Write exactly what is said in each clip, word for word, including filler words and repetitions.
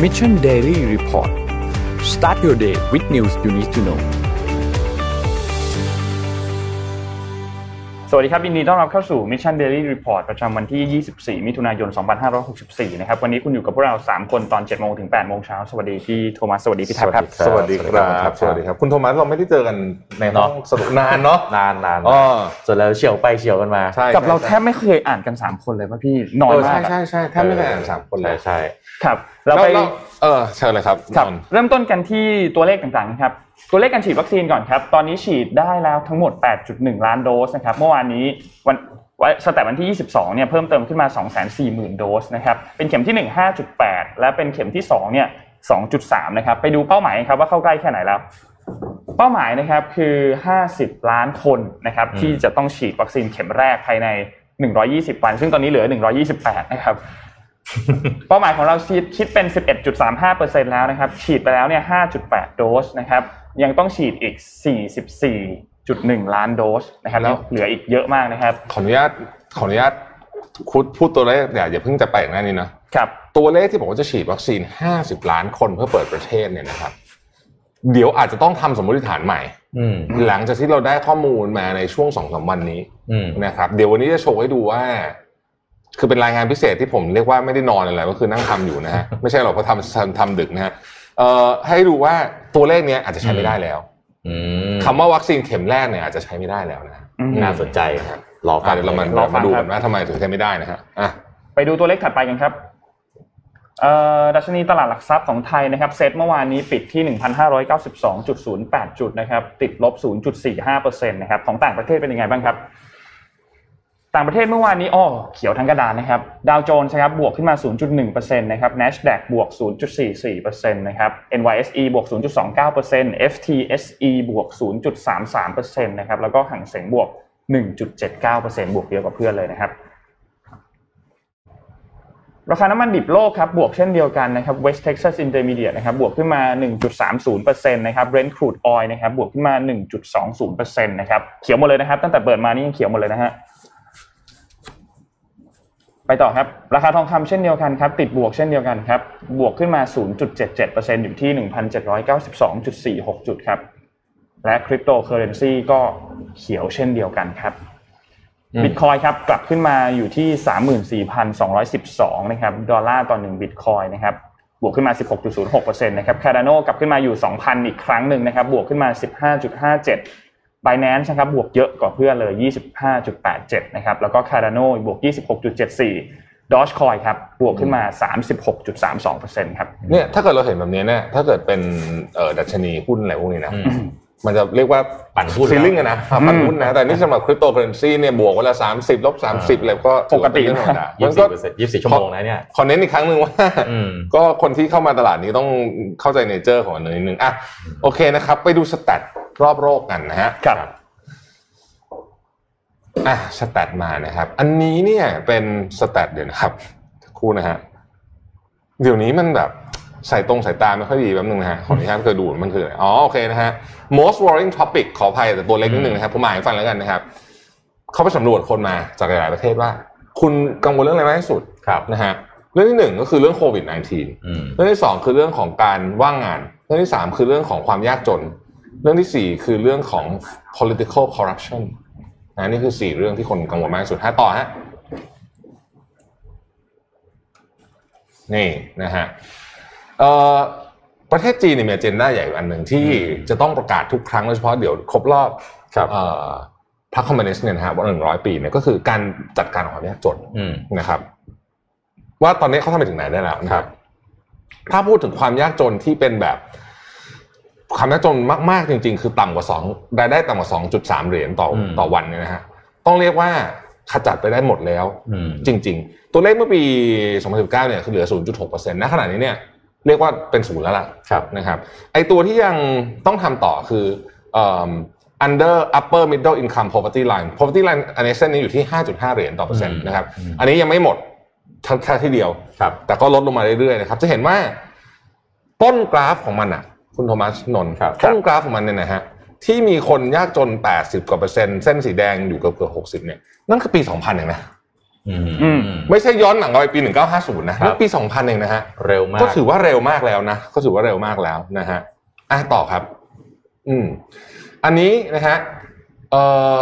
Mission Daily Report Start your day with news you need to know สวัสดีครับยินดีต้อนรับเข้าสู่ Mission Daily Report ประจำวันที่ยี่สิบสี่มิถุนายนสองพันห้าร้อยหกสิบสี่นะครับวันนี้คุณอยู่กับพวกเราสามคนตอน เจ็ดโมง ถึง แปดโมง เช้าสวัสดีพี่โทมัสสวัสดีพี่แท็บครับสวัสดีครับสวัสดีครับคุณโทมัสเราไม่ได้เจอกันในห้องสนุกนานเนาะนานๆอ๋อจนแล้วเฉียวไปเฉียวกันมากับเราแทบไม่เคยอ่านกันสามคนเลยป่ะพี่น้อยมากใช่ๆๆแทบไม่เคยอ่านสามคนเลยใช่ครับเราไปเออเชิญเลยครับเริ่มต้นกันที่ตัวเลขต่างๆครับตัวเลขการฉีดวัคซีนก่อนครับตอนนี้ฉีดได้แล้วทั้งหมด แปดจุดหนึ่ง ล้านโดสนะครับเมื่อวานนี้วันสแตทวันที่ยี่สิบสองเนี่ยเพิ่มเติมขึ้นมา สองแสนสี่หมื่น โดสนะครับเป็นเข็มที่หนึ่ง ห้าจุดแปด และเป็นเข็มที่สองเนี่ย สองจุดสาม นะครับไปดูเป้าหมายครับว่าเข้าใกล้แค่ไหนแล้วเป้าหมายนะครับคือห้าสิบล้านคนนะครับที่จะต้องฉีดวัคซีนเข็มแรกภายในหนึ่งร้อยยี่สิบวันซึ่งตอนนี้เหลือหนึ่งร้อยยี่สิบแปดนะครับเป้าหมายของเราคิดเป็น สิบเอ็ดจุดสามห้าเปอร์เซ็นต์ แล้วนะครับฉีดไปแล้วเนี่ย ห้าจุดแปด โดสนะครับยังต้องฉีดอีก สี่สิบสี่จุดหนึ่ง ล้านโดสนะครับแล้วเหลืออีกเยอะมากนะครับขออนุญาตขออนุญาตพูดตัวเลขอย่าอย่าเพิ่งจะไปอย่างนั้นนี่นะครับตัวเลขที่บอกว่าจะฉีดวัคซีนห้าสิบล้านคนเพื่อเปิดประเทศเนี่ยนะครับเดี๋ยวอาจจะต้องทำสมมติฐานใหม่หลังจากที่เราได้ข้อมูลมาในช่วง สองถึงสาม วันนี้นะครับเดี๋ยววันนี้จะโชว์ให้ดูว่าคือเป็นรายงานพิเศษที่ผมเรียกว่าไม่ได้นอนอะไรก็คือนั่งทำอยู่นะฮะไม่ใช่หรอกเพราะทำทำดึกนะฮะเอ่อให้ดูว่าตัวเลขนี้อาจจะใช้ไม่ได้แล้วคำว่าวัคซีนเข็มแรกเนี่ยอาจจะใช้ไม่ได้แล้วนะน่าสนใจครับรอฟังเดี๋ยวเรามาดูกันว่าทำไมถึงใช้ไม่ได้นะฮะอ่ะไปดูตัวเลขถัดไปกันครับเอ่อดัชนีตลาดหลักทรัพย์ของไทยนะครับเซ็ตเมื่อวานนี้ปิดที่ หนึ่งพันห้าร้อยเก้าสิบสองจุดศูนย์แปด จุดนะครับติดลบ ศูนย์จุดสี่ห้าเปอร์เซ็นต์ นะครับของต่างประเทศเป็นยังไงบ้างครับต่างประเทศเมื่อวานนี้อ้อเขียวทั้งกระดานนะครับดาวโจนส์ครับบวกขึ้นมา ศูนย์จุดหนึ่งเปอร์เซ็นต์ นะครับ Nasdaq บวก ศูนย์จุดสี่สี่เปอร์เซ็นต์ นะครับ เอ็น วาย เอส อี บวก ศูนย์จุดสองเก้าเปอร์เซ็นต์ เอฟ ที เอส อี บวก ศูนย์จุดสามสามเปอร์เซ็นต์ นะครับแล้วก็หังเส็งบวก หนึ่งจุดเจ็ดเก้าเปอร์เซ็นต์ บวกเยอะกว่าเพื่อนเลยนะครับราคาน้ำมันดิบโลกครับบวกเช่นเดียวกันนะครับ West Texas Intermediate นะครับบวกขึ้นมา หนึ่งจุดสามศูนย์เปอร์เซ็นต์ นะครับ Brent Crude Oil นะครับบวกขึ้นมา หนึ่งจุดสองศูนย์เปอร์เซ็นต์ นะครับเขียวหมดเลยนะครับตั้งแต่เปิดมานี่ยังเขียวหมดเลยนะฮะไปต่อครับราคาทองคำเช่นเดียวกันครับติดบวกเช่นเดียวกันครับบวกขึ้นมา ศูนย์จุดเจ็ดเจ็ดเปอร์เซ็นต์ อยู่ที่ หนึ่งพันเจ็ดร้อยเก้าสิบสองจุดสี่หก จุดครับและคริปโตเคอเรนซีก็เขียวเช่นเดียวกันครับBitcoin ครับกลับขึ้นมาอยู่ที่ สามหมื่นสี่พันสองร้อยสิบสอง นะครับดอลลาร์ต่อหนึ่ง Bitcoin นะครับบวกขึ้นมา สิบหกจุดศูนย์หกเปอร์เซ็นต์ นะครับ Cardano กลับขึ้นมาอยู่ สองพัน อีกครั้งนึงนะครับบวกขึ้นมา สิบห้าจุดห้าเจ็ด Binance นะครับบวกเยอะกว่าเพื่อนเลย ยี่สิบห้าจุดแปดเจ็ด นะครับแล้วก็ Cardano บวก ยี่สิบหกจุดเจ็ดสี่ Dogecoin ครับบวกขึ้นมา สามสิบหกจุดสามสองเปอร์เซ็นต์ ครับเนี่ยถ้าเกิดเราเห็นแบบนี้เนี่ยถ้าเกิดเป็นเอ่อดัชนีหุ้นอะไรพวกนี้นะมันจะเรียกว่าปั่นหุ้นฟีลลิ่งอะนะปั่นหุ้นนะแต่นี่สำหรับคริปโตเคอเรนซีเนี่ยบวกวันละสามสิบลบสามสิบอะไรก็ปกติธรรมดามันก็ยี่สิบสี่ชั่วโมงนะเนี่ยขอเน้นอีกครั้งนึงว่าก็คนที่เข้ามาตลาดนี้ต้องเข้าใจเนเจอร์ของมันนิดนึงอ่ะโอเคนะครับไปดูสแตทรอบโลกกันนะฮะครับอ่ะสแตทมานะครับอันนี้เนี่ยเป็นสแตทเดี๋ยวนะครับคู่นะฮะเดี๋ยวนี้มันแบบใส่ตรงสายตาไม่ค่อยดีแป๊บนึงนะฮะขออนุญาตเคยดูมันคืออะไรอ๋อโอเคนะฮะ most worrying topic ขออภัยแต่ตัวเล็กนิดนึงนะครับผมอ่านให้ฟังแล้วกันนะครับเขาไปสำรวจคนมาจากหลายๆประเทศว่าคุณกังวลเรื่องอะไรมากที่สุดนะฮะเรื่องที่หนึ่งก็คือเรื่องโควิด สิบเก้า เรื่องที่สองคือเรื่องของการว่างงานเรื่องที่สามคือเรื่องของความยากจนเรื่องที่สี่คือเรื่องของ political corruption นะนี่คือสี่เรื่องที่คนกังวลมากที่สุดฮะต่อฮะนี่นะฮะเอ่อประเทศจีนเนี่ยมีอเจนดาใหญ่อันหนึ่งที่จะต้องประกาศทุกครั้งโดยเฉพาะเดี๋ยวครบรอบเอ่อพรรคคอมมิวนิสต์เนี่ยนะฮะวันหนึ่งร้อยปีเนี่ยก็คือการจัดการความยากจนนะครับว่าตอนนี้เขาทำไปถึงไหนได้แล้วนะครับถ้าพูดถึงความยากจนที่เป็นแบบความยากจนมากๆจริงๆคือต่ำกว่าสองรายได้ต่ำกว่า สองจุดสาม เหรียญต่อต่อวันเนี่ยนะฮะต้องเรียกว่าขจัดไปได้หมดแล้วจริงๆตัวเลขเมื่อปีสองพันสิบเก้าเนี่ยคือเหลือ ศูนย์จุดหกเปอร์เซ็นต์ ณขณะนี้เนี่ยเรียกว่าเป็นศูนย์แล้วล่ะนะครับไอตัวที่ยังต้องทำต่อคือเอ่อ under upper middle income poverty line poverty line อันนี้เส้นนี้อยู่ที่ ห้าจุดห้า เหรียญต่อเปอร์เซ็นต์นะครับอันนี้ยังไม่หมดแค่ที่เดียวแต่ก็ลดลงมาเรื่อยๆนะครับจะเห็นว่าต้นกราฟของมันอ่ะคุณโทมัสนนท์ต้นกราฟของมันเนี่ยนะฮะที่มีคนยากจนแปดสิบกว่าเปอร์เซ็นต์เส้นสีแดงอยู่เกือบๆหกสิบเนี่ยนั่นคือปีสองพันเองนะอืมไม่ใช่ย้อนหลังไปปีหนึ่งพันเก้าร้อยห้าสิบนะนั่นปีสองพันเองนะฮะเร็วมากก็ถือว่าเร็วมากแล้วนะก็ถือว่าเร็วมากแล้วนะฮะอ่ะต่อครับอืมอันนี้นะฮะเอ่อ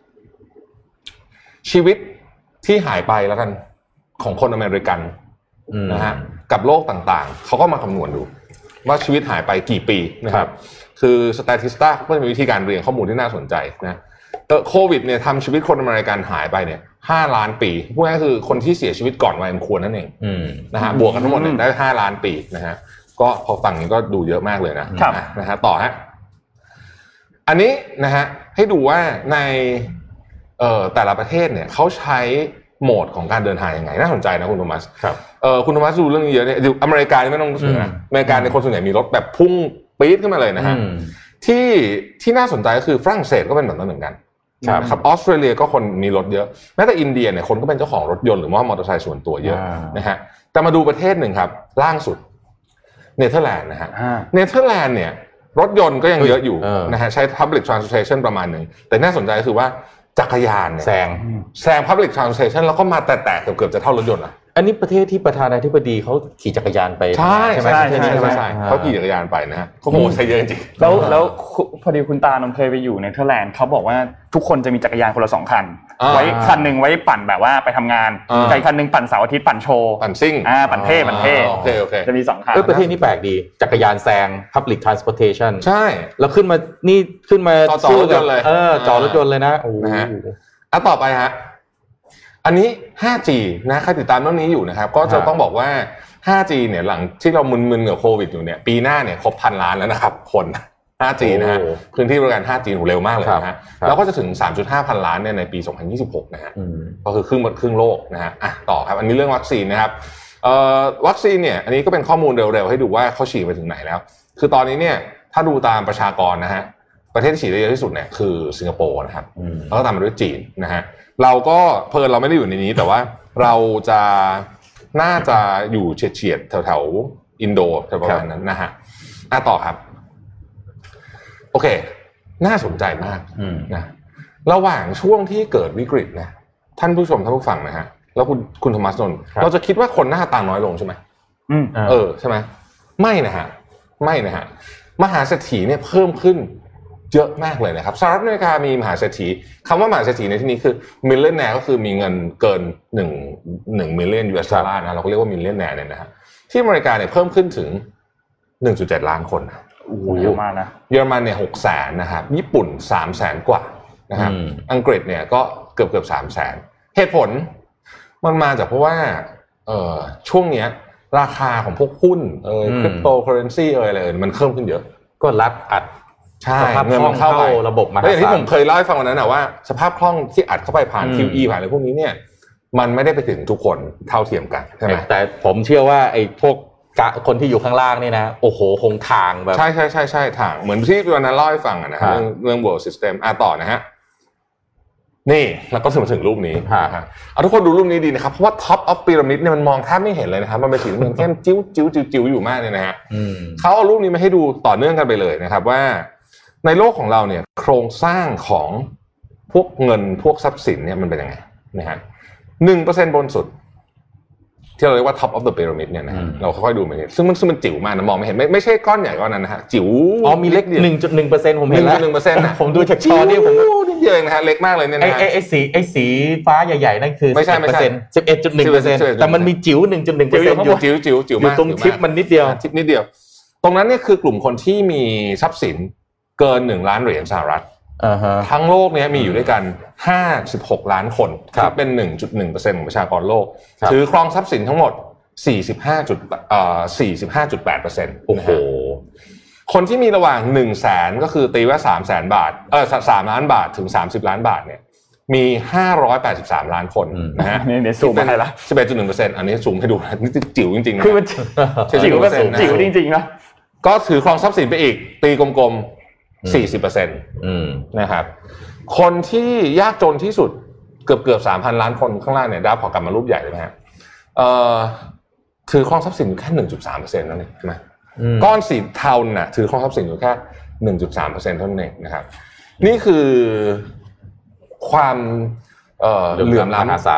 ชีวิตที่หายไปแล้วกันของคนอเมริกันนะฮะกับโรคต่างๆเขาก็มาคำนวณดูว่าชีวิตหายไปกี่ปีนะครับคือ Statista ก็จะมีวิธีการเรียงข้อมูลที่น่าสนใจนะเออโควิดเนี่ยทำชีวิตคนอเมริกันหายไปเนี่ยห้าล้านปีพูดง่ายๆคือคนที่เสียชีวิตก่อนวัยอันควรนั่นเองนะฮะบวกกันทั้งหมดเนี่ยได้ห้าล้านปีนะฮะก็พอฟังนี้ก็ดูเยอะมากเลยนะนะฮะต่อฮะอันนี้นะฮะให้ดูว่าในเอ่อแต่ละประเทศเนี่ยเขาใช้โหมดของการเดินทางยังไงน่าสนใจนะคุณโทมัสครับเอ่อคุณโทมัสดูเรื่องนี้เยอะเนี่ยอยู่อเมริกาไม่ต้องรู้สึกนะอเมริกาในคนส่วนใหญ่มีรถแบบพุ่งปี๊ดขึ้นมาเลยนะฮะที่ที่น่าสนใจก็คือฝรั่งเศสก็เป็นแบบนั้นเหมือนกันครับออสเตรเลียก็คนมีรถเยอะแม้แต่อินเดียเนี่ยคนก็เป็นเจ้าของรถยนต์หรือว่ามอเตอร์ไซค์ส่วนตัวเยอะนะฮะแต่มาดูประเทศหนึ่งครับล่างสุดเนเธอร์แลนด์นะฮะเนเธอร์แลนด์เนี่ยรถยนต์ก็ยังเยอะอยู่นะฮะใช้ public transportation ประมาณหนึ่งแต่น่าสนใจก็คือว่าจักรยานเนี่ยแซงแซง public transportation แล้วก็มาแตะๆเกือบๆจะเท่ารถยนต์อ่ะอันนี้ประเทศที่ประธานาธิบดีเขาขี่จักรยานไปใช่ใช่ไหมใช่ใช่ใช่เขาขี่จักรยานไปนะฮะเขาโหใช้เยอะจริงแล้วแล้วพอดีคุณตานนท์เคยไปอยู่เนเธอร์แลนด์เขาบอกว่าทุกคนจะมีจักรยานคนละสองคันไว้คันหนึ่งไว้ปั่นแบบว่าไปทำงานอีกคันหนึ่งปั่นเสาร์อาทิตย์ปั่นโชว์ปั่นซิ่งอ่าปั่นเท่ปั่นเท่โอเคโอเคจะมีสองคันเออประเทศนี้แปลกดีจักรยานแซง public transportation ใช่แล้วขึ้นมานี่ขึ้นมาสู้กันเลยเออจอดรถยนต์เลยนะโอ้นะฮะอ่ะต่อไปฮะอันนี้ ห้าจี นะใครติดตามเรื่องนี้อยู่นะครับก็จะต้องบอกว่า ห้าจี เนี่ยหลังที่เรามึนๆกับโควิดอยู่เนี่ยปีหน้าเนี่ยครบพันล้านแล้วนะครับคน ห้าจี นะฮะพื้นที่บริการ ห้าจี เร็วมากเลยนะฮะแล้วก็จะถึง สามจุดห้า พันล้านเนี่ยในปีสองพันยี่สิบหกนะฮะก็คือครึ่งครึ่งโลกนะฮะอ่ะต่อครับอันนี้เรื่องวัคซีนนะครับเอ่อวัคซีนเนี่ยอันนี้ก็เป็นข้อมูลเร็วๆให้ดูว่าเขาฉีดไปถึงไหนแล้วคือตอนนี้เนี่ยถ้าดูตามประชากรนะฮะประเทศที่ฉีดได้เยอะที่สุดเนี่ยคือสิงคโปร์นะครับแล้วก็ตามมาด้วยจีนนะฮะเราก็เพิ่นเราไม่ได้อยู่ในนี้แต่ว่าเราจะน่าจะอยู่เฉียดๆแถวๆอินโดแถวประมาณนั้นนะฮะอ่ะต่อครับโอเคน่าสนใจมากนะระหว่างช่วงที่เกิดวิกฤตนะท่านผู้ชมท่านผู้ฟังนะฮะแล้วคุณคุณโทมัสนนท์เราจะคิดว่าคนหน้าตาน้อยลงใช่ไหมเออใช่ไหมไม่นะฮะไม่นะฮะมหาเศรษฐีเนี่ยเพิ่มขึ้นเยอะมากเลยนะครับสหรัฐอเมริกามีมหาเศรษฐีคำว่ามหาเศรษฐีในที่นี้คือมิลเลนแนร์ก็คือมีเงินเกินหนึ่งหนึ่งมิลเลียนยูเอสดอลลาร์นะเราก็เรียกว่ามิลเลนแนร์เนี่ยนะฮะที่อเมริกาเนี่ยเพิ่มขึ้นถึง หนึ่งจุดเจ็ด ล้านคนโอ้โหเยอะมากนะเยอรมันเนี่ยหกแสนนะครับญี่ปุ่นสามแสนกว่านะครับอังกฤษเนี่ยก็เกือบเกือบสามแสนเหตุผลมันมาจากเพราะว่าเอ่อช่วงเนี้ยราคาของพวกหุ้นเอ่ยคริปโตเคอเรนซีเอ่ยอะไรเอ่ยมันเพิ่มขึ้นเยอะก็รัดอัดใช่เงินมันเข้าไประบบมาอย่างที่ผมเคยเล่าให้ฟังวันนั้นนะว่าสภาพคล่องที่อัดเข้าไปผ่าน คิว อี ผ่านอะไรพวกนี้เนี่ยมันไม่ได้ไปถึงทุกคนเท่าเทียมกันใช่ไหมแต่ผมเชื่อว่าไอ้พวกคนที่อยู่ข้างล่างนี่นะโอ้โหคงทางแบบใช่ใช่ใช่ใช่ทางเหมือนที่วันนั้นเล่าให้ฟังนะฮะเรื่องเรื่อง world system อ่ะต่อนะฮะนี่แล้วก็ถึงมาถึงรูปนี้เอาทุกคนดูรูปนี้ดีนะครับเพราะว่า top of pyramid เนี่ยมันมองแทบไม่เห็นเลยนะครับมันเป็นสีมันแค่จิ้วจิ้วจิ้วจิ้วอยู่มากเลยนะฮะเขาเอารูปนี้มาให้ดูต่อเนื่องกันไปเลยนะครับว่าในโลกของเราเนี่ยโครงสร้างของพวกเงินพวกทรัพย์สินเนี่ยมันเป็นยังไงนะฮะ หนึ่งเปอร์เซ็นต์ บนสุดที่เราเรียกว่า top of the pyramid เนี่ยนะฮะเราค่อยๆดูไปเนี่ยซึ่งมันซึ่งมันจิ๋วมากนะมองไม่เห็นไม่ไม่ใช่ก้อนใหญ่ก้อนนั้นนะฮะจิ๋วอ๋อมีเล็ก หนึ่งจุดหนึ่งเปอร์เซ็นต์ ผมเห็นแล้วหนึ่งจุดหนึ่งเปอร์เซ็นต์ นะผมดูจากชอนี่ผมนิดเดียวเองนะฮะเล็กมากเลยเนี่ยนะไอ้ไอ้สีไอ้สีฟ้าใหญ่ๆนั่นคือไม่ใช่ไม่ใช่สิบเอ็ดจุดหนึ่งเปอร์เซ็นต์ แต่มันมีจิ๋ว หนึ่งจุดหนึ่งเปอร์เซ็นต์อยู่จิ๋วจิ๋วจิ๋วมากอยู่ตรงทิปมันนิดเดียวทิปนิดเดียวตรงนั้นเนี่ยคือกลุ่มคนที่มีทรัพย์สินเกินหนึ่งล้านเหรียญสหรัฐทั้งโลกนี้มีอยู่ด้วยกันห้าสิบหกล้านคนคิดเป็น หนึ่งจุดหนึ่งเปอร์เซ็นต์ ของประชากรโลกถือครองทรัพย์สินทั้งหมด สี่สิบห้าจุดเอ่อ สี่สิบห้าจุดแปดเปอร์เซ็นต์ โอ้โหคนที่มีระหว่าง หนึ่งแสน ก็คือตีว่า สามแสน บาทเอ่อสามล้านบาทถึงสามสิบล้านบาทเนี่ยมีห้าร้อยแปดสิบสามล้านคนนะฮะนี่ๆซูมไปละสิบเอ็ดจุดหนึ่งเปอร์เซ็นต์ อันนี้ซูมให้ดูนี่จิ๋วจริงๆนะคือมันจิ๋วก็สูงจิ๋วจริงๆนะก็ถือครองทรัพย์สินไปอีกตีกลมๆ สี่สิบเปอร์เซ็นต์ อืมนะครับคนที่ยากจนที่สุดเกือบๆ สามพัน ล้านคนข้างล่างเนี่ยดาวขอกลับมารูปใหญ่เลยนะฮะเอ่อถือครองทรัพย์สินอยู่แค่ หนึ่งจุดสามเปอร์เซ็นต์ นั่นเองใช่มั้ยก้อนสีเทาน่ะถือครองทรัพย์สินอยู่แค่ หนึ่งจุดสามเปอร์เซ็นต์ เท่านั้นเองนะครับนี่คือความเอ่อเหลื่อมล้ำมหาศาล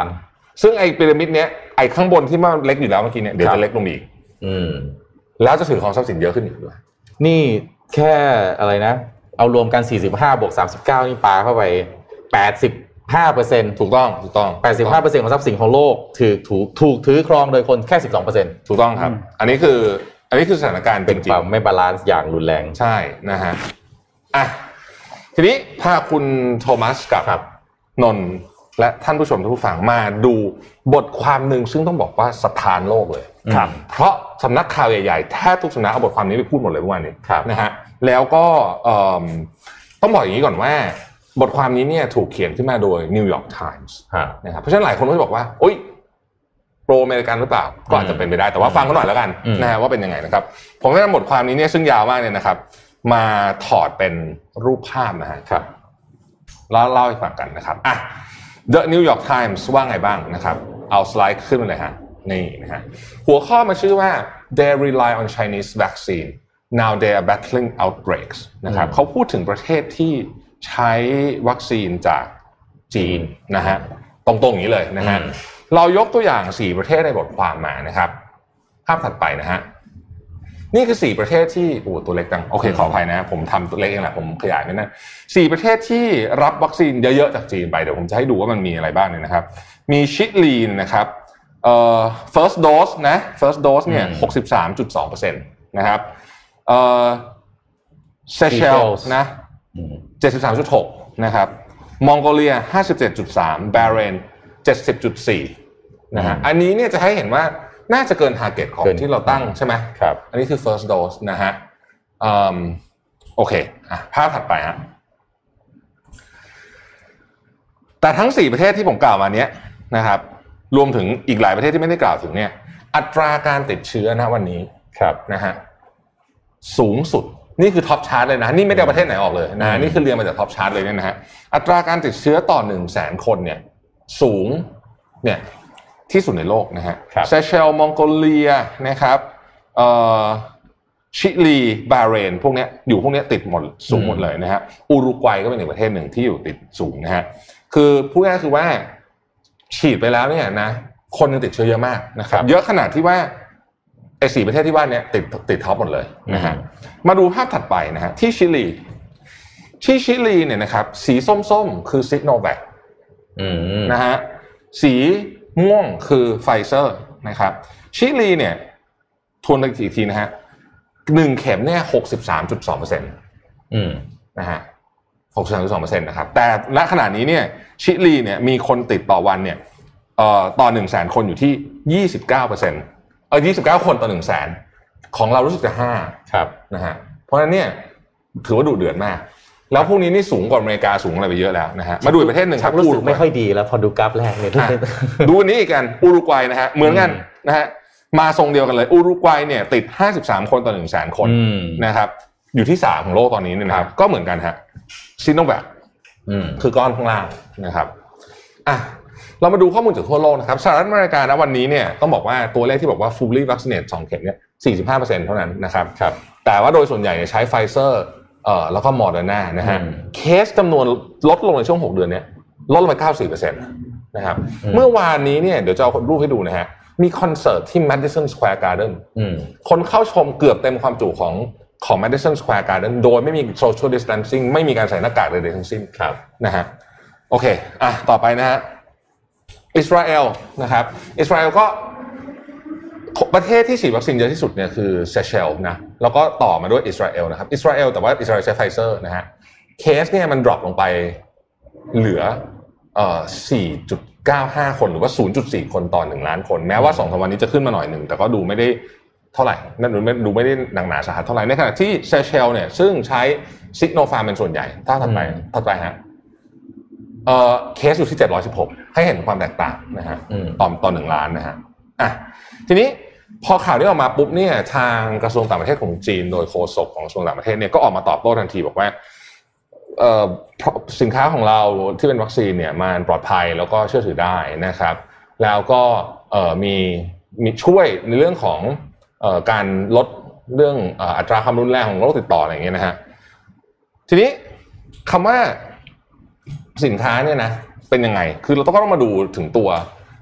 ซึ่งไอ้พีระมิดเนี้ยไอ้ข้างบนที่มันเล็กอยู่แล้วเมื่อกี้เนี่ยเดี๋ยวจะเล็กลงอีกอืมแล้วจะถือครองทรัพย์สินเยอะขึ้นอีกด้วยนี่แค่อะไรนะเอารวมกันสี่สิบห้าบวกสามสิบเก้านี่ปาเข้าไปแปดสิบห้าเปอร์เซ็นต์ถูกต้องถูกต้องแปดสิบห้าเปอร์เซ็นต์ ของทรัพย์สินของโลกถูกถูกถูกถือครองโดยคนแค่ สิบสองเปอร์เซ็นต์ถูกต้องครับอันนี้คืออันนี้คือสถานการณ์เป็นความไม่บาลานซ์อย่างรุนแรงใช่นะฮะอ่ะทีนี้พาคุณโทมัสกับนนท์และท่านผู้ชมท่านผู้ฟังมาดูบทความหนึ่งซึ่งต้องบอกว่าสถานโลกเลยครับเพราะสำนักข่าวใหญ่ๆแทบทุกสำนักเอาบทความนี้ไปพูดหมดเลยเมื่อวานนี้นะฮะแล้วก็ต้องบอกอย่างนี้ก่อนว่าบทความนี้เนี่ยถูกเขียนขึ้นมาโดย New York Times นะครับเพราะฉะนั้นหลายคนก็จะบอกว่าโอ๊ยโปรอเมริกันหรือเปล่าก็อาจจะเป็นไปได้แต่ว่าฟังกันหน่อยแล้วกันนะฮะว่าเป็นยังไงนะครับผมได้นำบทความนี้เนี่ยซึ่งยาวมากเนี่ยนะครับมาถอดเป็นรูปภาพนะฮะครับแล้วเล่าให้ฟังกันนะครับอ่ะ The New York Times ว่าไงบ้างนะครับเอาสไลด์ขึ้นมาเลยฮะนี่นะฮะหัวข้อมันชื่อว่า They rely on Chinese vaccine now they are battling outbreaks นะครับเขาพูดถึงประเทศที่ใช้วัคซีนจากจีนนะฮะตรงๆอย่างนี้เลยนะฮะเรายกตัวอย่างสี่ประเทศในบทความมานะครับภาพถัดไปนะฮะนี่คือสี่ประเทศที่โอ้ตัวเล็กจังโอเคขออภัยนะผมทำตัวเล็กเองแหละผมขยายไม่ได้สี่ประเทศที่รับวัคซีนเยอะๆจากจีนไปเดี๋ยวผมจะให้ดูว่ามันมีอะไรบ้างเนี่ยนะครับมีชิลีนะครับเอ่อ first dose นะ first dose เนี่ย หกสิบสามจุดสองเปอร์เซ็นต์ นะครับเอ่อเซเชลส์นะ เจ็ดสิบสามจุดหก นะครับมองโกเลีย ห้าสิบเจ็ดจุดสาม บาห์เรน เจ็ดสิบจุดสี่ นะฮะอันนี้เนี่ยจะให้เห็นว่าน่าจะเกิน target ของที่เราตั้งใช่ไหมครับอันนี้คือ first dose นะฮะอืมโอเคอ่ะภาพถัดไปฮะแต่ทั้งสี่ประเทศที่ผมกล่าวมาเนี้ยนะครับรวมถึงอีกหลายประเทศที่ไม่ได้กล่าวถึงเนี่ยอัตราการติดเชื้อณวันนี้ครับนะฮะสูงสุดนี่คือท็อปชาร์ตเลยนะนี่ไม่ได้ประเทศไหนออกเลยนะนี่คือเรียงมาจากท็อปชาร์ตเลยเนี่ยนะฮะอัตราการติดเชื้อต่อ หนึ่งแสน คนเนี่ยสูงเนี่ยที่สุดในโลกนะฮะเซเชลมองโกเลียนะครับเอ่อชิลีบาห์เรนพวกนี้อยู่พวกนี้ติดหมดสูงหมดเลยนะฮะอุรุกวัยก็เป็นอีกประเทศหนึ่งที่อยู่ติดสูงนะฮะคือพูดง่ายๆคือว่าฉีดไปแล้วเนี่ยนะคนยังติดเชื้อเยอะมากนะครับเยอะขนาดที่ว่าไอ้สี่ประเทศที่ว่านี้ติดติดท็อปหมดเลยนะฮะมาดูภาพถัดไปนะฮะที่ชิลีที่ชิลีเนี่ยนะครับสีส้มๆคือซิโนแวคนะฮะสีม่วงคือไฟเซอร์นะครับชิลีเนี่ยทวนอีกทีนะฮะหนึ่งเข็มเนี่ย หกสิบสามจุดสองเปอร์เซ็นต์อืมนะฮะ หกสิบสามจุดสองเปอร์เซ็นต์ นะครับแต่ณขณะนี้เนี่ยชิลีเนี่ยมีคนติดต่อวันเนี่ยเอ่อต่อ หนึ่งแสน คนอยู่ที่ ยี่สิบเก้าเปอร์เซ็นต์ เอ่อยี่สิบเก้าคนต่อ หนึ่งแสน ของเรารู้สึกจะห้าครับนะฮะเพราะฉะนั้นเนี่ยถือว่าดุเดือดมากแล้วพวกนี้นี่สูงกว่าอเมริกาสูงอะไรไปเยอะแล้วนะฮะมาดูประเทศหนึ่งครับรู้สึกไม่ค่อยดีแล้วพอดูกราฟแรกเนี่ยดูอันนี้อีกกันอุรุกวัยนะฮะเหมือนกันนะฮะมาทรงเดียวกันเลยอุรุกวัยเนี่ยติดห้าสิบสามคนต่อ หนึ่งแสน คนนะครับอยู่ที่สามของโลกตอนนี้นะครับก็เหมือนกันฮะซิโนแวคคือก้อนข้างล่างนะครับอ่ะเรามาดูข้อมูลจากทั่วโลกนะครับสหรัฐอเมริกาณวันนี้เนี่ยต้องบอกว่าตัวเลขที่บอกว่า fully vaccinated สองเข็มเนี่ย สี่สิบห้าเปอร์เซ็นต์ เท่านั้นนะครับแต่ว่าโดยส่วนใหญ่ใช้ไฟเซอร์เอ่อแล้วก็โมเดอร์นานะฮะเคสจำนวนลดลงในช่วงหกเดือนเนี้ยลดลงไป เก้าสิบสี่เปอร์เซ็นต์ นะครับเมื่อวานนี้เนี่ยเดี๋ยวจะเอารูปให้ดูนะฮะมีคอนเสิร์ตที่ Madison Square Garden คนเข้าชมเกือบเต็มความจุของของ Madison Square Garden โดยไม่มี social distancing ไม่มีการใส่หน้ากากใดๆทั้งสิ้นนะฮะโอเคอ่ะต่อไปนะฮะอิสราเอลนะครับอิสราเอลก็ประเทศที่ฉีดวัคซีนเยอะที่สุดเนี่ยคือเซเชลนะแล้วก็ต่อมาด้วยอิสราเอลนะครับอิสราเอลแต่ว่าอิสราเอลใช้ไฟเซอร์นะฮะเคสเนี่ยมันดรอปลงไปเหลือเอ่อ สี่จุดเก้าห้า คนหรือว่า ศูนย์จุดสี่ คนต่อหนึ่งล้านคนแม้ว่า สองถึงสาม วันนี้จะขึ้นมาหน่อยนึงแต่ก็ดูไม่ได้เท่าไหร่นั่นดูไม่ดูไม่ได้หนักหนาสาหัสเท่าไหร่ในขณะที่เซเชลเนี่ยซึ่งใช้ซิโนฟาร์มเป็นส่วนใหญ่ถ้าถัดไปถัดไปฮะเอ่อเคสอยู่ที่เจ็ดร้อยสิบหกให้เห็นความแตกต่างนะฮะต่อต่อหนึ่งล้านนะฮะอ่ะทีนี้พอข่าวนี้ออกมาปุ๊บเนี่ยทางกระทรวงต่างประเทศของจีนโดยโฆษกของกระทรวงต่างประเทศเนี่ยก็ออกมาตอบโต้ทันทีบอกว่าเอ่อสินค้าของเราที่เป็นวัคซีนเนี่ยมันปลอดภัยแล้วก็เชื่อถือได้นะครับแล้วก็เอ่อมีมีช่วยในเรื่องของเอ่อการลดเรื่องเอ่ออัตราความรุนแรงของโรคติดต่ออะไรอย่างเงี้ยนะฮะทีนี้คำว่าสินค้าเนี่ยนะเป็นยังไงคือเราต้องก็ต้องมาดูถึงตัว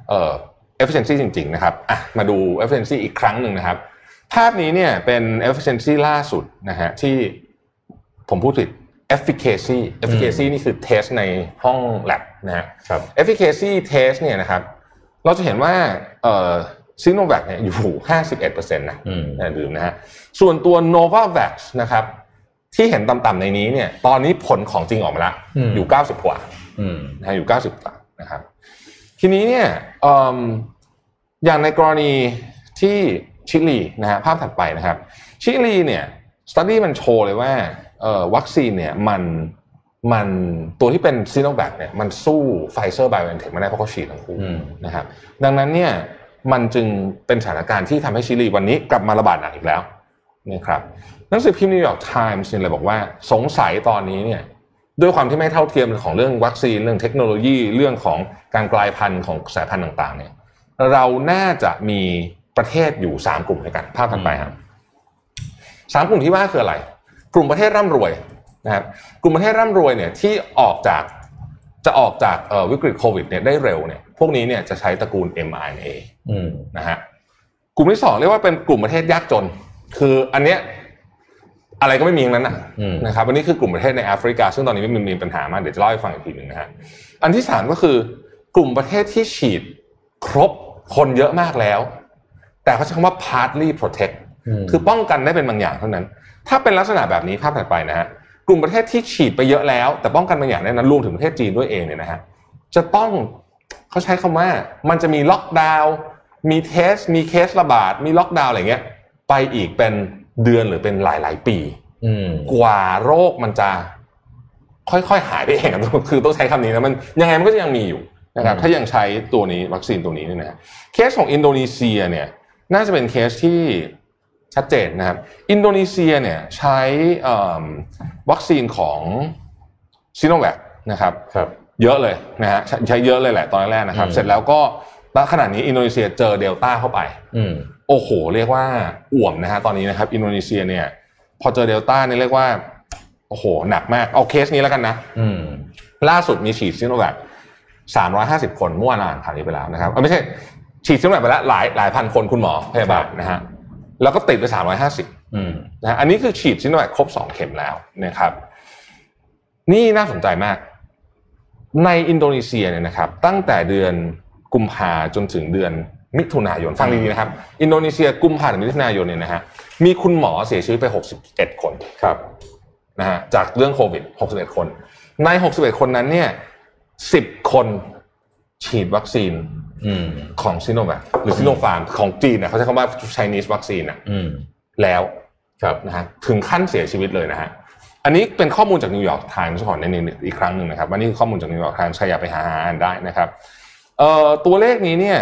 เอ่อ efficiency จริงๆนะครับอ่ะมาดู efficiency อีกครั้งหนึ่งนะครับภาพนี้เนี่ยเป็น efficiency ล่าสุดนะฮะที่ผมพูดถึง efficacy efficacy นี่คือ test ในห้อง lab นะฮะ efficacy test เนี่ยนะครับเราจะเห็นว่าเอ่อ Sinovac เนี่ยอยู่ ห้าสิบเอ็ดเปอร์เซ็นต์ นะอย่าลืมนะฮะส่วนตัว Novavax นะครับที่เห็นต่ำๆในนี้เนี่ยตอนนี้ผลของจริงออกมาแล้วอยู่เก้าสิบกว่านะฮะอยู่เก้าสิบกว่านะครับทีนี้เนี่ยเอ่ออย่างในกรณีที่ชิลีนะฮะภาพถัดไปนะครับชิลีเนี่ย study มันโชว์เลยว่าเอ่อวัคซีนเนี่ยมันมันตัวที่เป็น Sinovac เนี่ยมันสู้ Pfizer BioNTech ไม่ได้เพราะเขาฉีดทั้งคู่นะครับดังนั้นเนี่ยมันจึงเป็นสถานการณ์ที่ทำให้ชิลีวันนี้กลับมาระบาดหนักอีกแล้วนะครับหนังสือพิมพ์ New York Times เนี่ยเลยบอกว่าสงสัยตอนนี้เนี่ยด้วยความที่ไม่เท่าเทียมของเรื่องวัคซีนเรื่องเทคโนโลยีเรื่องของการกลายพันธุ์ของสายพันธุ์ต่างๆเนี่ยเราน่าจะมีประเทศอยู่สามกลุ่มด้วยกันภาพถัดไปครับสามกลุ่มที่ว่าคืออะไรกลุ่มประเทศร่ำรวยนะครับกลุ่มประเทศร่ำรวยเนี่ยที่ออกจากจะออกจากเอ่อวิกฤตโควิดเนี่ยได้เร็วเนี่ยพวกนี้เนี่ยจะใช้ตระกูล เอ็ม อาร์ เอ็น เอ อืมนะฮะกลุ่มที่สองเรียกว่าเป็นกลุ่มประเทศยากจนคืออันเนี้ยอะไรก็ไม่มีทั้งนั้นนะครับอันนี้คือกลุ่มประเทศในแอฟริกาซึ่งตอนนี้มันมีปัญหามากเดี๋ยวจะเล่าให้ฟังอีกทีนึงนะฮะอันที่สามก็คือกลุ่มประเทศที่ฉีดครบคนเยอะมากแล้วแต่เขาใช้คำว่า partly protect คือป้องกันได้เป็นบางอย่างเท่านั้นถ้าเป็นลักษณะแบบนี้ภาพถัดไปนะฮะกลุ่มประเทศที่ฉีดไปเยอะแล้วแต่ป้องกันบางอย่างได้นั้นรวมถึงประเทศจีนด้วยเองเนี่ยนะฮะจะต้องเขาใช้คำว่ามันจะมีล็อกดาวน์มีเทสมีเคสระบาดมีล็อกดาวน์อะไรเงี้ยไปอีกเป็นเดือนหรือเป็นหลายๆปีกว่าโรคมันจะค่อยๆหายไปเองคือต้องใช้คำนี้นะมันยังไงมันก็จะยังมีอยู่นะครับถ้ายังใช้ตัวนี้วัคซีนตัวนี้เนี่ยนะเคสของอินโดนีเซียเนี่ยน่าจะเป็นเคสที่ชัดเจนนะครับอินโดนีเซียเนี่ยใช้วัคซีนของซิโนแวคนะครับเยอะเลยนะฮะใช้เยอะเลยแหละตอนแรกนะครับเสร็จแล้วก็ณขณะนี้อินโดนีเซียเจอเดลต้าเข้าไปโอ้โหเรียกว่าอ่วมนะฮะตอนนี้นะครับอินโดนีเซียเนี่ยพอเจอเดลต้าเนี่ยเรียกว่าโอ้โหหนักมากเอาเคสนี้แล้วกันนะล่าสุดมีฉีดซิโนแวคสามร้อยห้าสิบคนเมื่อวานอ่านข่าวนี้ไปแล้วนะครับไม่ใช่ฉีดซิโนแวคไปแล้วหลายหลายพันคนคุณหมอพยาบาลนะฮะแล้วก็ติดไปสามร้อยห้าสิบนะฮะอันนี้คือฉีดซิโนแวคครบสองเข็มแล้วนะครับนี่น่าสนใจมากในอินโดนีเซียเนี่ยนะครับตั้งแต่เดือนกุมภาจนถึงเดือนมิถุนายนฟังดีๆนะครับอินโดนีเซียกุมภาถึงมิถุนายนเนี่ยนะฮะมีคุณหมอเสียชีวิตไปหกสิบเอ็ดคนครับนะฮะจากเรื่องโควิดหกสิบเอ็ดคนในหกสิบเอ็ดคนนั้นเนี่ยสิบคนฉีดวัคซีนของซิโนแวคหรือซิโนฟาร์มของจีนเนี่ยเขาใช้คำว่า Chinese วัคซีนนะแล้วนะฮะถึงขั้นเสียชีวิตเลยนะฮะอันนี้เป็นข้อมูลจากนิวยอร์กไทม์ขอในนี้อีกครั้งหนึ่งนะครับวันนี้คือข้อมูลจากนิวยอร์กไทม์ใครอยากไปหาอ่านได้นะครับเอ่อตัวเลขนี้เนี่ย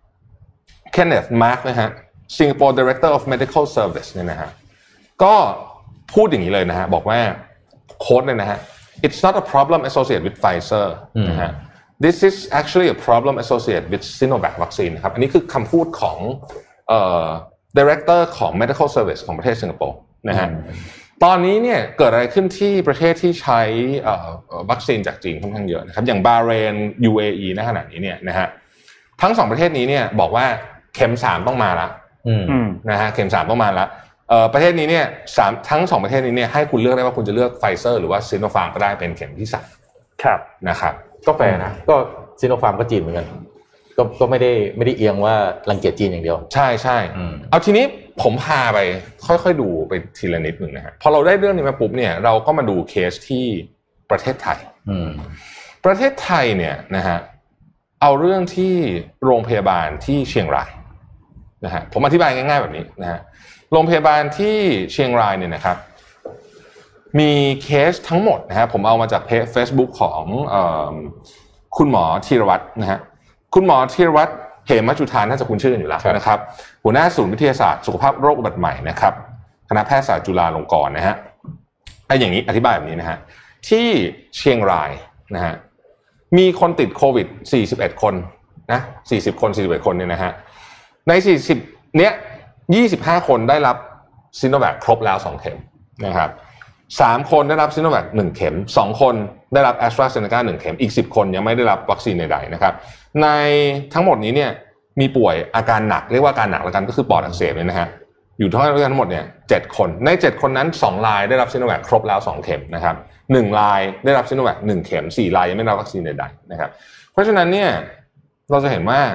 Kenneth Mark นะฮะ Singapore Director of Medical Service เนี่ยนะฮะก็พูดอย่างนี้เลยนะฮะบอกว่าโค้ดเลยนะฮะ It's not a problem associated with Pfizer นะฮะ This is actually a problem associated with Sinovac vaccine นะครับอันนี้คือคำพูดของเอ่อ Director ของ Medical Service ของประเทศสิงคโปร์นะฮะตอนนี้เนี่ยเกิดอะไรขึ้นที่ประเทศที่ใช้วัคซีนจากจีนค่อนข้างเยอะนะครับอย่างบาห์เรน ยู เอ อี ณขณะนี้เนี่ยนะฮะทั้งสองประเทศนี้เนี่ยบอกว่าเข็มสามต้องมาแล้วนะฮะเข็มสามต้องมาแล้วประเทศนี้เนี่ยสามทั้งสองประเทศนี้เนี่ยให้คุณเลือกได้ว่าคุณจะเลือกไฟเซอร์หรือว่าซิโนฟาร์มก็ได้เป็นเข็มที่สามครับนะครับก็แฟร์นะก็ซิโนฟาร์มก็จีนเหมือนกันก็ก็ไม่ได้ไม่ได้เอียงว่ารังเกียจจีนอย่างเดียวใช่ใช่เอาทีนี้ผมพาไปค่อยๆดูไปทีละนิดหนึ่งนะฮะพอเราได้เรื่องนี้มาปุ๊บเนี่ยเราก็มาดูเคสที่ประเทศไทยประเทศไทยเนี่ยนะฮะเอาเรื่องที่โรงพยาบาลที่เชียงรายนะฮะผมอธิบายง่ายๆแบบนี้นะฮะโรงพยาบาลที่เชียงรายเนี่ยนะครับมีเคสทั้งหมดนะฮะผมเอามาจากเพจ Facebook ของเอ่อคุณหมอธีรวัฒน์นะฮะคุณหมอธีรวัฒน์เหมจุฑาน่าจะคุ้นชื่ออยู่แล้วนะครับหัวหน้าศูนย์วิทยาศาสตร์สุขภาพโรคอุบัติใหม่นะครับคณะแพทยศาสตร์จุฬาลงกรณ์นะฮะไอ้อย่างนี้อธิบายแบบนี้นะฮะที่เชียงรายนะฮะมีคนติดโควิดสี่สิบเอ็ดคนนะสี่สิบคนสี่สิบเอ็ดคนเนี่ยนะฮะในสี่สิบเนี้ยยี่สิบห้าคนได้รับซิโนแวคครบแล้วสองเข็มนะครับสามคนได้รับซิโนแวคหนึ่งเข็มสองคนได้รับ AstraZeneca หนึ่งเข็มอีกสิบคนยังไม่ได้รับวัคซีนใดๆนะครับในทั้งหมดนี้เนี่ยมีป่วยอาการหนักเรียกว่าอาการหนักแล้วกันก็คือปอดอักเสบเนี่ยนะฮะอยู่ทั้งทั้งหมดเนี่ยเจ็ดคนในเจ็ดคนนั้นสองรายได้รับซิโนแวคครบแล้วสองเข็มนะครับหนึ่งรายได้รับซิโนแวคหนึ่งเข็มสี่รายยังไม่ได้รับวัคซีนใดๆนะครับเพราะฉะนั้นเนี่ยเราจะเห็นว่า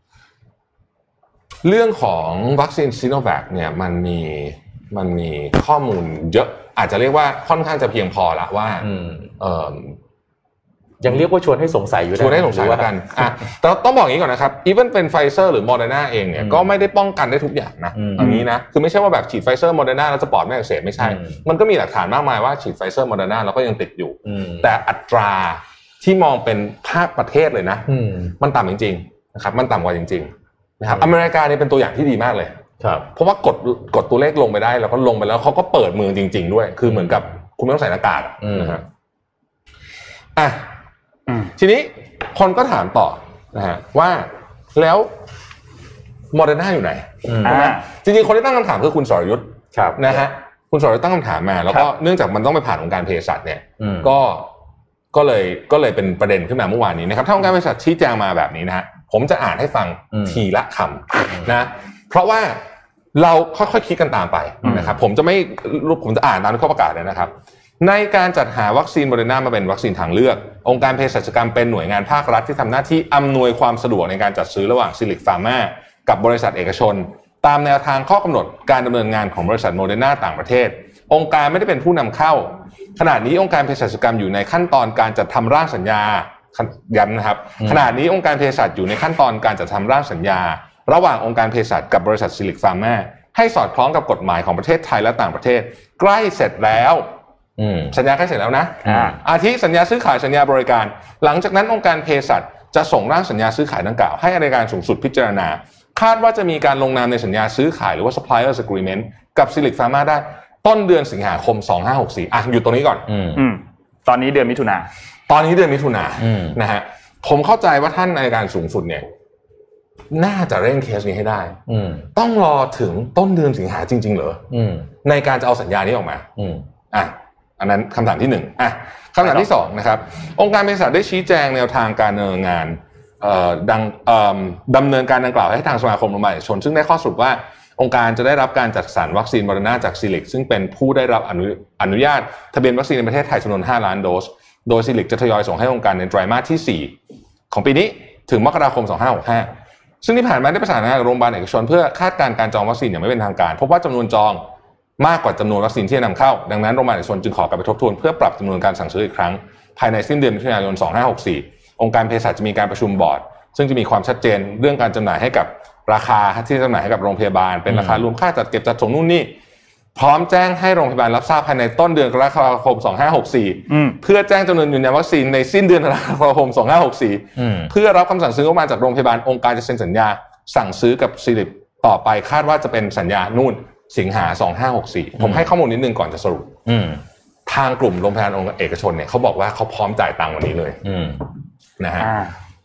เรื่องของวัคซีนซิโนแวคเนี่ยมันมีมันมีข้อมูลเยอะอาจจะเรียกว่าค่อนข้างจะเพียงพอละว่าเอ่อยังเรียกว่าชวนให้สงสัยอยู่ชวนให้สงสัยกันอ่ะแต่ต้องบอกอย่างนี้ก่อนนะครับอีเวนเป็นไฟเซอร์หรือโมเดอร์นาเองเนี่ยก็ไม่ได้ป้องกันได้ทุกอย่างนะอันนี้นะคือไม่ใช่ว่าแบบฉีดไฟเซอร์โมเดอร์นาแล้วจะปอดไม่อักเสบไม่ใช่มันก็มีหลักฐานมากมายว่าฉีดไฟเซอร์โมเดอร์นาแล้วก็ยังติดอยู่แต่อัตราที่มองเป็นภาคประเทศเลยนะมันต่ำจริงๆนะครับมันต่ำกว่าจริงๆนะครับอเมริกาเนี่ยเป็นตัวอย่างที่ดีมากเลยเพราะว่ากดกดตัวเลขลงไปได้แล้วก็ลงไปแล้วเขาก็เปิดเมืองจริงๆด้วยคือเหมือนกับคุณไม่ต้องใส่หน้ากากนะฮะอ่ะทีนี้คนก็ถามต่อนะฮะว่าแล้วโมเดอร์นาอยู่ไหนจริงๆคนที่ตั้งคำถามคือคุณสรยุทธ์นะฮะคุณสรยุทธ์ตั้งคำถามมาแล้วก็เนื่องจากมันต้องไปผ่านองค์การเภสัชเนี่ยก็ก็เลยก็เลยเป็นประเด็นขึ้นมาเมื่อวานนี้นะครับถ้าองค์การเภสัชชี้แจงมาแบบนี้นะฮะผมจะอ่านให้ฟังทีละคำนะเพราะว่าเราค่อยๆคิดกันตามไปนะครับผมจะไม่ผมจะอ่านตามข้อประกาศเลยนะครับในการจัดหาวัคซีนโมเดอร์นามาเป็นวัคซีนทางเลือกองค์การเภสัชกรรมเป็นหน่วยงานภาครัฐที่ทำหน้าที่อำนวยความสะดวกในการจัดซื้อระหว่างซิลิคฟาร์มากับบริษัทเอกชนตามแนวทางข้อกำหนดการดำเนินงานของบริษัทโมเดอร์นาต่างประเทศองค์การไม่ได้เป็นผู้นำเข้าขณะนี้องค์การเภสัชกรรมอยู่ในขั้นตอนการจัดทำร่างสัญญาย้ำนะครับขณะนี้องค์การเภสัชอยู่ในขั้นตอนการจัดทำร่างสัญญาระหว่างองค์การเภสัชกับบริษัทซิลิคฟาร์มาให้สอดคล้องกับกฎหมายของประเทศไทยและต่างประเทศใกล้เสร็จแล้วสัญญาใกล้เสร็จแล้วนะอาทิสัญญาซื้อขายสัญญาบริการหลังจากนั้นองค์การเภสัชจะส่งร่างสัญญาซื้อขายดังกล่าวให้อัยการสูงสุดพิจารณาคาดว่าจะมีการลงนามในสัญญาซื้อขายหรือว่า suppliers agreement กับซิลิคฟาร์มาได้ต้นเดือนสิงหาคมสองพันห้าร้อยหกสิบสี่อ่ะอยู่ตรงนี้ก่อนอืมตอนนี้เดือนมิถุนาตอนนี้เดือนมิถุนานะฮะผมเข้าใจว่าท่านอัยการสูงสุดเนี่ยน่าจะเร่งเคสนี้ให้ได้ต้องรอถึงต้นเดือนสิงหาจริงๆเหรอในการจะเอาสัญญานี้ออกมาอ่ะอันนั้นคำถามที่หนึ่งอ่ะคำถามที่สองนะครับองค์การเภสัชได้ชี้แจงแนวทางการดำเนินงานดังดำเนินการดังกล่าวให้ทางสมาคมโรงพยาบาลเอกชนซึ่งได้ข้อสรุปว่าองค์การจะได้รับการจัดสรรวัคซีนโมเดอร์นาจากซิลิคซึ่งเป็นผู้ได้รับอนุอนุญาตทะเบียนวัคซีนในประเทศไทยจำนวนห้าล้านโดสโดยซิลิคจะทยอยส่งให้องค์การในไตรมาสที่สี่ของปีนี้ถึงมกราคมสองพันห้าร้อยหกสิบห้าซึ่งที่ผ่านมาได้ประสานงานกับโรงพยาบาลเอกชนเพื่อคาดการณ์การจองวัคซีนอย่างไม่เป็นทางการพบว่าจำนวนจองมากกว่าจำนวนวัคซีนที่จะนำเข้าดังนั้นโรงพยาบาลเอกชนจึงขอกลับไปทบทวนเพื่อปรับจำนวนการสั่งซื้ออีกครั้งภายในสิ้นเดือนมิถุนายนสองพันห้าร้อยหกสิบสี่องค์การเภสัชจะมีการประชุมบอร์ดซึ่งจะมีความชัดเจนเรื่องการจำหน่ายให้กับราคาที่จำหน่ายให้กับโรงพยาบาลเป็นราคารวมค่าจัดเก็บจัดส่งนู่นนี่พร้อมแจ้งให้โรงพยาบาลรับทราบภายในต้นเดือนกรกฎาคมสองพันห้าร้อยหกสิบสี่เพื่อแจ้งจำนวนยืนยันวัคซีนในสิ้นเดือนกรกฎาคมสองพันห้าร้อยหกสิบสี่เพื่อรับคำสั่งซื้อมาจากโรงพยาบาลองค์การจะเซ็นสัญญาสั่งซื้อกับซิลิคต่อไปคาดว่าจะเป็นสัญญานู่นสิงหาสองพันห้าร้อยหกสิบสี่ผมให้ข้อมูลนิดนึงก่อนจะสรุปทางกลุ่มโรงพยาบาลเอกชนเนี่ยเขาบอกว่าเขาพร้อมจ่ายตังค์วันนี้เลยนะฮะ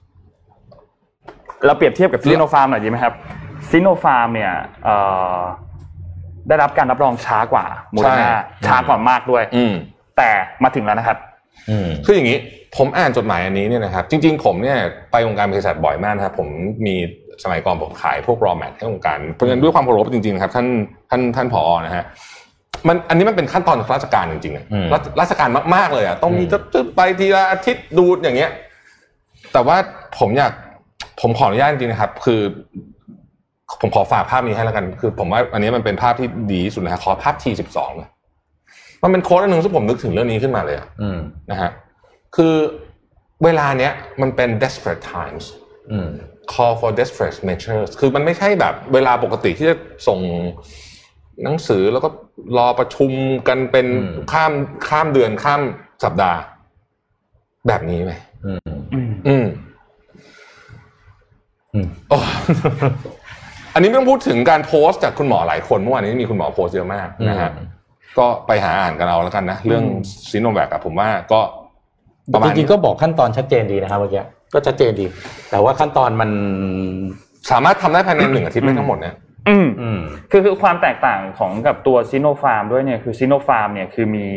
เราเปรียบเทียบกับซิโนฟาร์มหน่อยดีไหมครับซิโนฟาร์มเนี่ยได้รับการรับรองช้ากว่าโมเดอร์นาช้ากว่ามากด้วยแต่มาถึงแล้วนะครับคืออย่างนี้ผมอ่านจดหมายอันนี้เนี่ยนะครับจริงๆผมเนี่ยไปองค์การเภสัชบ่อยมากนะครับผมมีสมัยก่อนผมขายพวกรอแมทให้องค์การเพราะฉะนั้นด้วยความเคารพจริงๆครับท่านท่านท่านผอ.นะฮะมันอันนี้มันเป็นขั้นตอนของราชการจริงๆราชการมากๆเลยอ่ะต้องมีจะไปทีละอาทิตย์ดูอย่างเงี้ยแต่ว่าผมอยากผมขออนุญาตจริงๆนะครับคือผมขอฝากภาพนี้ให้แล้วกันคือผมว่าอันนี้มันเป็นภาพที่ดีที่สุดนะฮะขอภาพ ที สิบสอง เลยมันเป็นโค้ดอันนึงที่ผมนึกถึงเรื่องนี้ขึ้นมาเลยอ่ะนะฮะคือเวลาเนี้ยมันเป็น desperate times call for desperate measures คือมันไม่ใช่แบบเวลาปกติที่จะส่งหนังสือแล้วก็รอประชุมกันเป็นข้ามข้ามเดือนข้ามสัปดาห์แบบนี้ไหมอืมอืมอันนี้ไม่ต้องพูดถึงการโพสต์จากคุณหมอหลายคนเมื่อวานนี้มีคุณหมอโพสต์เยอะมากนะฮะก็ไปหาอ่านกันเอาแล้วกันนะเรื่องซิโนแวคอะผมว่าก็จริงๆก็บอกขั้นตอนชัดเจนดีนะครับเมื่อกี้ก็ชัดเจนดีแต่ว่าขั้นตอนมันสามารถทำได้ภายในหนึ่งอาทิตย์ไม่ทั้งหมดเนี่ยอืมอืมคือคือความแตกต่างของกับตัวซิโนฟาร์มด้วยเนี่ยคือซิโนฟาร์มเนี่ยคือมี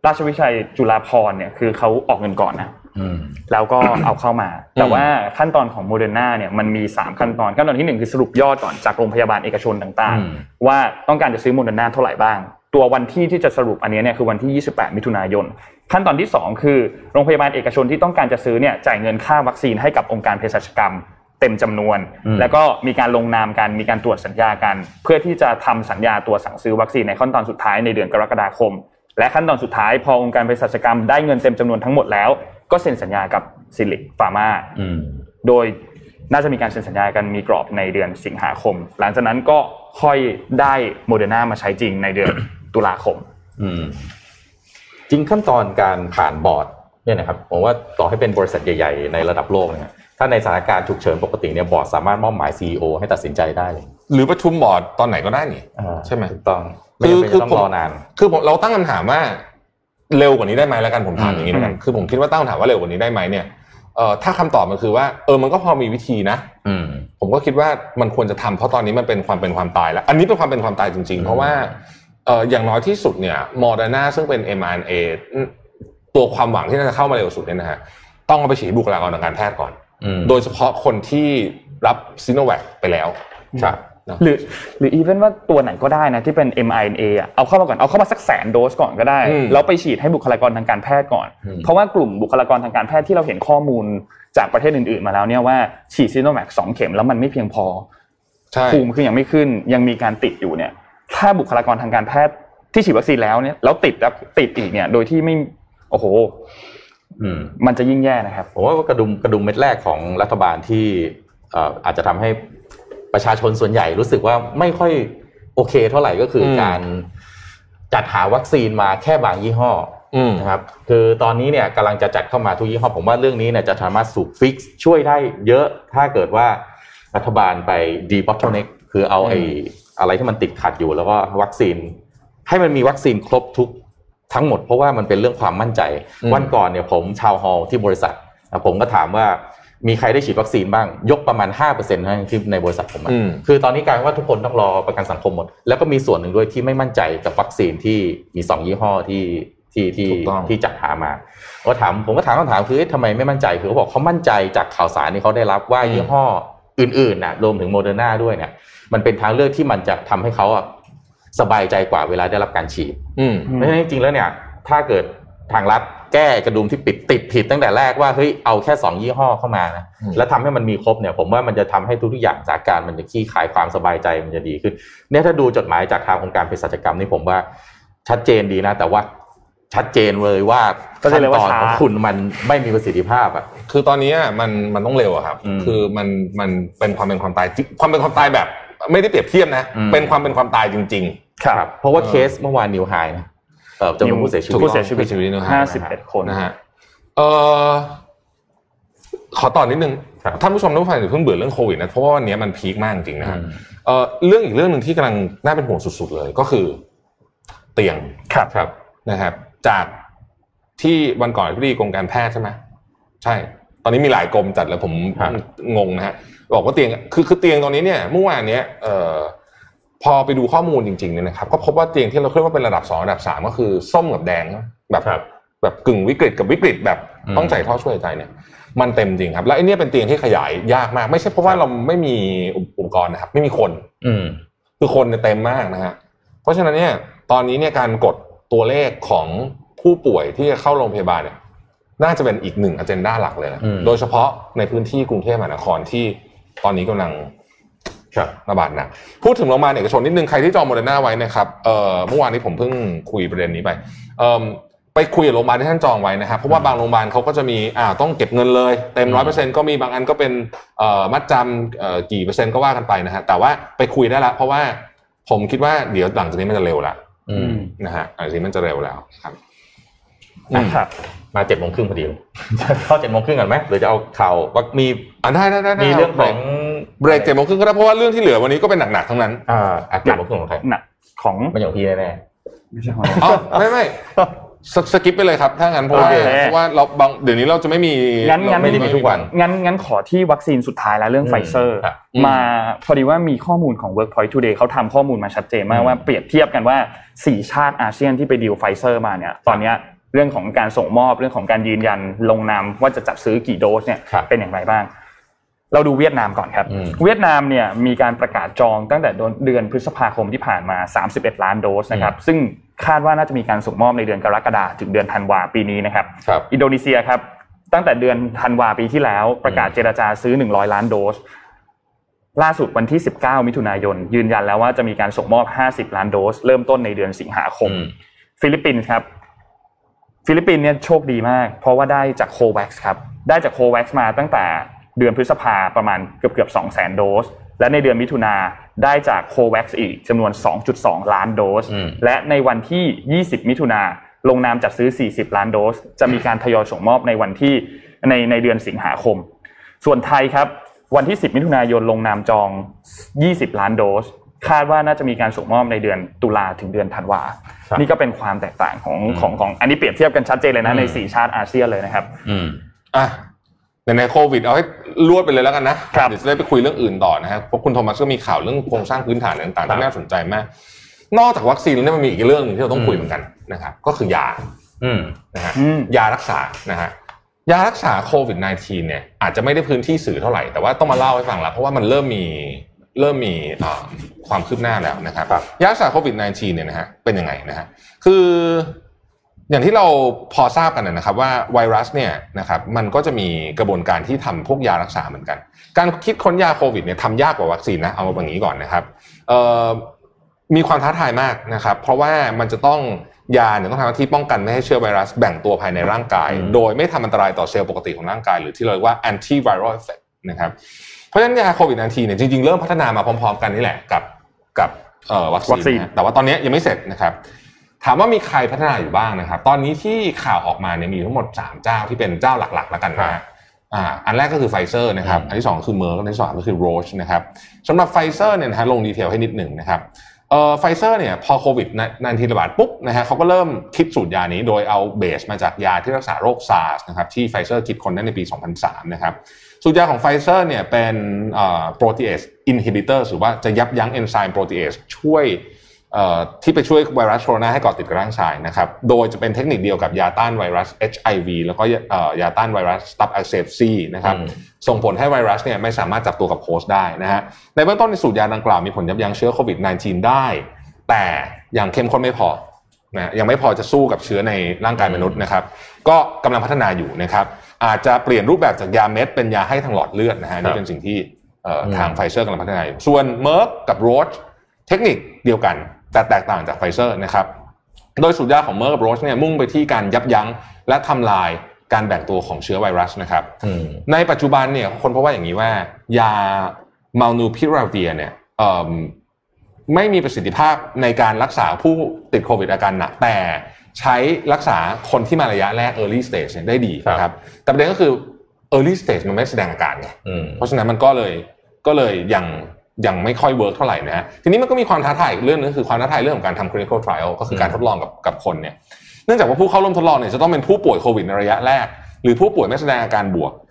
ราชวิทยาลัยจุฬาภรณ์เนี่ยคือเขาออกเงินก่อนนะแล้วก็เอาเข้ามาแต่ว่าขั้นตอนของโมเดอร์นาเนี่ยมันมีสามขั้นตอนขั้นตอนที่หนึ่งคือสรุปยอดก่อนจากโรงพยาบาลเอกชนต่างๆว่าต้องการจะซื้อโมเดอร์นาเท่าไหร่บ้างตัววันที่ที่จะสรุปอันนี้เนี่ยคือวันที่ยี่สิบแปดมิถุนายนขั้นตอนที่สองคือโรงพยาบาลเอกชนที่ต้องการจะซื้อเนี่ยจ่ายเงินค่าวัคซีนให้กับองค์การเภสัชกรรมเต็มจำนวนแล้วก็มีการลงนามกันมีการตรวจสัญญากันเพื่อที่จะทำสัญญาตัวสั่งซื้อวัคซีนในขั้นตอนสุดท้ายในเดือนกรกฎาคมและขั้นตอนสุดท้ายพอองค์การเภสัชกรรมได้เงินเต็มจำนวนทั้งหมดแล้วก็เซ็นสัญญากับซิลิคฟาร์มาโดยน่าจะมีการเซ็นสัญญากันมีกรอบในเดือนสิงหาคมหลังจากนั้นก็ค่อยได้โมเดอร์นามาใช้จริงในเดือนตุลาคมจริงขั้นตอนการผ่านบอร์ดเนี่ยนะครับผมว่าต่อให้เป็นบริษัทใหญ่ๆในระดับโลกเนี่ยถ้าในสถานการณ์ฉุกเฉินปกติเนี่ยบอร์ดสามารถมอบหมาย ซี อี โอ ให้ตัดสินใจได้เลยหรือประชุมบอร์ดตอนไหนก็ได้นี่ใช่ไหมถูกต้องคือคือต้องรอนานคือเราตั้งคำถามว่าเร็วกว่านี้ได้ไหมแล้วกันผมถามอย่างนี้แล้วกันคือผมคิดว่าตั้งคำถามว่าเร็วกว่านี้ได้ไหมเนี่ยเอ่อถ้าคำตอบมันคือว่าเออมันก็พอมีวิธีนะผมก็คิดว่ามันควรจะทำเพราะตอนนี้มันเป็นความเป็นความตายแล้วอันนี้เป็นความเป็นความตายจริงๆเพราะว่าเอ่ออย่างน้อยที่สุดเนี่ยโมเดอร์นาซึ่งเป็น เอ็ม อาร์ เอ็น เอ ตัวความหวังที่น่าจะเข้ามาเร็วสุดเนี่ยนะฮะต้องเอาไปฉีดบุคลากรทางการแพทย์ก่อนโดยเฉพาะคนที่รับซิโนแวคไปแล้วครับหรือหรืออีเวนว่าตัวไหนก็ได้นะที่เป็น เอ็ม อาร์ เอ็น เอ อ่ะเอาเข้ามาก่อนเอาเข้ามาสักแสนโดสก่อนก็ได้แล้วไปฉีดให้บุคลากรทางการแพทย์ก่อนเพราะว่ากลุ่มบุคลากรทางการแพทย์ที่เราเห็นข้อมูลจากประเทศอื่นๆมาแล้วเนี่ยว่าฉีดซิโนแวคสองเข็มแล้วมันไม่เพียงพอภูมิคือยังไม่ขึ้นยังมีการติดอยู่เนี่ยถ้าบุคลากรทางการแพทย์ที่ฉีดวัคซีนแล้วเนี่ยแล้วติดแล้วติดอีกเนี่ยโดยที่ไม่โอ้โหมันจะยิ่งแย่นะครับผมว่ากระดุมกระดุมเม็ดแรกของรัฐบาลที่อาจจะทำให้ประชาชนส่วนใหญ่รู้สึกว่าไม่ค่อยโอเคเท่าไหร่ก็คือการจัดหาวัคซีนมาแค่บางยี่ห้อนะครับคือตอนนี้เนี่ยกำลังจะจัดเข้ามาทุกยี่ห้อผมว่าเรื่องนี้เนี่ยจะสามารถสูบฟิกซ์ช่วยได้เยอะถ้าเกิดว่ารัฐบาลไปดีบอทเทิลเน็กคือเอาไอ้อะไรที่มันติดขัดอยู่แล้วก็วัคซีนให้มันมีวัคซีนครบทุกทั้งหมดเพราะว่ามันเป็นเรื่องความมั่นใจวันก่อนเนี่ยผมชาวฮอลที่บริษัทผมก็ถามว่ามีใครได้ฉีดวัคซีนบ้างยกประมาณ ห้าเปอร์เซ็นต์ ที่ในบริษัทผมคือตอนนี้กลายว่าทุกคนต้องรอประกันสังคมหมดแล้วก็มีส่วนหนึ่งด้วยที่ไม่มั่นใจกับวัคซีนที่มีสองยี่ห้อที่ที่ที่ที่จัดหามาก็ถามผมก็ถามคำถามคือทำไมไม่มั่นใจคือเขาบอกเขามั่นใจจากข่าวสารที่เขาได้รับว่ายี่ห้ออื่นๆน่ะรวมถึงโมเดอร์นาด้วยเนี่ยมันเป็นทางเลือกที่มันจะทำให้เขาอ่ะสบายใจกว่าเวลาได้รับการฉีดเพราะฉะนั้นจริงๆแล้วเนี่ยถ้าเกิดทางรัฐแก้กระดุมที่ปิดติดผิดตั้งแต่แรกว่าเฮ้ยเอาแค่สองยี่ห้อเข้ามานะแล้วทำให้มันมีครบเนี่ยผมว่ามันจะทำให้ทุกๆอย่างสถานการณ์มันจะคลี่คลายความสบายใจมันจะดีขึ้นเนี่ยถ้าดูจดหมายจากทางองค์การเภสัชกรรมนี่ผมว่าชัดเจนดีนะแต่ว่าชัดเจนเลยว่าขั้นตอนของคุณมันไม่มีประสิทธิภาพอ่ะคือตอนนี้มันมันต้องเร็วอะครับคือมันมันเป็นความเป็นความตายความเป็นความตายแบบไม่ได้เปรียบเทียบนะเป็นความเป็นความตายจริงๆครับเพราะว่าเคสเมื่อวานนิวไฮนะเอ่อจำนวนผู้เสียชีวิตผู้เสียชีวิตห้าสิบเอ็ดคนนะฮะเอ่อขอต่อนิดนึงท่านผู้ชมทุกท่านอย่าเพิ่งเบื่อเรื่องโควิดนะเพราะว่าวันนี้มันพีคมากจริงนะฮะเอ่อเรื่องอีกเรื่องนึงที่กำลังน่าเป็นห่วงสุดๆเลยก็คือเตียงครับครับนะครับจากที่วันก่อนที่กรมการแพทย์ใช่ไหมใช่ตอนนี้มีหลายกรมจัดแล้วผมงงนะฮะบอกว่าเตียงคือคือเตียงตอนนี้เนี่ยเมื่อวานเนี้ยเอ่อพอไปดูข้อมูลจริงๆเนี่ยนะครับก็พบว่าเตียงที่เราเรียกว่าเป็นระดับสองระดับสามก็คือส้มกับแดงแบบแบบกึ่งวิกฤตกับวิกฤตแบบต้องใส่ท่อช่วยหายใจเนี่ยมันเต็มจริงครับแล้วไอ้นี่เป็นเตียงที่ขยายยากมากไม่ใช่เพราะว่าเราไม่มีอุปกรณ์นะครับไม่มีคนคือคนเนี่ยเต็มมากนะฮะเพราะฉะนั้นเนี่ยตอนนี้เนี่ยการกดตัวเลขของผู้ป่วยที่จะเข้าโรงพยาบาลเนี่ยน่าจะเป็นอีกหนึ่งอเจนดาหลักเลยนะโดยเฉพาะในพื้นที่กรุงเทพมหานครที่ตอนนี้กำลังระบาดหนักพูดถึงโรงพยาบาลเอกชนนิดนึงใครที่จองโมเดอร์นาไว้นะครับเอ่อเมื่อวานนี้ผมเพิ่งคุยประเด็นนี้ไปเอ่อไปคุยกับโรงพยาบาลที่ท่านจองไว้นะครับเพราะว่าบางโรงพยาบาลเขาก็จะมีอ่าต้องเก็บเงินเลยเต็ม ร้อยเปอร์เซ็นต์ ก็มีบางอันก็เป็นเอ่อมัดจำเอ่อกี่เปอร์เซ็นต์ก็ว่ากันไปนะฮะแต่ว่าไปคุยได้ละเพราะว่าผมคิดว่าเดี๋ยวหลังจากนี้มันจะเร็วละนะฮะหลังจากนี้มันจะเร็วแล้วครับครับมา เจ็ดโมงครึ่ง พอดีเข้า เจ็ดโมงครึ่ง กันมั้ยหรือจะเอาข่าวว่ามีอ่ะได้ๆๆมีเรื่องของเบรก เจ็ดโมงครึ่ง ก็ได้เพราะว่าเรื่องที่เหลือวันนี้ก็เป็นหนักๆทั้งนั้นอ่า เจ็ดโมงครึ่ง ของใครหนักของมันอย่างพี่แน่ๆไม่ใช่ของอ๋อไม่สกิปไปเลยครับถ้างั้นเพราะว่าเพราะว่าเราบางเดี๋ยวนี้เราจะไม่มีงั้นงั้นไม่ได้มีทุกวันงั้นงั้นขอที่วัคซีนสุดท้ายแล้วเรื่องไฟเซอร์มาพอดีว่ามีข้อมูลของ Workpoint Today เขาทำข้อมูลมาชัดเจนมากว่าเปรียบเทียบกันว่าสี่ชาติอาเซียนที่ไปดีลไฟเซอร์มาเนี่ยตอนนี้เรื่องของการส่งมอบเรื่องของการยืนยันลงนามว่าจะจัดซื้อกี่โดสเนี่ยเป็นอย่างไรบ้างเราดูเวียดนามก่อนครับเวียดนามเนี่ยมีการประกาศจองตั้งแต่เดือนพฤษภาคมที่ผ่านมาสามสิบเอ็ดล้านโดสนะครับซึ่งคาดว่าน่าจะมีการส่งมอบในเดือนกรกฎาคมถึงเดือนธันวาคมปีนี้นะครับอินโดนีเซียครับตั้งแต่เดือนธันวาคมปีที่แล้วประกาศเจรจาซื้อหนึ่งร้อยล้านโดสล่าสุดวันที่สิบเก้ามิถุนายนยืนยันแล้วว่าจะมีการส่งมอบห้าสิบล้านโดสเริ่มต้นในเดือนสิงหาคมฟิลิปปินส์ครับฟิลิปปินส์เนี่ยโชคดีมากเพราะว่าได้จากโควัคซ์ครับได้จากโควัคซ์มาตั้งแต่เดือนพฤษภาประมาณเกือบๆ สองแสน โดสและในเดือนมิถุนาได้จากโควัคซ์อีกจำนวน สองจุดสอง ล้านโดสและในวันที่ยี่สิบมิถุนาลงนามจัดซื้อสี่สิบล้านโดสจะมีการทยอยส่งมอบในวันที่ในในเดือนสิงหาคมส่วนไทยครับวันที่สิบมิถุนายนลงนามจองยี่สิบล้านโดสคาดว่าน่าจะมีการส่งมอบในเดือนตุลาถึงเดือนธันวานี่ก็เป็นความแตกต่างของของของอันนี้เปรียบเทียบกันชัดเจนเลยนะในสี่ชาติอาเซียนเลยนะครับอืมอ่ะในโควิดเอาให้รวดไปเลยแล้วกันนะเดี๋ยวจะได้ไปคุยเรื่องอื่นต่อนะครับเพราะคุณโทมัสก็มีข่าวเรื่องโครงสร้างพื้นฐานต่างๆที่น่าสนใจมากนอกจากวัคซีนแล้วมันมีอีกเรื่องนึงที่เราต้องคุยเหมือนกันนะครับก็คือยานะฮะยารักษานะฮะยารักษาโควิด สิบเก้า เนี่ยอาจจะไม่ได้พื้นที่สื่อเท่าไหร่แต่ว่าต้องมาเล่าให้ฟังแล้วเพราะว่ามันเริ่มมีเริ่มมีความคืบหน้าแล้วนะครับยารักษาโควิด สิบเก้า เนี่ยนะฮะเป็นยังไงนะฮะคืออย่างที่เราพอทราบกันนะครับว่าไวรัสเนี่ยนะครับมันก็จะมีกระบวนการที่ทำพวกยารักษาเหมือนกันการคิดค้นยาโควิดเนี่ยทำยากกว่าวัคซีนนะเอาแบบนี้ก่อนนะครับมีความท้าทายมากนะครับเพราะว่ามันจะต้องยาเนี่ยต้องทำหน้าที่ป้องกันไม่ให้เชื้อไวรัสแบ่งตัวภายในร่างกายโดยไม่ทำอันตรายต่อเซลล์ปกติของร่างกายหรือที่เรียกว่า antiviral effect นะครับเพราะฉะนั้นยาโควิด สิบเก้า เนี่ยจริงๆเริ่มพัฒนามาพร้อมๆกันนี่แหละกับกับวัคซีนแต่ว่าตอนนี้ยังไม่เสร็จนะครับถามว่ามีใครพัฒนาอยู่บ้างนะครับตอนนี้ที่ข่าวออกมาเนี่ยมีทั้งหมดสามเจ้าที่เป็นเจ้าหลักๆแล้วกันนะอ่าอันแรกก็คือไฟเซอร์นะครับอันที่สองคือเมอร์กอันที่สามก็คือโรชนะครับสำหรับไฟเซอร์เนี่ยนะฮะลงดีเทลให้นิดหนึ่งนะครับเอ่อไฟเซอร์เนี่ยพอโควิดสิบเก้า ระบาดปุ๊บนะฮะเขาก็เริ่มคิดสูตรยานี้โดยเอาเบสมาจากยาที่รักษาโรค SARS นะครับที่ไฟเซอร์คิดค้นได้ในปีสองพันสามนะครับสูตรยาของไฟเซอร์เนี่ยเป็นเอ่อ protease inhibitor หรือว่าจะยับยั้งเอนไซม์ protease ช่วยเอ่อที่ไปช่วยไวรัสโคโรนาให้เกาะติดกับร่างกายนะครับโดยจะเป็นเทคนิคเดียวกับยาต้านไวรัส เอช ไอ วี แล้วก็เอ่อยาต้านไวรัสตับอักเสบ C นะครับส่งผลให้ไวรัสเนี่ยไม่สามารถจับตัวกับโฮสต์ได้นะฮะในเบื้องต้นในสูตรยาดังกล่าวมีผลยับยั้งเชื้อโควิด สิบเก้า ได้แต่ยังเข้มข้นไม่พอนะยังไม่พอจะสู้กับเชื้อในร่างกายมนุษย์นะครับก็กำลังพัฒนาอยู่นะครับอาจจะเปลี่ยนรูปแบบจากยาเม็ดเป็นยาให้ทางหลอดเลือดนะฮะนี่เป็นสิ่งที่ทางไฟเซอร์กำลังพัฒนาอยู่ส่วนเมอร์กกับโรชเทคนิคเดียวกันแต่แตกต่างจากไฟเซอร์นะครับโดยสูตรยาของเมอร์กับโรชเนี่ยมุ่งไปที่การยับยั้งและทำลายการแบ่งตัวของเชื้อไวรัสนะครับในปัจจุบันเนี่ยคนพบว่าอย่างนี้ว่ายามัลนูพิราเวียเนี่ยไม่มีประสิทธิภาพในการรักษาผู้ติดโควิดอาการหนักแต่ใช้รักษาคนที่มาระยะแรก early stage ได้ดีนะครับแต่ประเด็นก็คือ early stage มันไม่แสดงอาการไงเพราะฉะนั้นมันก็เลยก็เลยยังยังไม่ค่อยเวิร์กเท่าไหร่นะฮะทีนี้มันก็มีความท้าทายอีกเรื่องนึงคือความท้าทายเรื่องของการทำ clinical trial ก็คือการทดลองกับกับคนเนี่ยเนื่องจากว่าผู้เข้าร่วมทดลองเนี่ยจะต้องเป็นผู้ป่วยโควิดในระยะแรกหรือผู้ป่วยไม่แสดงอาการบวก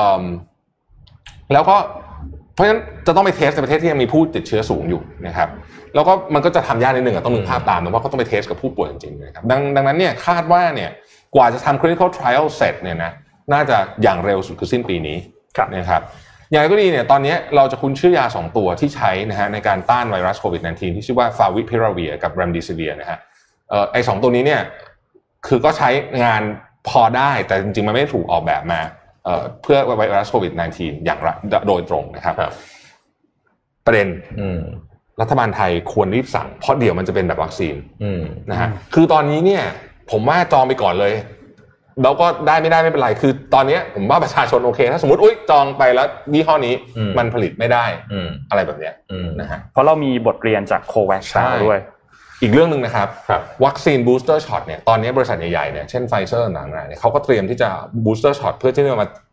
แล้วก็เพราะฉะนั้นจะต้องไปเทสในประเทศที่ยังมีผู้ติดเชื้อสูงอยู่นะครับแล้วก็มันก็จะทำยากนิดนึงอ่ะต้องนึกภาพตามนะว่าเขาต้องไปเทสกับผู้ป่วยจริงๆนะครับดังดังนั้นเนี่ยคาดว่าเนี่ยกว่าจะทำ clinical trial เสร็จเนี่ยนะน่าจะอย่างเร็วสุดคือสิ้นปีนี้นะครับอย่างไรก็ดีเนี่ยตอนนี้เราจะคุ้นชื่อยาสองตัวที่ใช้นะฮะในการต้านไวรัสโควิด สิบเก้า ที่ชื่อว่าฟาวิพิราเวียกับ Remdesivir นะฮะเอ่อไอ้สองตัวนี้เนี่ยคือก็ใช้งานพอได้แต่จริงๆมันไม่ได้ถูกออกแบบมาเอ่อเพื่อไวรัสโควิด สิบเก้า อย่างโดยตรงนะครับประเด็นรัฐบาลไทยควรรีบสั่งเพราะเดี๋ยวมันจะเป็นแบบวัคซีนนะฮะคือตอนนี้เนี่ยผมว่าจองไปก่อนเลยแล้วก็ได้ไม่ได้ไม่เป็นไรคือตอนนี้ผมว่าประชาชนโอเคถ้าสมมติอุ๊ยจองไปแล้วยี่ห้อนี้มันผลิตไม่ได้อะไรแบบเนี้ยนะฮะเพราะเรามีบทเรียนจากโควัคซ์ด้วยอีกเรื่องนึงนะครับวัคซีนบูสเตอร์ช็อตเนี่ยตอนนี้บริษัทใหญ่ๆเนี่ยเช่นไฟเซอร์ต่างๆเนี่ยเขาก็เตรียมที่จะบูสเตอร์ช็อตเพื่อที่จะมา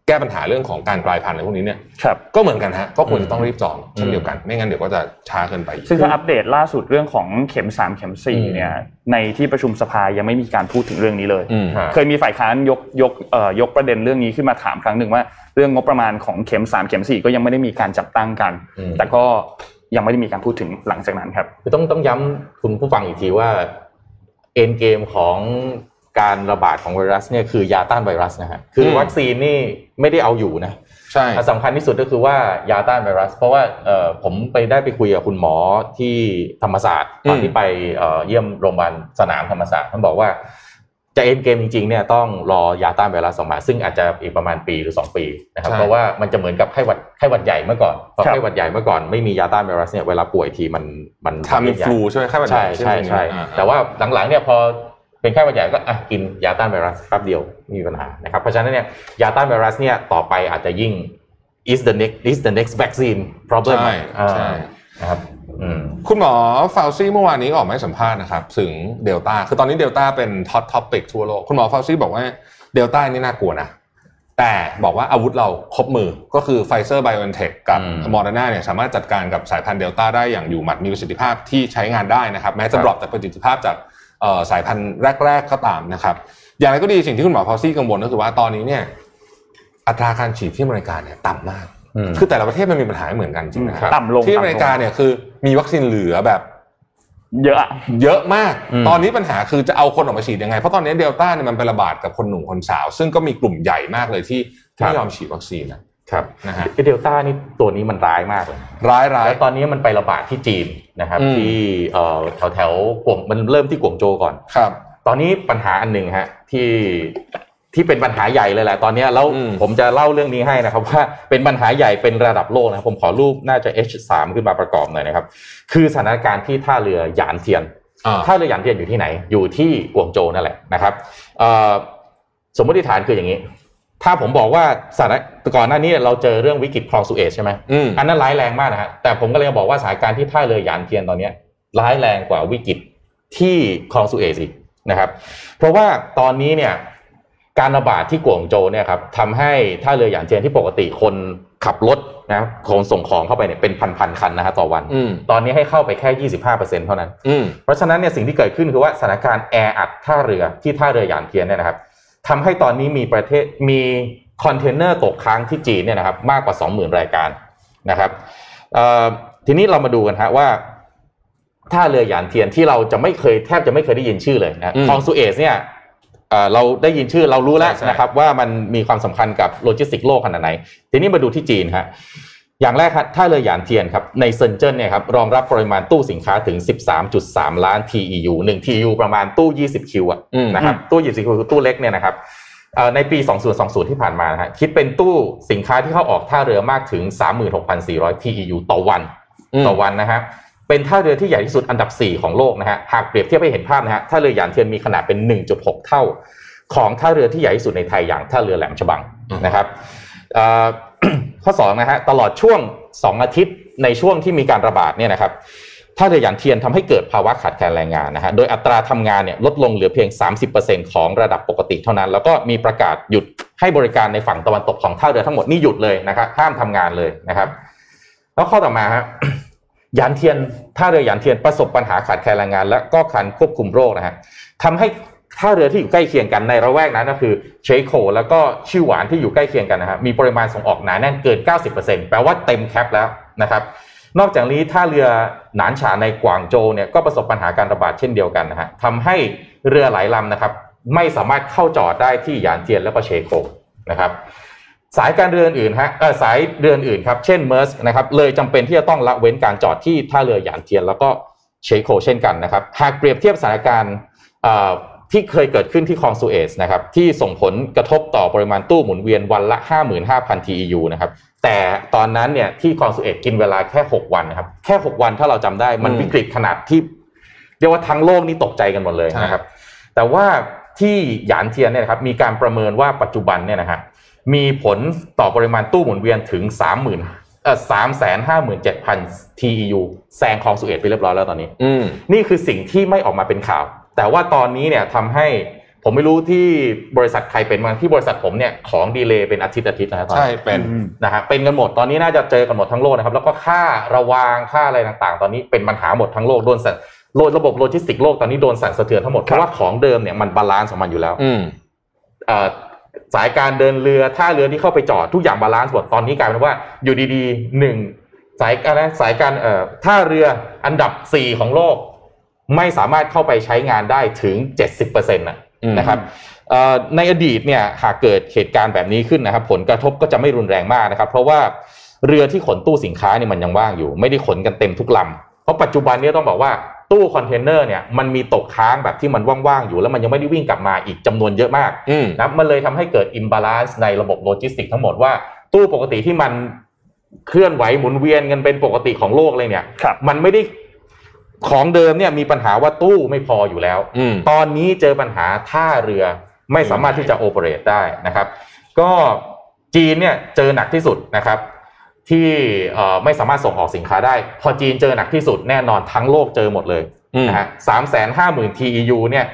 แก้ปัญหาเรื่องของการกลายพันธุ์อะไรพวกนี้เนี่ยก็เหมือนกันฮะก็ควรจะต้องรีบจองเช่นเดียวกันไม่งั้นเดี๋ยวก็จะช้าเกินไปซึ่งถ้าอัปเดตล่าสุดเรื่องของเข็มสามเข็มสี่เนี่ยในที่ประชุมสภายังไม่มีการพูดถึงเรื่องนี้เลยเคยมีฝ่ายค้านยกยกเอ่อยกประเด็นเรื่องนี้ขึ้นมาถามครั้งนึงว่าเรื่องงบประมาณของเข็มสามเข็มสี่ก็ยังไม่ได้มีการจัดตั้งกันแต่ก็ยังไม่ได้มีการพูดถึงหลังจากนั้นครับคือต้องต้องย้ำคุณผู้ฟังอีกทีว่าเอ็นเกมของการระบาดของไวรัสเนี่ยคือยาต้านไวรัสนะฮะคือวัคซีนนี่ไม่ได้เอาอยู่นะใช่สำคัญที่สุดก็คือว่ายาต้านไวรัสเพราะว่าเอ่อผมไปได้ไปคุยกับคุณหมอที่ธรรมศาสตร์ตอนที่ไปเอ่อเยี่ยมโรงพยาบาลสนามธรรมศาสตร์ท่านบอกว่าจะเอ็นเกมจริงๆเนี่ยต้องรอยาต้านไวรัสออกมาซึ่งอาจจะอีกประมาณปีหรือสองปีนะครับเพราะว่ามันจะเหมือนกับไข้หวัดไข้หวัดใหญ่เมื่อก่อนพอไข้หวัดใหญ่เมื่อก่อนไม่มียาต้านไวรัสเนี่ยเวลาป่วยทีมันมันทำเป็นฟลูใช่มั้ยไข้หวัดใหญ่ใช่ๆๆแต่ว่าหลังๆเนี่ยพอเป็นไข้หวัดใหญ่ก็อ่ะกินยาต้านไวรัสแป๊บเดียวไม่มีปัญหานะครับเพราะฉะนั้นเนี่ยยาต้านไวรัสเนี่ยต่อไปอาจจะยิ่ง is the next is the next vaccine problem ใช่ใช่นะครับคุณหมอฟาวซี่เมื่อวานนี้ออกมาให้สัมภาษณ์นะครับถึงเดลต้าคือตอนนี้เดลต้าเป็นท็อปท็อปปิกทั่วโลกคุณหมอฟาวซี่บอกว่าเดลต้านี่น่ากลัวนะแต่บอกว่าอาวุธเราครบมือก็คือ Pfizer BioNTech กับ Moderna เนี่ยสามารถจัดการกับสายพันธุ์เดลต้าได้อย่างอยู่หมัดมีประสิทธิภาพที่ใช้งานได้นะครับแม้จะดรอปจากประสิทธิภาพจากสายพันธุ์แรกๆก็ตามนะครับอย่างไรก็ดีสิ่งที่คุณหมอฟาวซี่กังวลก็คือว่าตอนนี้เนี่ยอัตราการฉีดที่อเมริกาเนี่ยต่ำมากคือแต่ละประเทศมันมีปัญหาเหมือนกันจริงนะครับต่ำลงที่อเมริกาเนี่ยคือมีวัคซีนเหลือแบบเยอะเยอะมากตอนนี้ปัญหาคือจะเอาคนออกมาฉีดยังไงเพราะตอนนี้เดลต้าเนี่ยมันไประบาดกับคนหนุ่มคนสาวซึ่งก็มีกลุ่มใหญ่มากเลยที่ไม่ยอมฉีดวัคซีนนะครับนะฮะเดลต้านี่ตัวนี้มันร้ายมากเลยร้ายร้ายแล้วตอนนี้มันไประบาดที่จีนนะครับที่เอ่อแถวแถวกวงมันเริ่มที่กวงโจวก่อนครับตอนนี้ปัญหาอันนึงฮะที่ที่เป็นปัญหาใหญ่เลยแหละตอนนี้แล้วผมจะเล่าเรื่องนี้ให้นะครับว่าเป็นปัญหาใหญ่เป็นระดับโลกนะผมขอรูปน่าจะ เอช สาม ขึ้นมาประกอบหน่อยนะครับคือสถานการณ์ที่ท่าเรือหยานเทียนท่าเรือหยานเทียนอยู่ที่ไหนอยู่ที่กวงโจวนั่นแหละนะครับสมมติฐานคืออย่างนี้ถ้าผมบอกว่าสถานก่อนหน้านี้เราเจอเรื่องวิกฤตคลองสุเอซใช่ไหมอันนั้นร้ายแรงมากนะฮะแต่ผมก็เลยบอกว่าสถานการณ์ที่ท่าเรือหยานเทียนตอนนี้ร้ายแรงกว่าวิกฤตที่คลองสุเอซอีกนะครับเพราะว่าตอนนี้เนี่ยการระบาดที่กวงโจวเนี่ยครับทำให้ท่าเรือหยานเทียนที่ปกติคนขับรถนะคนส่งของเข้าไปเนี่ยเป็นพันๆคันนะฮะต่อวันตอนนี้ให้เข้าไปแค่ ยี่สิบห้าเปอร์เซ็นต์ เท่านั้นเพราะฉะนั้นเนี่ยสิ่งที่เกิดขึ้นคือว่าสถานการณ์แออัดท่าเรือที่ท่าเรือหยานเทียนเนี่ยนะครับทำให้ตอนนี้มีประเทศมีคอนเทนเนอร์ตกค้างที่จีนเนี่ยนะครับมากกว่า สองหมื่น รายการนะครับทีนี้เรามาดูกันฮะว่าท่าเรือหยานเทียนที่เราจะไม่เคยแทบจะไม่เคยได้ยินชื่อเลยนะคลองสุเอซเนี่ยเราได้ยินชื่อเรารู้แล้วนะครับว่ามันมีความสำคัญกับโลจิสติกโลกขนาดไหนทีนี้มาดูที่จีนฮะอย่างแรกครับท่าเรือหยานเทียนครับในเซินเจิ้นเนี่ยครับรองรับปริมาณตู้สินค้าถึง สิบสามจุดสาม ล้าน ที อี ยู หนึ่ง ที อี ยู ประมาณตู้ยี่สิบคิวอ่ะนะครับตู้ยี่สิบคิวคือตู้เล็กเนี่ยนะครับในปีสองพันยี่สิบที่ผ่านมานะฮะคิดเป็นตู้สินค้าที่เข้าออกท่าเรือมากถึง สามหมื่นหกพันสี่ร้อย ที อี ยู ต่อวันต่อวันนะฮะเป็นท่าเรือที่ใหญ่ที่สุดอันดับสี่ของโลกนะฮะหากเปรียบเทียบให้เห็นภาพนะฮะท่าเรือหยานเทียนมีขนาดเป็น หนึ่งจุดหก เท่าของท่าเรือที่ใหญ่ที่สุดในไทยอย่างท่าเรือแหลมฉบังนะครับข้อสองนะฮะตลอดช่วงสองอาทิตย์ในช่วงที่มีการระบาดเนี่ยนะครับท่าเรือหยานเทียนทำให้เกิดภาวะขาดแคลนแรงงานนะฮะโดยอัตราทำงานเนี่ยลดลงเหลือเพียง สามสิบเปอร์เซ็นต์ ของระดับปกติเท่านั้นแล้วก็มีประกาศหยุดให้บริการในฝั่งตะวันตกของท่าเรือทั้งหมดนี่หยุดเลยนะครับห้ามทำงานเลยนะครับแล้วข้อต่อมาฮะหยานเทียนท่าเรือหยานเทียนประสบปัญหาขาดแคลนแรงงานและก็การควบคุมโรคนะฮะทำให้ท่าเรือที่อยู่ใกล้เคียงกันในระแวกนั้นก็คือเชโคแล้วก็ชื่อหวานที่อยู่ใกล้เคียงกันนะฮะมีปริมาณส่งออกหนาแน่นเกิน เก้าสิบเปอร์เซ็นต์ แปลว่าเต็มแคปแล้วนะครับนอกจากนี้ท่าเรือหนานฉาในกวางโจวเนี่ยก็ประสบปัญหาการระบาดเช่นเดียวกันนะฮะทำให้เรือหลายลำนะครับไม่สามารถเข้าจอดได้ที่หยานเทียนแล้วก็เชโคนะครับสายการเรืออื่นฮะเออสายเรืออื่นครับเช่นเมอร์สนะครับเลยจำเป็นที่จะต้องละเว้นการจอดที่ท่าเรือหยานเทียนแล้วก็เชโคเช่นกันนะครับหากเปรียบเทียบสถานการณ์ที่เคยเกิดขึ้นที่คลองสุเอซนะครับที่ส่งผลกระทบต่อปริมาณตู้หมุนเวียนวันละ ห้าหมื่นห้าพัน ที อี ยู นะครับแต่ตอนนั้นเนี่ยที่คลองสุเอซกินเวลาแค่หกวันนะครับแค่หกวันถ้าเราจำได้มันวิกฤตขนาดที่เรียกว่าทั้งโลกนี่ตกใจกันหมดเลยนะครับแต่ว่าที่หยานเทียนเนี่ยครับมีการประเมินว่าปัจจุบันเนี่ยนะฮะมีผลต่อปริมาณตู้หมุนเวียนถึง สามหมื่น เอ่อ สามแสนห้าหมื่นเจ็ดพัน ที อี ยู แซงคลองสุเอซไปเรียบร้อยแล้วตอนนี้นี่คือสิ่งที่ไม่ออกมาเป็นข่าวแต่ว่าตอนนี้เนี่ยทำให้ผมไม่รู้ที่บริษัทใครเป็นมาที่บริษัทผมเนี่ยของดีเลย์เป็นอาทิตย์อาทิตย์นะครับใช่เป็นนะฮะเป็นกันหมดตอนนี้น่าจะเจอกันหมดทั้งโลกนะครับแล้วก็ค่าระวางค่าอะไรต่างๆตอนนี้เป็นปัญหาหมดทั้งโลกโดนสั่นโลกระบบโลจิสติกโลกตอนนี้โดนสั่นสะเทือนทั้งหมดเพราะว่าของเดิมเนี่ยมันบาลานซ์ของมันอยู่แล้วเอ่อสายการเดินเรือท่าเรือที่เข้าไปจอดทุกอย่างบาลานซ์หมดตอนนี้กลายเป็นว่าอยู่ดีๆหนึ่งสายการสายการเอ่อท่าเรืออันดับสี่ของโลกไม่สามารถเข้าไปใช้งานได้ถึง เจ็ดสิบเปอร์เซ็นต์ นะนะครับในอดีตเนี่ยหากเกิดเหตุการณ์แบบนี้ขึ้นนะครับผลกระทบก็จะไม่รุนแรงมากนะครับเพราะว่าเรือที่ขนตู้สินค้าเนี่ยมันยังว่างอยู่ไม่ได้ขนกันเต็มทุกลำเพราะปัจจุบันนี้ต้องบอกว่าตู้คอนเทนเนอร์เนี่ยมันมีตกค้างแบบที่มันว่างๆอยู่แล้วมันยังไม่ได้วิ่งกลับมาอีกจำนวนเยอะมากนะมันเลยทำให้เกิดอิมบาลานซ์ในระบบโลจิสติกทั้งหมดว่าตู้ปกติที่มันเคลื่อนไหวหมุนเวียนกันเป็นปกติของโลกเลยเนี่ยมันไม่ได้ของเดิมเนี่ยมีปัญหาว่าตู้ไม่พออยู่แล้วตอนนี้เจอปัญหาท่าเรือไม่สามารถที่จะโอเปเรตได้นะครับก็จีนเนี่ยเจอหนักที่สุดนะครับที่ไม่สามารถส่งออกสินค้าได้พอจีนเจอหนักที่สุดแน่นอนทั้งโลกเจอหมดเลยนะฮะสามแสนห้าหมื่น ที อี ยู เนี่ย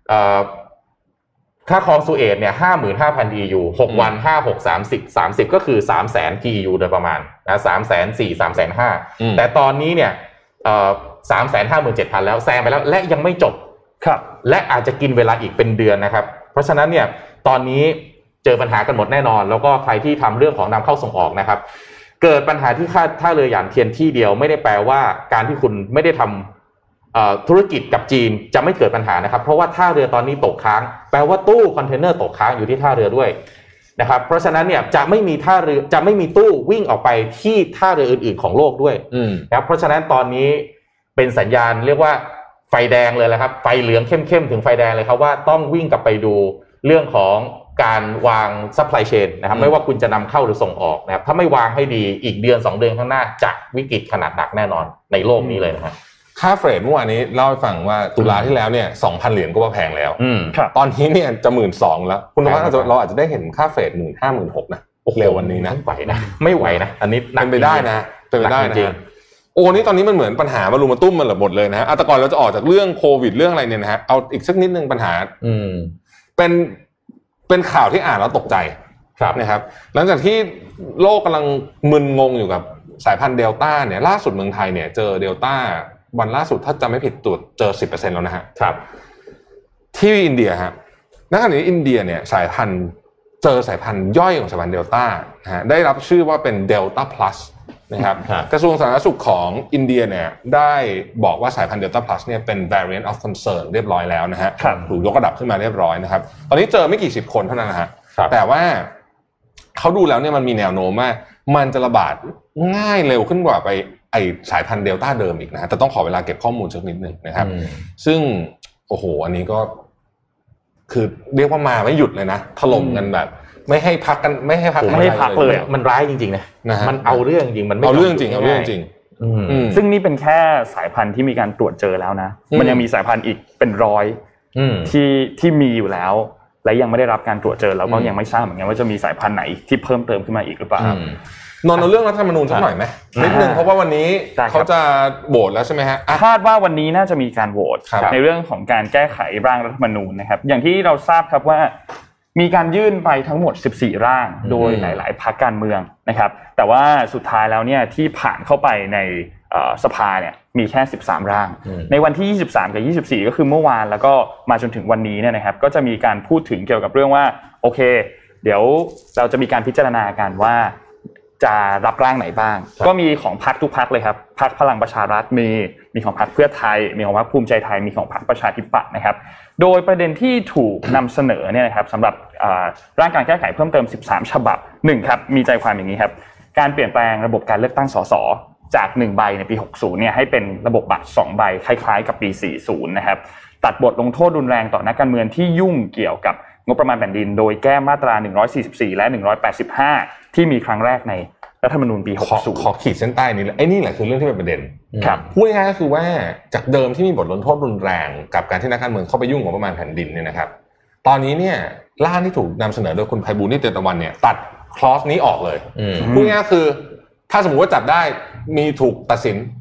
ค่าคลองสุเอซเนี่ยห้าหมื่นห้าพัน ที อี ยู หกวันห้า หก สามสิบ สามสิบก็คือสามแสน ที อี ยู โดยประมาณนะสามแสนสี่ สามแสนห้าแต่ตอนนี้เนี่ยสามแสนห้าหมื่นเจ็ดพันแล้วแซงไปแล้วและยังไม่จบครับและอาจจะกินเวลาอีกเป็นเดือนนะครับเพราะฉะนั้นเนี่ยตอนนี้เจอปัญหากันหมดแน่นอนแล้วก็ใครที่ทำเรื่องของนำเข้าส่งออกนะครับเกิดปัญหาที่ค่าท่าเรือหยานเทียนที่เดียวไม่ได้แปลว่าการที่คุณไม่ได้ทำธุรกิจกับจีนจะไม่เกิดปัญหานะครับเพราะว่าท่าเรือตอนนี้ตกค้างแปลว่าตู้คอนเทนเนอร์ตกค้างอยู่ที่ท่าเรือด้วยนะครับเพราะฉะนั้นเนี่ยจะไม่มีท่าเรือจะไม่มีตู้วิ่งออกไปที่ท่าเรืออื่นๆของโลกด้วยนะครับเพราะฉะนั้นตอนนี้เป็นสัญญาณเรียกว่าไฟแดงเลยแหละครับไฟเหลืองเข้มๆถึงไฟแดงเลยครับว่าต้องวิ่งกลับไปดูเรื่องของการวางซัพพลายเชนนะครับไม่ว่าคุณจะนำเข้าหรือส่งออกนะครับถ้าไม่วางให้ดีอีกเดือนสองเดือนข้างหน้าจะวิกฤตขนาดหนักแน่นอนในโลกนี้เลยนะฮะค่าเฟรทเมื่อวานนี้เล่าให้ฟังว่าตุลาที่แล้วเนี่ย สองพัน เหรียญก็ว่าแพงแล้วตอนนี้เนี่ยจะ หนึ่งหมื่นสองพัน แล้วคุณว่าเราอาจจะได้เห็นค่าเฟรท หนึ่งหมื่นห้า หนึ่งหมื่นหกพัน นะเร็ววันนี้นะไม่ไหวนะไม่ไหวนะอันนี้เป็นไปได้นะเป็นไปได้นะโอ้นี่ตอนนี้มันเหมือนปัญหามารุมมาตุ้มมันหมดเลยนะฮะแต่ก่อนเราจะออกจากเรื่องโควิดเรื่องอะไรเนี่ยนะฮะเอาอีกสักนิดนึงปัญหาอืมเป็นเป็นข่าวที่อ่านแล้วตกใจนะครับหลังจากที่โลกกำลังมึนงงอยู่กับสายพันธุ์เดลต้าเนี่ยล่าสุดเมืองไทยเนี่ยเจอเดลต้าวันล่าสุดถ้าจำไม่ผิดตรวจเจอ สิบเปอร์เซ็นต์ แล้วนะฮะครับที่อินเดียฮะณขณะนี้อินเดียเนี่ยสายพันธุ์เจอสายพันธุ์ย่อยของสายพันธุ์เดลต้านะฮะได้รับชื่อว่าเป็นเดลต้าพลัสนะครับกระทรวงสาธารณสุขของอินเดียเนี่ยได้บอกว่าสายพันธุ์เดลต้าพลัสเนี่ยเป็น variant of concern เรียบร้อยแล้วนะฮะถูกยกระดับขึ้นมาเรียบร้อยนะครับตอนนี้เจอไม่กี่สิบคนเท่านั้นนะฮะแต่ว่าเขาดูแล้วเนี่ยมันมีแนวโน้มว่ามันจะระบาดง่ายเร็วขึ้นกว่าไปไอสายพันธุ์เดลต้าเดิมอีกนะฮะแต่ต้องขอเวลาเก็บข้อมูลสักนิดนึงนะครับซึ่งโอ้โหอันนี้ก็คือเรียกว่ามาไม่หยุดเลยนะถล่มกันแบบไม่ให้พักกันไม่ให้พักไม่ให้พักเลยมันร้ายจริงๆนะมันเอาเรื่องจริงมันไม่เอาเรื่องจริงเอาเรื่องจริงซึ่งนี่เป็นแค่สายพันธุ์ที่มีการตรวจเจอแล้วนะมันยังมีสายพันธุ์อีกเป็นร้อยที่ที่มีอยู่แล้วและยังไม่ได้รับการตรวจเจอแล้วก็ยังไม่ทราบเหมือนกันว่าจะมีสายพันธุ์ไหนที่เพิ่มเติมขึ้นมาอีกหรือเปล่านนท์เอาเรื่องรัฐธรรมนูญสักหน่อยไหมนิดนึงเพราะว่าวันนี้เขาจะโหวตแล้วใช่ไหมฮะคาดว่าวันนี้น่าจะมีการโหวตในเรื่องของการแก้ไขร่างรัฐธรรมนูญนะครับอย่างที่เราทราบครับว่ามีการยื่นไปทั้งหมดสิบสี่ร่างโดยหลายๆพรรคการเมืองนะครับแต่ว่าสุดท้ายแล้วเนี่ยที่ผ่านเข้าไปในสภาเนี่ยมีแค่สิบสามร่างในวันที่ยี่สิบสามกับยี่สิบสี่ก็คือเมื่อวานแล้วก็มาจนถึงวันนี้เนี่ยนะครับก็จะมีการพูดถึงเกี่ยวกับเรื่องว่าโอเคเดี๋ยวเราจะมีการพิจารณากันว่าจะรับร่างไหนบ้างก็มีของพรรคทุกพรรคเลยครับพรรคพลังประชารัฐมีมีของพรรคเพื่อไทยมีของพรรคภูมิใจไทยมีของพรรคประชาธิปัตย์นะครับโดยประเด็นที่ถูกนำเสนอเนี่ยนะครับสำหรับร่างการแก้ไขเพิ่มเติมสิบสามฉบับหนึ่งครับมีใจความอย่างนี้ครับการเปลี่ยนแปลงระบบการเลือกตั้งสสจากหนึ่งใบในปีหกสิบเนี่ยให้เป็นระบบบัตรสองใบคล้ายๆกับปีสี่สิบนะครับตัดบทลงโทษรุนแรงต่อนักการเมืองที่ยุ่งเกี่ยวกับงบประมาณแผ่นดินโดยแก้มาตราหนึ่งร้อยสี่สิบสี่และหนึ่งร้อยแปดสิบห้าที่มีครั้งแรกในรัฐธรรมนูญปีหกสิบขอขีดเส้นใต้นี้ไอ้นี่แหละคือเรื่องที่เป็นประเด็นครับพูดง่ายๆก็คือว่าจากเดิมที่มีบทลงโทษรุนแรงกับการที่นักการเมืองเข้าไปยุ่งกับงบประมาณแผ่นดินเนี่ยนะครับตอนนี้เนี่ยร่างที่ถูกนำเสนอโดยคุณไพบูลย์นิติตะวันเนี่ยตัดคลอสนี้ออกเลยพูดง่ายๆคือถ้าสมมุติว่าจับได้มีถูกตัดสินก็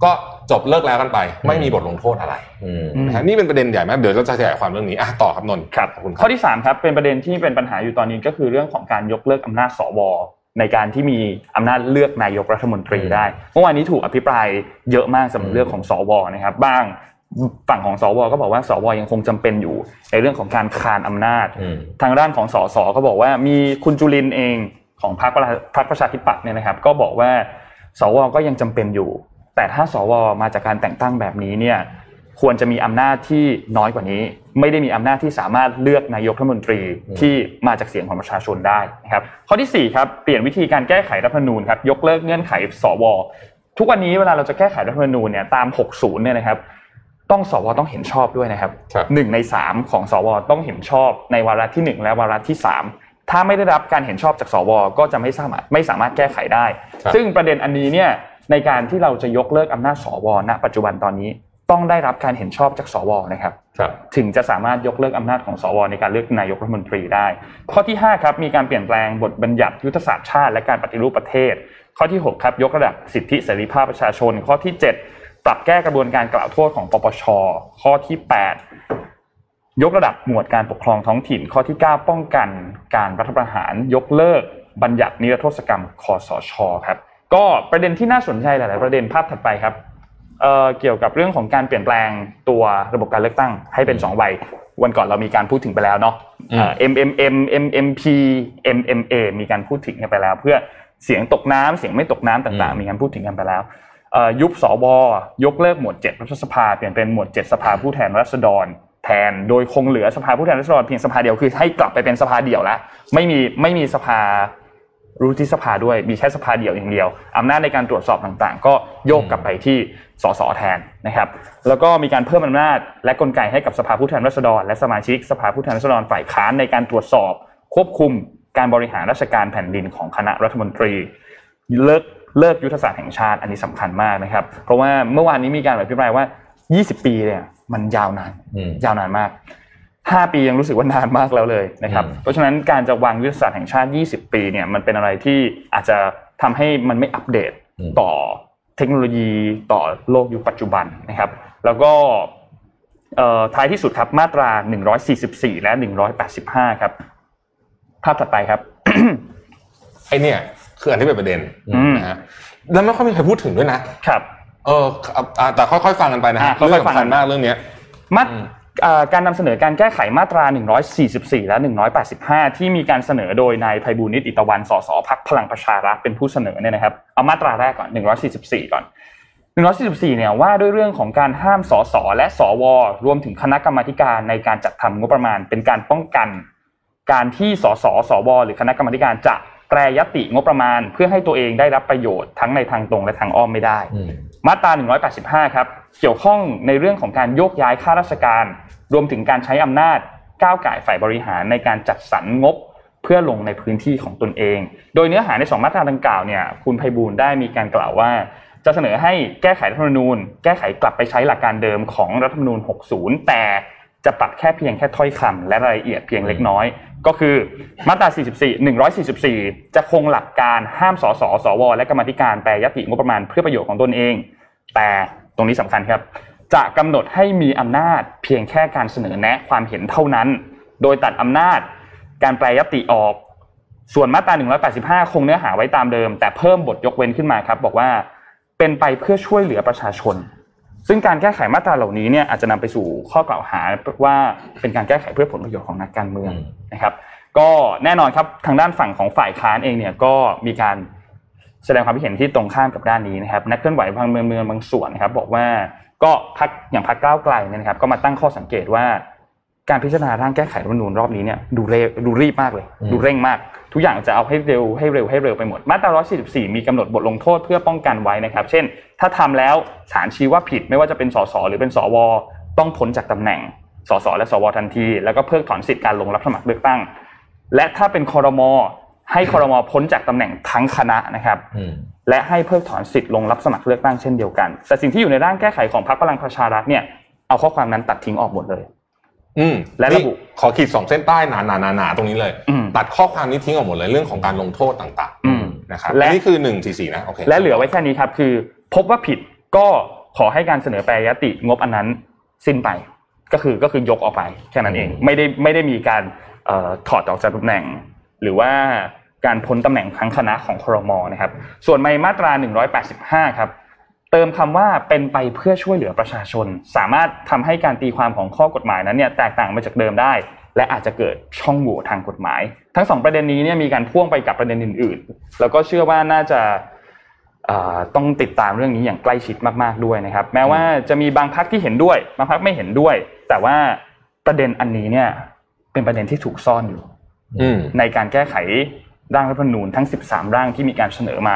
จบเลิกแล้วกันไปไม่มีบทลงโทษอะไรนะฮะนี่เป็นประเด็นใหญ่มากเดี๋ยวเราจะขยายความเรื่องนี้อ่ะต่อครับนนท์ครับข้อที่สามครับเป็นประเด็นที่เป็นปัญหาอยู่ตอนนี้ก็คือเรื่องของการยกเลิกอำนาจสวในการที่มีอำนาจเลือกนายกรัฐมนตรีได้เมื่อวานนี้ถูกอภิปรายเยอะมากสำหรับเรื่องของสวนะครับบ้างฝั่งของสวก็บอกว่าสวยังคงจำเป็นอยู่ในเรื่องของการคานอำนาจทางด้านของสสก็บอกว่ามีคุณจุลินทร์เองของพรรคพรรคประชาธิปัตย์เนี่ยนะครับก็บอกว่าสวก็ยังจำเป็นอยู่แต่ถ้าสวมาจากการแต่งตั้งแบบนี้เนี่ยควรจะมีอำนาจที่น้อยกว่านี้ไม่ได้มีอำนาจที่สามารถเลือกนายกรัฐมนตรีที่มาจากเสียงของประชาชนได้นะครับข้อที่สี่ครับเปลี่ยนวิธีการแก้ไขรัฐธรรมนูญครับยกเลิกเงื่อนไขสวทุกวันนี้เวลาเราจะแก้ไขรัฐธรรมนูญเนี่ยตามหกสิบเนี่ยนะครับต้องสวต้องเห็นชอบด้วยนะครับหนึ่งในสามของสวต้องเห็นชอบในวาระที่หนึ่งและวาระที่สามถ้าไม่ได้รับการเห็นชอบจากสวก็จะไม่สามารถไม่สามารถแก้ไขได้ซึ่งประเด็นอันนี้เนี่ยในการที่เราจะยกเลิกอำนาจสวณปัจจุบันตอนนี้ต้องได้รับการเห็นชอบจากสวนะครับถึงจะสามารถยกเลิกอำนาจของสวในการเลือกนายกรัฐมนตรีได้ข้อที่ห้าครับมีการเปลี่ยนแปลงบทบัญญัติยุทธศาสตร์ชาติและการปฏิรูปประเทศข้อที่หกครับยกระดับสิทธิเสรีภาพประชาชนข้อที่เจ็ดปรับแก้กระบวนการกล่าวโทษของปปชข้อที่แปดยกระดับหมวดการปกครองท้องถิ่นข้อที่เก้าป้องกันการรัฐประหารยกเลิกบัญญัตินิรโทษกรรมคสชครับก็ประเด็นที่น่าสนใจหลายๆประเด็นภาพถัดไปครับเอ่อเกี่ยวกับเรื่องของการเปลี่ยนแปลงตัวระบบการเลือกตั้งให้เป็นสองใบวันก่อนเรามีการพูดถึงไปแล้วเนาะเอ่อ เอ็ม เอ็ม เอ็ม เอ็ม เอ็ม พี เอ็ม เอ็ม เอ มีการพูดถึงกันไปแล้วเพื่อเสียงตกน้ำเสียงไม่ตกน้ำต่างๆมีการพูดถึงกันไปแล้วเอ่อยุบสวยกเลิกหมวดเจ็ดรัฐสภาเปลี่ยนเป็นหมวดเจ็ดสภาผู้แทนราษฎรแทนโดยคงเหลือสภาผู้แทนราษฎรเพียงสภาเดียวคือให้กลับไปเป็นสภาเดี่ยวแล้วไม่มีไม่มีสภาวุฒิสภาด้วยมีแค่สภาเดี่ยวอย่างเดียวอำนาจในการตรวจสอบต่างๆก็โยกกลับไปที่สสแทนนะครับแล้วก็มีการเพิ่มอำนาจและกลไกให้กับสภาผู้แทนราษฎรและสมาชิกสภาผู้แทนราษฎรฝ่ายค้านในการตรวจสอบควบคุมการบริหารราชการแผ่นดินของคณะรัฐมนตรีเลิกเลิกยุทธศาสตร์แห่งชาติอันนี้สำคัญมากนะครับเพราะว่าเมื่อวานนี้มีการอภิปรายว่ายี่สิบปีเนี่ยมันยาวนานยาวนานมากห้าปียังรู้สึกว่านานมากแล้วเลยนะครับเพราะฉะนั้นการจะวางยุทธศาสตร์แห่งชาติยี่สิบปีเนี่ยมันเป็นอะไรที่อาจจะทำให้มันไม่อัปเดตต่อเทคโนโลยีต่อโลกยุคปัจจุบันนะครับแล้วก็เอ่อท้ายที่สุดครับมาตราหนึ่งร้อยสี่สิบสี่และหนึ่งร้อยแปดสิบห้าครับภาพถัดไปครับไอ้เนี่ยคืออันที่เป็นประเด็นนะฮะแล้วไม่ค่อยมีใครพูดถึงด้วยนะครับเออแต่ค่อยๆฟังกันไปนะฮะเรื่องสำคัญมากเรื่องนี้มาการนำเสนอการแก้ไขมาตราหนึ่งร้อยสี่สิบสี่และหนึ่งร้อยแปดสิบห้าที่มีการเสนอโดยนายไพบูลย์นิติตะวันสสพรรคพลังประชารัฐเป็นผู้เสนอเนี่ยนะครับเอามาตราแรกก่อนหนึ่งร้อยสี่สิบสี่ก่อนหนึ่งร้อยสี่สิบสี่เนี่ยว่าด้วยเรื่องของการห้ามสสและสวรวมถึงคณะกรรมาธิการในการจัดทำงบประมาณเป็นการป้องกันการที่สสสวหรือคณะกรรมาธิการจะแปรยติงบประมาณเพื่อให้ตัวเองได้รับประโยชน์ทั้งในทางตรงและทางอ้อมไม่ได้มาตราหนึ่งร้อยแปดสิบห้าครับเกี่ยวข้องในเรื่องของการโยกย้ายข้าราชการรวมถึงการใช้อำนาจก้าวก่ายฝ่ายบริหารในการจัดสรรงบเพื่อลงในพื้นที่ของตนเองโดยเนื้อหาในสองมาตราดังกล่าวเนี่ยคุณไพบูลย์ได้มีการกล่าวว่าจะเสนอให้แก้ไขรัฐธรรมนูญแก้ไขกลับไปใช้หลักการเดิมของรัฐธรรมนูญหกสิบแต่จะปรับแค่เพียงแค่ถ้อยคำและรายละเอียดเพียงเล็กน้อยก็คือมาตราสี่สิบสี่ หนึ่งร้อยสี่สิบสี่จะคงหลักการห้ามสสสวและกรรมาธิการแปรยติงบประมาณเพื่อประโยชน์ของตนเองแต่ตรงนี้สำคัญครับจะกำหนดให้มีอำนาจเพียงแค่การเสนอแนะความเห็นเท่านั้นโดยตัดอำนาจการแปรยติออกส่วนมาตราหนึ่งร้อยแปดสิบห้าคงเนื้อหาไว้ตามเดิมแต่เพิ่มบทยกเว้นขึ้นมาครับบอกว่าเป็นไปเพื่อช่วยเหลือประชาชนซึ่งการแก้ไขมาตราเหล่านี้เนี่ยอาจจะนำไปสู่ข้อกล่าวหาว่าเป็นการแก้ไขเพื่อผลประโยชน์ของนักการเมืองนะครับก็แน่นอนครับทางด้านฝั่งของฝ่ายค้านเองเนี่ยก็มีการแสดงความคิดเห็นที่ตรงข้ามกับด้านนี้นะครับนักเคลื่อนไหวบางเมืองเมืองบางส่วนนะครับบอกว่าก็พรรคอย่างพรรคก้าวไกลเนี่ยนะครับก็มาตั้งข้อสังเกตว่าการพิจารณาร่างแก้ไขรัฐธรรมนูญรอบนี้เนี่ยดูเร็วดูรีบมากเลยดูเร่งมากทุกอย่างจะเอาให้เร็วให้เร็วให้เร็วไปหมดมาตราหนึ่งร้อยสี่สิบสี่มีกำหนดบทลงโทษเพื่อป้องกันไว้นะครับเช่นถ้าทำแล้วศาลชี้ว่าผิดไม่ว่าจะเป็นสสหรือเป็นสวต้องพ้นจากตำแหน่งสสและสวทันทีแล้วก็เพิกถอนสิทธิการลงรับสมัครเลือกตั้งและถ้าเป็นครม.ให้ครม.พ้นจากตำแหน่งทั้งคณะนะครับและให้เพิกถอนสิทธิ์ลงรับสมัครเลือกตั้งเช่นเดียวกันแต่สิ่งที่อยู่ในร่างแก้ไขของพรรคพลังประชารัฐเนี่ยเอาข้อความนั้นตัดทิ้งออกหมดเลยอืมและระบุขอขีดสองเส้นใต้หนาๆๆๆตรงนี้เลยตัดข้อความนี้ทิ้งออกหมดเลยเรื่องของการลงโทษต่างๆนะครับและนี่คือหนึ่งร้อยสี่สิบสี่นะโอเคและเหลือไว้แค่นี้ครับคือพบว่าผิดก็ขอให้การเสนอแปรยติงบอันนั้นสิ้นไปก็คือก็คือยกออกไปแค่นั้นเองไม่ได้ไม่ได้มีการเอ่อถอดออกจากตำแหน่งหรือว่าการพ้นตำแหน่งทั้งคณะของครม.นะครับส่วนในมาตราหนึ่งร้อยแปดสิบห้าครับเติมคำว่าเป็นไปเพื่อช่วยเหลือประชาชนสามารถทำให้การตีความของข้อกฎหมายนั้นเนี่ยแตกต่างไปจากเดิมได้และอาจจะเกิดช่องโหว่ทางกฎหมายทั้งสองประเด็นนี้เนี่ยมีการพ่วงไปกับประเด็นอื่นๆแล้วก็เชื่อว่าน่าจะต้องติดตามเรื่องนี้อย่างใกล้ชิดมากๆด้วยนะครับแม้ว่าจะมีบางพรรคที่เห็นด้วยบางพรรคไม่เห็นด้วยแต่ว่าประเด็นอันนี้เนี่ยเป็นประเด็นที่ถูกซ่อนอยู่ในการแก้ไขร่างรัฐธรรมนูญทั้งสิบสามร่างที่มีการเสนอมา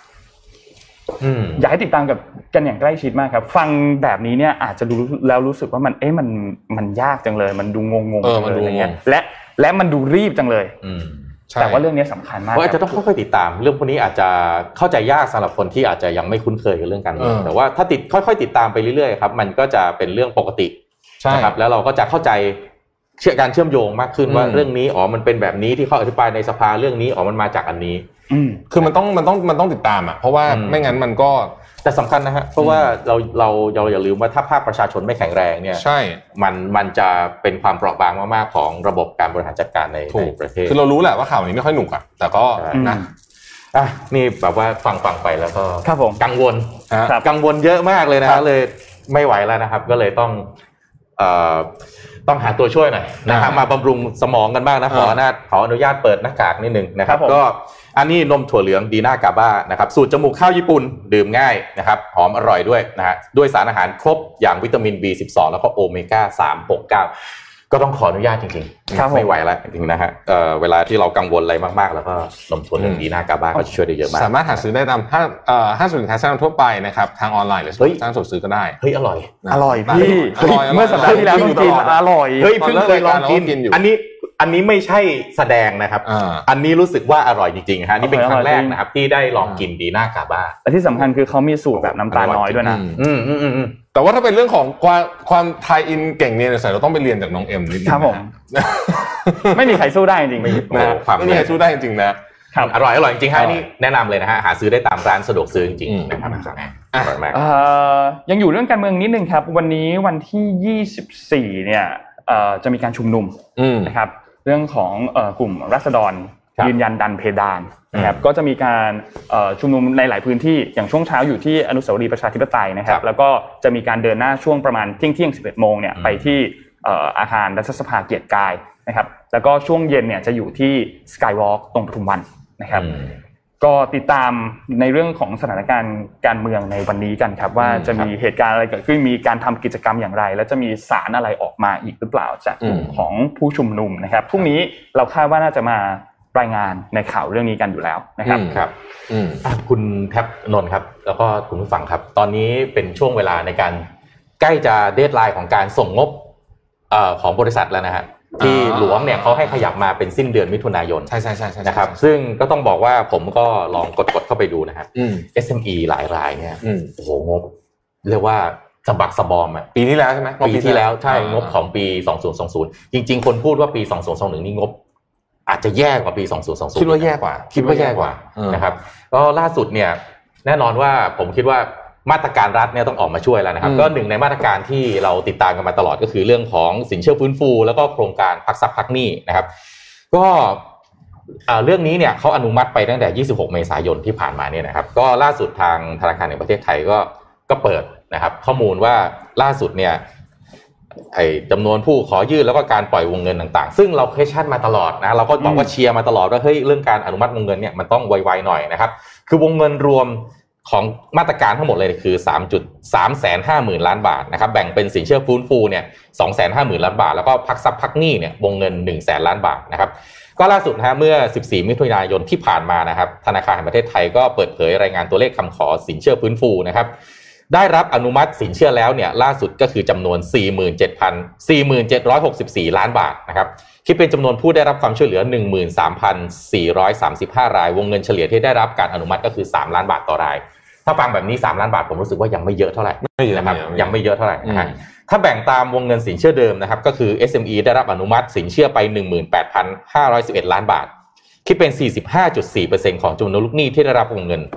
อยากให้ติดตามกับกันอย่างใกล้ชิดมากครับฟังแบบนี้เนี่ยอาจจะดูแล้วรู้สึกว่ามันเอ๊ะมันมันยากจังเลยมันดูงงๆอะไรเงี้ยและและมันดูรีบจังเลยแต่ว่าเรื่องนี้สำคัญมากว่าจะต้องค่อยๆติดตามเรื่องพวกนี้อาจจะเข้าใจยากสำหรับคนที่อาจจะยังไม่คุ้นเคยกับเรื่องการเมืองแต่ว่าถ้าติดค่อยๆติดตามไปเรื่อยๆครับมันก็จะเป็นเรื่องปกตินะครับแล้วเราก็จะเข้าใจเชื่อการเชื่อมโยงมากขึ้นว่าเรื่องนี้อ๋อมันเป็นแบบนี้ที่เขาอธิบายในสภาเรื่องนี้อ๋อมันมาจากอันนี้คือมันต้องมันต้องมันต้องติดตามอ่ะเพราะว่าไม่งั้นมันก็แต่สำคัญนะฮะเพราะว่าเราเราเราอย่าลืมว่าถ้าภาคประชาชนไม่แข็งแรงเนี่ยใช่มันมันจะเป็นความเปราะบางมากๆของระบบการบริหารจัดการในประเทศคือเรารู้แหละว่าข่าวนี้ไม่ค่อยหนุกอ่ะแต่ก็นะอ่ะนี่แบบว่าฟังฟังไปแล้วก็ครับผมกังวลกังวลเยอะมากเลยนะเลยไม่ไหวแล้วนะครับก็เลยต้องเอ่อต้องหาตัวช่วยหน่อยนะครับมาบำรุงสมองกันบ้างนะขออนุญาตขออนุญาตเปิดหน้ากากนิดนึงนะครับก็อันนี้นมถั่วเหลืองดีน่ากาบ้านะครับสูตรจมูกข้าวญี่ปุ่นดื่มง่ายนะครับหอมอร่อยด้วยนะฮะด้วยสารอาหารครบอย่างวิตามิน บี สิบสอง แล้วก็โอเมก้าสาม หก เก้าก็ต้องขออนุญาตจริงๆไม่ไหวแล้วจริงๆนะฮะเอ่อเวลาที่เรากังวลอะไรมากๆแล้วก็นมถั่วเหลืองดีน่ากาบ้าก็จะช่วยได้เยอะมากสามารถหาซื้อได้ตามห้างเอ่อห้างสรรพสินค้าชั้นนำทั่วไปนะครับทางออนไลน์หรือทางสดซื้อก็ได้เฮ้ยอร่อยอร่อยพี่เมื่อสัปดาห์ที่แล้วต้องกินอร่อยเฮ้ยเพิ่งเคยลองกินอันนี้อันนี้ไม่ใช่แสดงนะครับอันนี้รู้สึกว่าอร่อยจริงๆฮะนี่เป็นครั้งแรกนะครับที่ได้ลองกินดีน่ากาบ้าและที่สำคัญคือเขามีสูตรแบบน้ำตาลน้อยด้วยนะอืมอืมอืมแต่ว่าถ้าเป็นเรื่องของความความไทยอินเก่งเนี่ยใส่เราต้องไปเรียนจากน้องเอ็มนิดนึงครับผมไม่มีใครสู้ได้จริงๆไม่มีใครสู้ได้จริงๆนะอร่อยอร่อยจริงๆฮะนี่แนะนำเลยนะฮะหาซื้อได้ตามร้านสะดวกซื้อจริงๆนะครับอร่อยมากยังอยู่เรื่องการเมืองนิดนึงครับวันนี้วันที่ยี่สิบสี่เนี่ยจะมีการชุมนุมนะครับเรื่องของกลุ่มราษฎรยืนยันดันเพดานนะครับก็จะมีการชุมนุมในหลายพื้นที่อย่างช่วงเช้าอยู่ที่อนุสาวรีย์ประชาธิปไตยนะครับแล้วก็จะมีการเดินหน้าช่วงประมาณเที่ยงเที่ยงสิบเอ็ดโมงเนี่ยไปที่อาคารรัฐสภาเกียรติกายนะครับแล้วก็ช่วงเย็นเนี่ยจะอยู่ที่สกายวอล์กตรงปทุมวันนะครับก็ติดตามในเรื่องของสถานการณ์การเมืองในวันนี้กันครับว่าจะมีเหตุการณ์อะไรเกิดขึ้นมีการทำกิจกรรมอย่างไรและจะมีสารอะไรออกมาอีกหรือเปล่าจากกลุ่มของผู้ชุมนุมนะครับพรุ่งนี้เราคาดว่าน่าจะมารายงานในข่าวเรื่องนี้กันอยู่แล้วนะครับครับคุณแท็บนนท์ครับแล้วก็คุณผู้ฟังครับตอนนี้เป็นช่วงเวลาในการใกล้จะเดดไลน์ของการส่งงบของบริษัทแล้วนะฮะที่หลวงเนี่ยเขาให้ขยับมาเป็นสิ้นเดือนมิถุนายนใช่ใช่ใช่นะครับซึ่งก็ต้องบอกว่าผมก็ลองกดกดเข้าไปดูนะครับ เอส เอ็ม อี หลายรายเนี่ยโอ้โหงบเรียกว่าสะบักสะบอมอ่ะปีที่แล้วใช่ไหมปีที่แล้วใช่งบของปีสองพันยี่สิบจริงๆคนพูดว่าปีสองพันยี่สิบเอ็ดนี่งบอาจจะแย่กว่าปีสองพันยี่สิบคิดว่าแย่กว่าคิดว่าแย่กว่านะครับก็ล่าสุดเนี่ยแน่นอนว่าผมคิดว่ามาตรการรัฐเนี่ยต้องออกมาช่วยแล้วนะครับก็หนึ่งในมาตรการที่เราติดตามกันมาตลอดก็คือเรื่องของสินเชื่อฟื้นฟูแล้วก็โครงการพักทรัพย์พักหนี้นะครับก็เรื่องนี้เนี่ยเขาอนุมัติไปตั้งแต่ยี่สิบหกเมษายนที่ผ่านมาเนี่ยนะครับก็ล่าสุดทางธนาคารแห่งประเทศไทยก็ก็เปิดนะครับข้อมูลว่าล่าสุดเนี่ยไอ้จำนวนผู้ขอยื่นแล้วก็การปล่อยวงเงินต่างๆซึ่งเราเคชั่นมาตลอดนะเราก็บอกว่าเชียร์มาตลอดว่าเฮ้ยเรื่องการอนุมัติวงเงินเนี่ยมันต้องไวๆหน่อยนะครับคือวงเงินรวมของมาตรการทั้งหมดเลยคือ สามจุดสามห้ศูนย์ล้านบาทนะครับแบ่งเป็นสินเชื่อฟื้นฟูเนี่ย สองแสนห้าหมื่นล้านบาทแล้วก็พักทรัพย์พักหนี้เนี่ยวงเงิน หนึ่งแสนล้านบาทนะครับก็ล่าสุดนะฮะเมื่อสิบสี่มิถุนายนที่ผ่านมานะครับธนาคารแห่งประเทศไทยก็เปิดเผยรายงานตัวเลขคำขอสินเชื่อฟื้นฟูนะครับได้รับอนุมัติสินเชื่อแล้วเนี่ยล่าสุดก็คือจำนวน สี่หมื่นเจ็ดพัน สี่หมื่นเจ็ดร้อยหกสิบสี่ล้านบาทนะครับคิดเป็นจำนวนผู้ได้รับความช่วยเหลือ หนึ่งหมื่นสามพันสี่ร้อยสามสิบห้า รายวงเงินเฉลี่ยที่ได้รับการอนุมัติก็คือสามล้านบาทต่อรายถ้าฟังแบบนี้สามล้านบาทผมรู้สึกว่ายังไม่เยอะเท่าไหร่นะครับยังไม่เยอะเท่าไหร่นะฮะถ้าแบ่งตามวงเงินสินเชื่อเดิมนะครับก็คือ เอส เอ็ม อี ได้รับอนุมัติสินเชื่อไป หนึ่งหมื่นแปดพันห้าร้อยสิบเอ็ด ล้านบาทคิดเป็น สี่สิบห้าจุดสี่เปอร์เซ็นต์ ของจำนวนลูกหนี้ที่ได้รับวงเงิน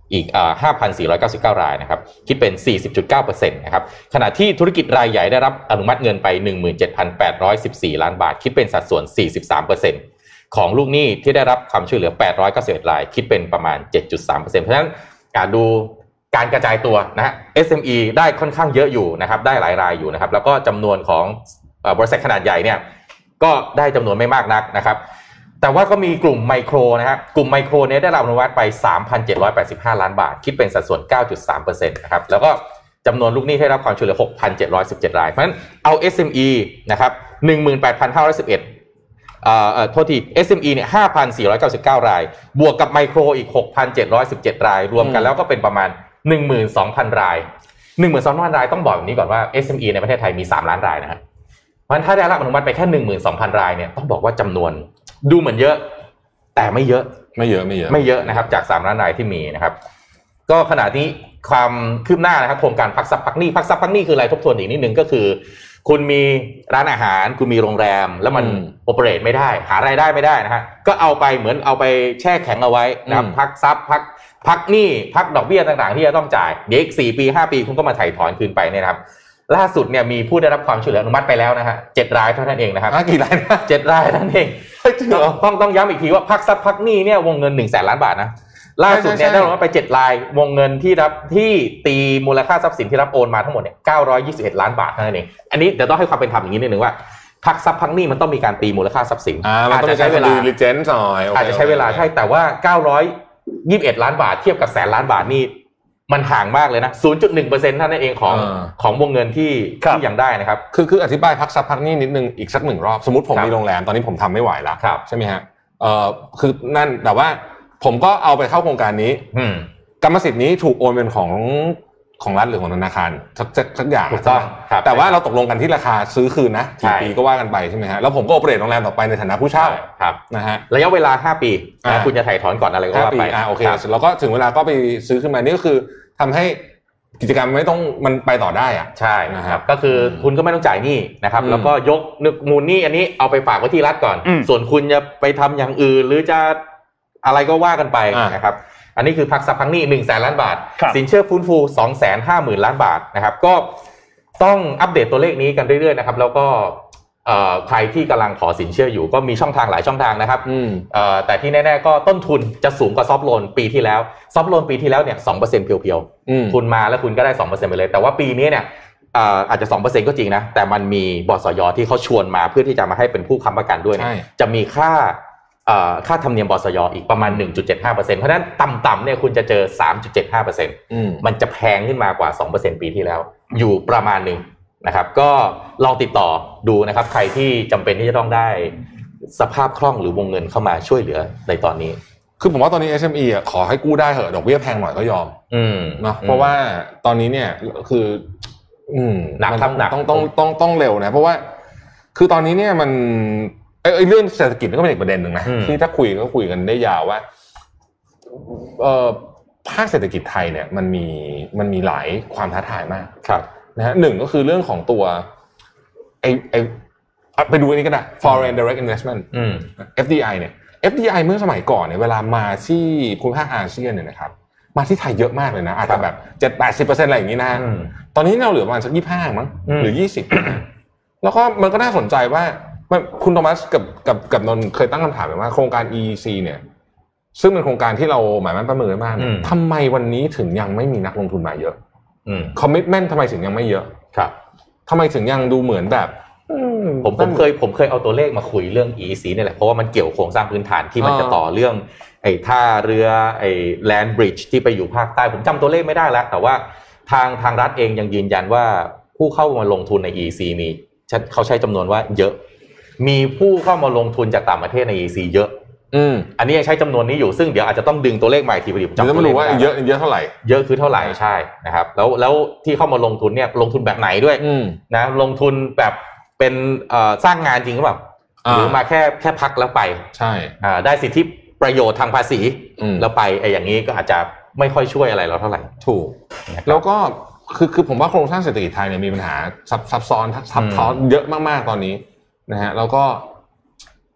อีก ห้าพันสี่ร้อยเก้าสิบเก้า รายนะครับคิดเป็น สี่สิบจุดเก้าเปอร์เซ็นต์ นะครับขณะที่ธุรกิจรายใหญ่ได้รับอนุมัติเงินไป หนึ่งหมื่นเจ็ดพันแปดร้อยสิบสี่ ล้านบาทคิดเป็นสัดส่วน สี่สิบสามเปอร์เซ็นต์ ของลูกหนี้ที่ได้รับความช่วยเหลือแปดร้อยเก้าสิบเอ็ดรายคิดเป็นประมาณ เจ็ดจุดสามเปอร์เซ็นต์ เพราะฉะนั้นการดูการกระจายตัวนะฮะ เอส เอ็ม อี ได้ค่อนข้างเยอะอยู่นะครับได้หลายรายอยู่นะครับแล้วก็จำนวนของบริษัทขนาดใหญ่เนี่ยก็ได้จำนวนไม่มากนักนะครับแต่ว่าก็มีกลุ่มไมโครนะครับกลุ่มไมโครเนี่ยได้รับอนุมัติไป สามพันเจ็ดร้อยแปดสิบห้า ล้านบาทคิดเป็นสัดส่วน เก้าจุดสามเปอร์เซ็นต์ นะครับแล้วก็จำนวนลูกหนี้ที่ได้รับความช่วยเหลือ หกพันเจ็ดร้อยสิบเจ็ด รายเพราะฉะนั้นเอา เอส เอ็ม อี นะครับ หนึ่งหมื่นแปดพันห้าร้อยสิบเอ็ด เอ่อเอ่อโทษที เอส เอ็ม อี เนี่ย ห้าพันสี่ร้อยเก้าสิบเก้า รายบวกกับไมโครอีก หกพันเจ็ดร้อยสิบเจ็ด รายรวมกันแล้วก็เป็นประมาณ หนึ่งหมื่นสองพัน ราย หนึ่งหมื่นสองพัน รายต้องบอกแบบนี้ก่อนว่า เอส เอ็ม อี ในประเทศไทยมีสามล้านรายนะฮะเพราะฉะนั้นถ้าได้รับอนุมัติไปแค่ หนึ่งหมื่นสองพัน รายเนี่ยต้องบอกว่าจำนวนดูเหมือนเยอะแต่ไม่เยอะไม่เยอะไม่เยอะไม่เยอะนะครับจากสามล้านรายที่มีนะครับก็ขณะนี้ความคืบหน้านะครับโครงการพักทรัพย์พักหนี้พักทรัพย์พักหนี้คืออะไรทบทวนอีกนิดนึงก็คือคุณมีร้านอาหารคุณมีโรงแรมแล้วมันโอเปเรตไม่ได้หารายได้ไม่ได้นะฮะก็เอาไปเหมือนเอาไปแช่แข็งเอาไว้นะครับพักทรัพย์พักพักหนี้พักดอกเบี้ยต่างๆที่จะต้องจ่ายเดี๋ยวอีกสี่ปีห้าปีคุณก็มาไถ่ถอนคืนไปเนี่ยนะครับล่าสุดเนี่ยมีผู้ได้รับความช่วยเหลืออนุมัติไปแล้วนะฮะเจ็ดรายเท่านั้นเองนะครับกี่รายนะเจ็ดรายนั่นเองต้องต้องย้ำอีกทีว่าพักทรัพย์พักหนี้เนี่ยวงเงิน หนึ่งแสน ล้านบาทนะล่าสุดเนี่ยได้อนุมัติไปเจ็ดรายวงเงินที่รับที่ตีมูลค่าทรัพย์สินที่รับโอนมาทั้งหมดเนี่ยเก้าร้อยยี่สิบเอ็ดล้านบาทเท่านั้นเองอันนี้เดี๋ยวต้องให้ความเป็นธรรมอย่างนี้นิดนึงว่าพักทรัพย์พักหนี้มันต้องมีการตีมูลค่าทรัพย์สินอาจจะใช้เวลาดิลิเจนซ์หน่อยอาจจะใช้เวลาใช่แต่ว่าเก้าร้อยยี่สิบเอ็ดล้านบาทเทียบกับแสนล้านบาทนี่มันห่างมากเลยนะ ศูนย์จุดหนึ่งเปอร์เซ็นต์ เท่านั้นเองของของวงเงินที่ที่ยังได้นะครับคือคืออธิบายพักทรัพย์พักหนี้นิดนึงอีกสักหนึ่งรอบสมมุติผมมีโรงแรมตอนนี้ผมทำไม่ไหวแล้วใช่ไหมฮะเอ่อคือนั่นแต่ว่าผมก็เอาไปเข้าโครงการนี้กรรมสิทธิ์นี้ถูกโอนเป็นของของรัฐหรือของธนาคารสักสักอย่างแต่ว่าเราตกลงกันที่ราคาซื้อคืนนะกี่ปีก็ว่ากันไปใช่ไหมฮะแล้วผมก็โอเปเรตโรงแรมต่อไปในฐานะผู้เช่านะฮะระยะเวลาห้าปีคุณจะถ่ายถอนก่อนอะไรก็ว่าไปอ่าโอเคแล้วก็ถึงเวลาก็ไปซื้อขึ้นมานี่ก็คือทำให้กิจกรรมไม่ต้องมันไปต่อได้อ่ะใช่นะครับก็คือคุณก็ไม่ต้องจ่ายหนี้นะครับแล้วก็ยกนึกมูลหนี้อันนี้เอาไปฝากไว้ที่รัฐก่อนส่วนคุณจะไปทำอย่างอื่นหรือจะอะไรก็ว่ากันไปนะครับอันนี้คือพักทรัพย์พักหนี้ หนึ่งแสน ล้านบาทสินเชื่อฟื้นฟู สองแสนห้าหมื่น ล้านบาทนะครับก็ต้องอัปเดตตัวเลขนี้กันเรื่อยๆนะครับแล้วก็ใครที่กำลังขอสินเชื่ออยู่ก็มีช่องทางหลายช่องทางนะครับแต่ที่แน่ๆก็ต้นทุนจะสูงกว่าซอฟท์โลนปีที่แล้วซอฟท์โลนปีที่แล้วเนี่ย สองเปอร์เซ็นต์ เพียวๆคุณมาแล้วคุณก็ได้ สองเปอร์เซ็นต์ ไปเลยแต่ว่าปีนี้เนี่ยอาจจะ สองเปอร์เซ็นต์ ก็จริงนะแต่มันมีบสย.ที่เขาชวนมาเพื่อที่จะมาให้เป็นผู้ค้ำประกันด้วยจะมีค่าค่าธรรมเนียมบสย.อีกประมาณ หนึ่งจุดเจ็ดห้าเปอร์เซ็นต์ เพราะฉะนั้นต่ำๆเนี่ยคุณจะเจอ สามจุดเจ็ดห้าเปอร์เซ็นต์ มันจะแพงขึ้นมากว่า สองเปอร์เซ็นต์ ปีที่แล้วอยู่ประมาณนึงนะครับก็ลองติดต่อดูนะครับใครที่จำเป็นที่จะต้องได้สภาพคล่องหรือวงเงินเข้ามาช่วยเหลือในตอนนี้คือผมว่าตอนนี้ เอส เอ็ม อี อ่ะขอให้กู้ได้เหอะดอกเบี้ยแพงหน่อยก็ยอมเนาะเพราะว่าตอนนี้เนี่ยคืออืมหนักครับหนักต้องต้องต้องต้องเร็วนะเพราะว่าคือตอนนี้เนี่ยมันไอ้เรื่องเศรษฐกิจก็เป็นอีกประเด็นหนึ่งนะที่ถ้าคุยก็คุยกันได้ยาวว่าเอ่อภาคเศรษฐกิจไทยเนี่ยมันมีมันมีหลายความท้าทายมากครับนะฮะหนึ่งก็คือเรื่องของตัวไอ้ไอ้ไปดูอันนี้ก็ได้ foreign direct investment เอฟ ดี ไอ เนี่ย เอฟ ดี ไอ เมื่อสมัยก่อนเนี่ยเวลามาที่ภูมิภาคอาเซียนเนี่ยนะครับมาที่ไทยเยอะมากเลยนะอาจจะแบบ เจ็ดถึงแปดสิบเปอร์เซ็นต์ อะไรอย่างนี้นะตอนนี้เราเหลือประมาณสักยี่สิบห้ามั้งหรือยี่สิบแล้วก็มันก็น่าสนใจว่าคุณโทมัสกับกับกับนนท์เคยตั้งคำถามว่าโครงการ อี อี ซี เนี่ยซึ่งเป็นโครงการที่เราหมายมั่นประเมินมากทำไมวันนี้ถึงยังไม่มีนักลงทุนมาเยอะคอมมิตเมนต์ทำไมถึงยังไม่เยอะครับทำไมถึงยังดูเหมือนแบบผมผมเคยผมเคยเอาตัวเลขมาคุยเรื่อง อี อี ซี นี่แหละเพราะว่ามันเกี่ยวโครงสร้างพื้นฐานที่มันจะต่อเรื่องไอ้ท่าเรือไอ้แลนด์บริดจ์ที่ไปอยู่ภาคใต้ผมจำตัวเลขไม่ได้แล้วแต่ว่าทางทางรัฐเองยังยืนยันว่าผู้เข้ามาลงทุนใน อี อี ซี มีเขาใช้จำนวนว่าเยอะมีผู้เข้ามาลงทุนจากต่างประเทศใน อี อี ซี เยอะอืมอันนี้ยังใช้จำนวนนี้อยู่ซึ่งเดี๋ยวอาจจะต้องดึงตัวเลขใหม่ทีพอดีจำไม่รู้ว่าเยอะเยอะเท่าไหร่เยอะคือเท่าไหร่ใช่นะครับแล้วแล้วที่เข้ามาลงทุนเนี่ยลงทุนแบบไหนด้วยนะลงทุนแบบเป็นเอ่อสร้างงานจริงหรือเปล่าหรือมาแค่แค่พักแล้วไปใช่อ่าได้สิทธิประโยชน์ทางภาษีแล้วไปไอ้อย่างนี้ก็อาจจะไม่ค่อยช่วยอะไรเราเท่าไหร่ถูกแล้วก็คือคือผมว่าโครงสร้างเศรษฐกิจไทยเนี่ยมีปัญหาซับซับซ้อนซับซ้อนเยอะมากๆตอนนี้นะฮะแล้วก็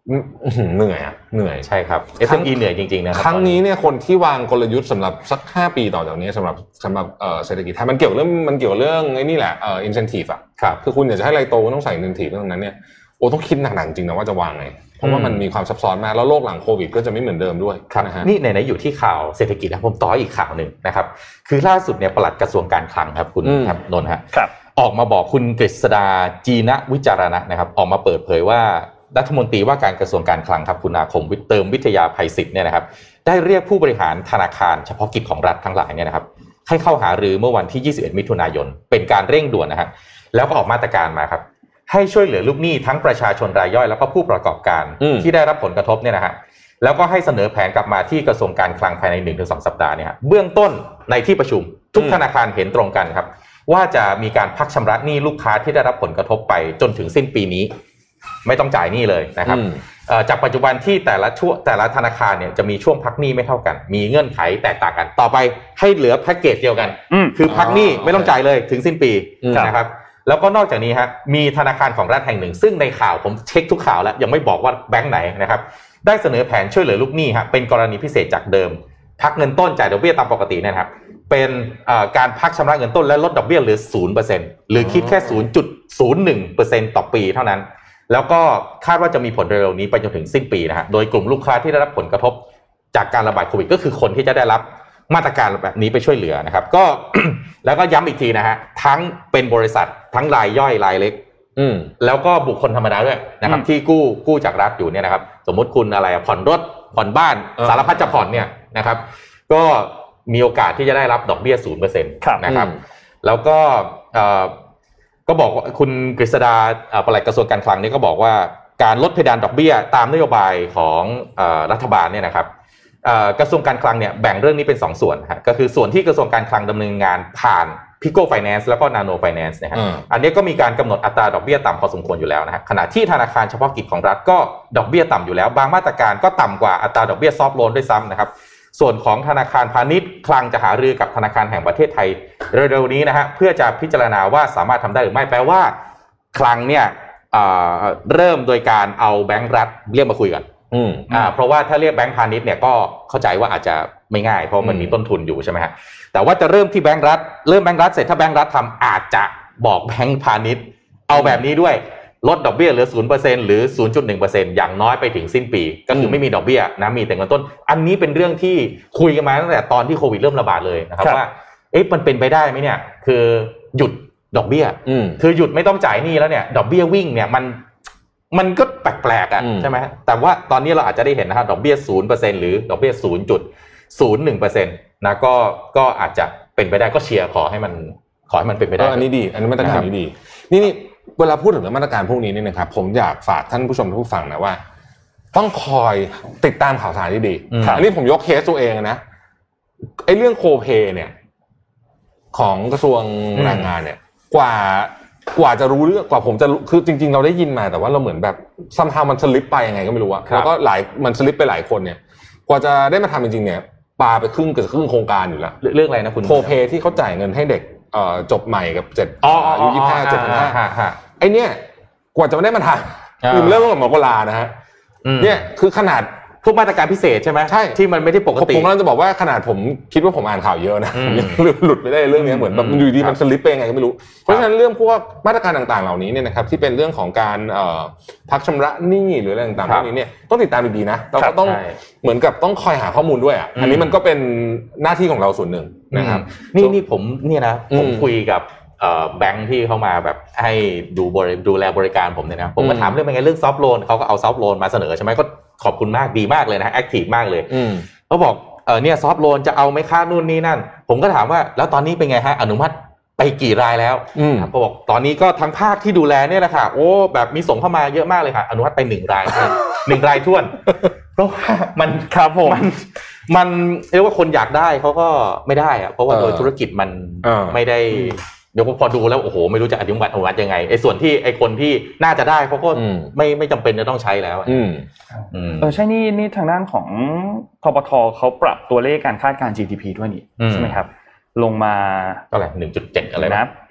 เหนื่อยอ่ะเหนื่อยใช่ครับ เอส เอ็ม อี เหนื่อยจริงๆนะครับครั้งนี้เนี่ยคนที่วางกลยุทธ์สำหรับสักห้าปีต่อจากนี้สำหรับสำหรับเอ่อเศรษฐกิจไทยมันเกี่ยวเรื่องมันเกี่ยวเรื่องไอ้นี่แหละเอ่อ incentive อ่ะครับคือคุณอยากจะให้อะไรโตก็ต้องใส่ incentive เรื่องนั้นเนี่ยโอ้ต้องคิดหนักๆจริงนะว่าจะวางไงเพราะว่ามันมีความซับซ้อนมากแล้วโลกหลังโควิดก็จะไม่เหมือนเดิมด้วยนะฮะนี่ไหนๆอยู่ที่ข่าวเศรษฐกิจนะผมต่ออีกข่าวนึงนะครับคือล่าสุดเนี่ยปลัดกระทรวงการคลังครับคุณครับนนท์ฮะออกมาบอกคุณกฤษดาจีนะวิจารณะนะครับออกมาเปิดเผยว่ารัฐมนตรีว่าการกระทรวงการคลังครับคุณอาคมวิเติมวิทยาภัยศิษย์เนี่ยนะครับได้เรียกผู้บริหารธนาคารเฉพาะกิจของรัฐทั้งหลายเนี่ยนะครับให้เข้าหารือเมื่อวันที่ยี่สิบเอ็ดมิถุนายนเป็นการเร่งด่วนนะฮะแล้วก็ออกมาตรการมาครับให้ช่วยเหลือลูกหนี้ทั้งประชาชนรายย่อยแล้วก็ผู้ประกอบการที่ได้รับผลกระทบเนี่ยนะฮะแล้วก็ให้เสนอแผนกลับมาที่กระทรวงการคลังภายใน หนึ่งถึงสอง สัปดาห์เนี่ยฮะเบื้องต้นในที่ประชุมทุกธนาคารเห็นตรงกันครับว่าจะมีการพักชำระหนี้ลูกค้าที่ได้รับผลกระทบไปจนถึงสิ้นปีนี้ไม่ต้องจ่ายหนี้เลยนะครับจากปัจจุบันที่แต่ละช่วงแต่ละธนาคารเนี่ยจะมีช่วงพักหนี้ไม่เท่ากันมีเงื่อนไขแตกต่างกันต่อไปให้เหลือแพ็กเกจเดียวกันคือพักหนี้ไม่ต้องจ่ายเลยถึงสิ้นปีนะครับแล้วก็นอกจากนี้ฮะมีธนาคารของรัฐแห่งหนึ่งซึ่งในข่าวผมเช็คทุกข่าวแล้วยังไม่บอกว่าแบงค์ไหนนะครับได้เสนอแผนช่วยเหลือลูกหนี้ฮะเป็นกรณีพิเศษจากเดิมพักเงินต้นจ่ายดอกเบี้ยตามปกตินะครับเป็นการพักชำระเงินต้นและลดดอกเบี้ยเหลือ ศูนย์เปอร์เซ็นต์ หรือคิดแค่ ศูนย์จุดศูนย์หนึ่งเปอร์เซ็นต์ ต่อปีเท่านั้นแล้วก็คาดว่าจะมีผลเร็วๆนี้ไปจนถึงสิ้นปีนะฮะโดยกลุ่มลูกค้าที่ได้รับผลกระทบจากการระบาดโควิดก็คือคนที่จะได้รับมาตรการแบบนี้ไปช่วยเหลือนะครับก็ แล้วก็ย้ำอีกทีนะฮะทั้งเป็นบริษัททั้งรายย่อยรายเล็กแล้วก็บุคคลธรรมดาด้วยนะครับที่กู้กู้จากรัฐอยู่เนี่ยนะครับสมมุติคุณอะไรผ่อนรถผ่อนบ้านสารพัดจะผ่อนเนี่ยนะครับก็มีโอกาสที่จะได้รับดอกเบี้ย ศูนย์เปอร์เซ็นต์ นะครับแล้วก็ก็บอกว่าคุณกฤษดาปลัดกระทรวงการคลังนี่ก็บอกว่าการลดเพดานดอกเบี้ยตามนโยบายของรัฐบาลเนี่ยนะครับกระทรวงการคลังเนี่ยแบ่งเรื่องนี้เป็นสองส่วนฮะก็คือส่วนที่กระทรวงการคลังดำเนินงานผ่าน Pico Finance แล้วก็ Nano Finance นะฮะอันนี้ก็มีการกำหนดอัตราดอกเบี้ยต่ำพอสมควรอยู่แล้วนะฮะขณะที่ธนาคารเฉพาะกิจของรัฐก็ดอกเบี้ยต่ำอยู่แล้วบางมาตรการก็ต่ำกว่าอัตราดอกเบี้ยซอฟท์โลนด้วยซ้ำนะครับส่วนของธนาคารพาณิชย์คลังจะหารือกับธนาคารแห่งประเทศไทยเร็วๆนี้นะฮะเพื่อจะพิจารณาว่าสามารถทำได้หรือไม่แปลว่าคลังเนี่ยเริ่มโดยการเอาแบงก์รัฐเรียกมาคุยกันอืมอ่าเพราะว่าถ้าเรียกแบงก์พาณิชย์เนี่ยก็เข้าใจว่าอาจจะไม่ง่ายเพราะมันมีต้นทุนอยู่ใช่ไหมฮะแต่ว่าจะเริ่มที่แบงก์รัฐเริ่มแบงก์รัฐเสร็จถ้าแบงก์รัฐทำอาจจะบอกแบงก์พาณิชย์เอาแบบนี้ด้วยลดดอกเบี้ยเหลือ ศูนย์เปอร์เซ็นต์ หรือ ศูนย์จุดหนึ่งเปอร์เซ็นต์ อย่างน้อยไปถึงสิ้นปีก็คือไม่มีดอกเบี้ยนะมีแต่เงินต้นอันนี้เป็นเรื่องที่คุยกันมาตั้งแต่ตอนที่โควิดเริ่มระบาดเลยนะครับว่าเอ๊ะมันเป็นไปได้ไหมเนี่ยคือหยุดดอกเบี้ยคือหยุดไม่ต้องจ่ายหนี้แล้วเนี่ยดอกเบี้ยวิ่งเนี่ยมันมันก็แปลกๆอ่ะใช่ไหมแต่ว่าตอนนี้เราอาจจะได้เห็นนะครับดอกเบี้ย ศูนย์เปอร์เซ็นต์ หรือดอกเบี้ย ศูนย์จุดศูนย์หนึ่งเปอร์เซ็นต์ นะก็ก็อาจจะเป็นไปได้ก็เชียร์ขอให้มันขอให้มันเป็นไปได้อันนี้ดีอันนี้มาตรการนี้ดีนี่นี่เวลาพูดถึงเรื่องมาตรการพวกนี้นี่นะครับผมอยากฝากท่านผู้ชมทุกฝั่งนะว่าต้องคอยติดตามข่าวสารที่ดีอันนี้ผมยกเคสตัวเองนะไอ้เรื่องโคเพเนี่ยของกระทรวงแรงงานเนี่ยกว่ากว่าจะรู้เรื่องกว่าผมจะคือจริงๆเราได้ยินมาแต่ว่าเราเหมือนแบบซัมฮาวมันสลิปไปยังไงก็ไม่รู้อะแล้วก็หลายมันสลิปไปหลายคนเนี่ยกว่าจะได้มาทำจริงๆเนี่ยปาไปครึ่งเกือบครึ่งโครงการอยู่แล้วเรื่องอะไรนะคุณโคเพที่เขาจ่ายเงินให้เด็กเอ่อจบใหม่กับเจ็ดอายุยี่สิบห้า เจ็ดพันห้าร้อยไอ้เนี่ยกว่าจะได้มาทำคือเรื่องของมกรานะฮะเนี่ยคือขนาดพวกมาตรการพิเศษใช่ไหมใช่ที่มันไม่ได้ปกติผมกำลังจะบอกว่าขนาดผมคิดว่าผมอ่านข่าวเยอะนะผมยังหลุดไปได้เรื่องนี้เหมือนแบบมันอยู่ดีมันสลิปไปยังไงก็ไม่รู้เพราะฉะนั้นเรื่องพวกมาตรการต่างๆเหล่านี้เนี่ยนะครับที่เป็นเรื่องของการพักชำระหนี้หรืออะไรต่างๆพวกนี้เนี่ยต้องติดตามดีๆนะเราก็ต้องเหมือนกับต้องคอยหาข้อมูลด้วยอ่ะอันนี้มันก็เป็นหน้าที่ของเราส่วนหนึ่งนะครับนี่นี่ผมเนี่ยนะผมคุยกับแบงค์ที่เข้ามาแบบให้ดูบริดูแลบริการผมเนี่ยนะผมก็ถามเรื่องเป็นไงเรื่องซอฟท์โลนเขาก็เอาซอฟท์โลนมาเสนอใช่ไหมก็ขอบคุณมากดีมากเลยนะแอคทีฟมากเลยเขาบอกเออเนี่ยซอฟท์โลนจะเอาไหมค่านู่นนี่นั่นผมก็ถามว่าแล้วตอนนี้เป็นไงฮะอนุมัติไปกี่รายแล้วเขาบอกตอนนี้ก็ทั้งภาคที่ดูแลเนี่ยนะคะโอ้แบบมีส่งเข้ามาเยอะมากเลยค่ะอนุมัติไปหนึ่งรายหนึ่งรายท้วนเพราะว่ามันครับผมมันมันเรียกว่าคนอยากได้เขาก็ไม่ได้อะเพราะว่าโดยธุรกิจมันไม่ได้เดี๋ยวพอดูแล้วโอ้โหไม่รู้จะอนุมัติอนุมัติยังไงไอ้ส่วนที่ไอ้คนที่น่าจะได้เขาก็ไม่ไม่จำเป็นจะต้องใช้แล้วอืมเออใช่นี่นี่ทางด้านของธปทเขาปรับตัวเลขการคาดการณ์ จี ดี พี ด้วยนี่ใช่ไหมครับลงมาเท่าไหร่ หนึ่งจุดเจ็ด อะไรนะ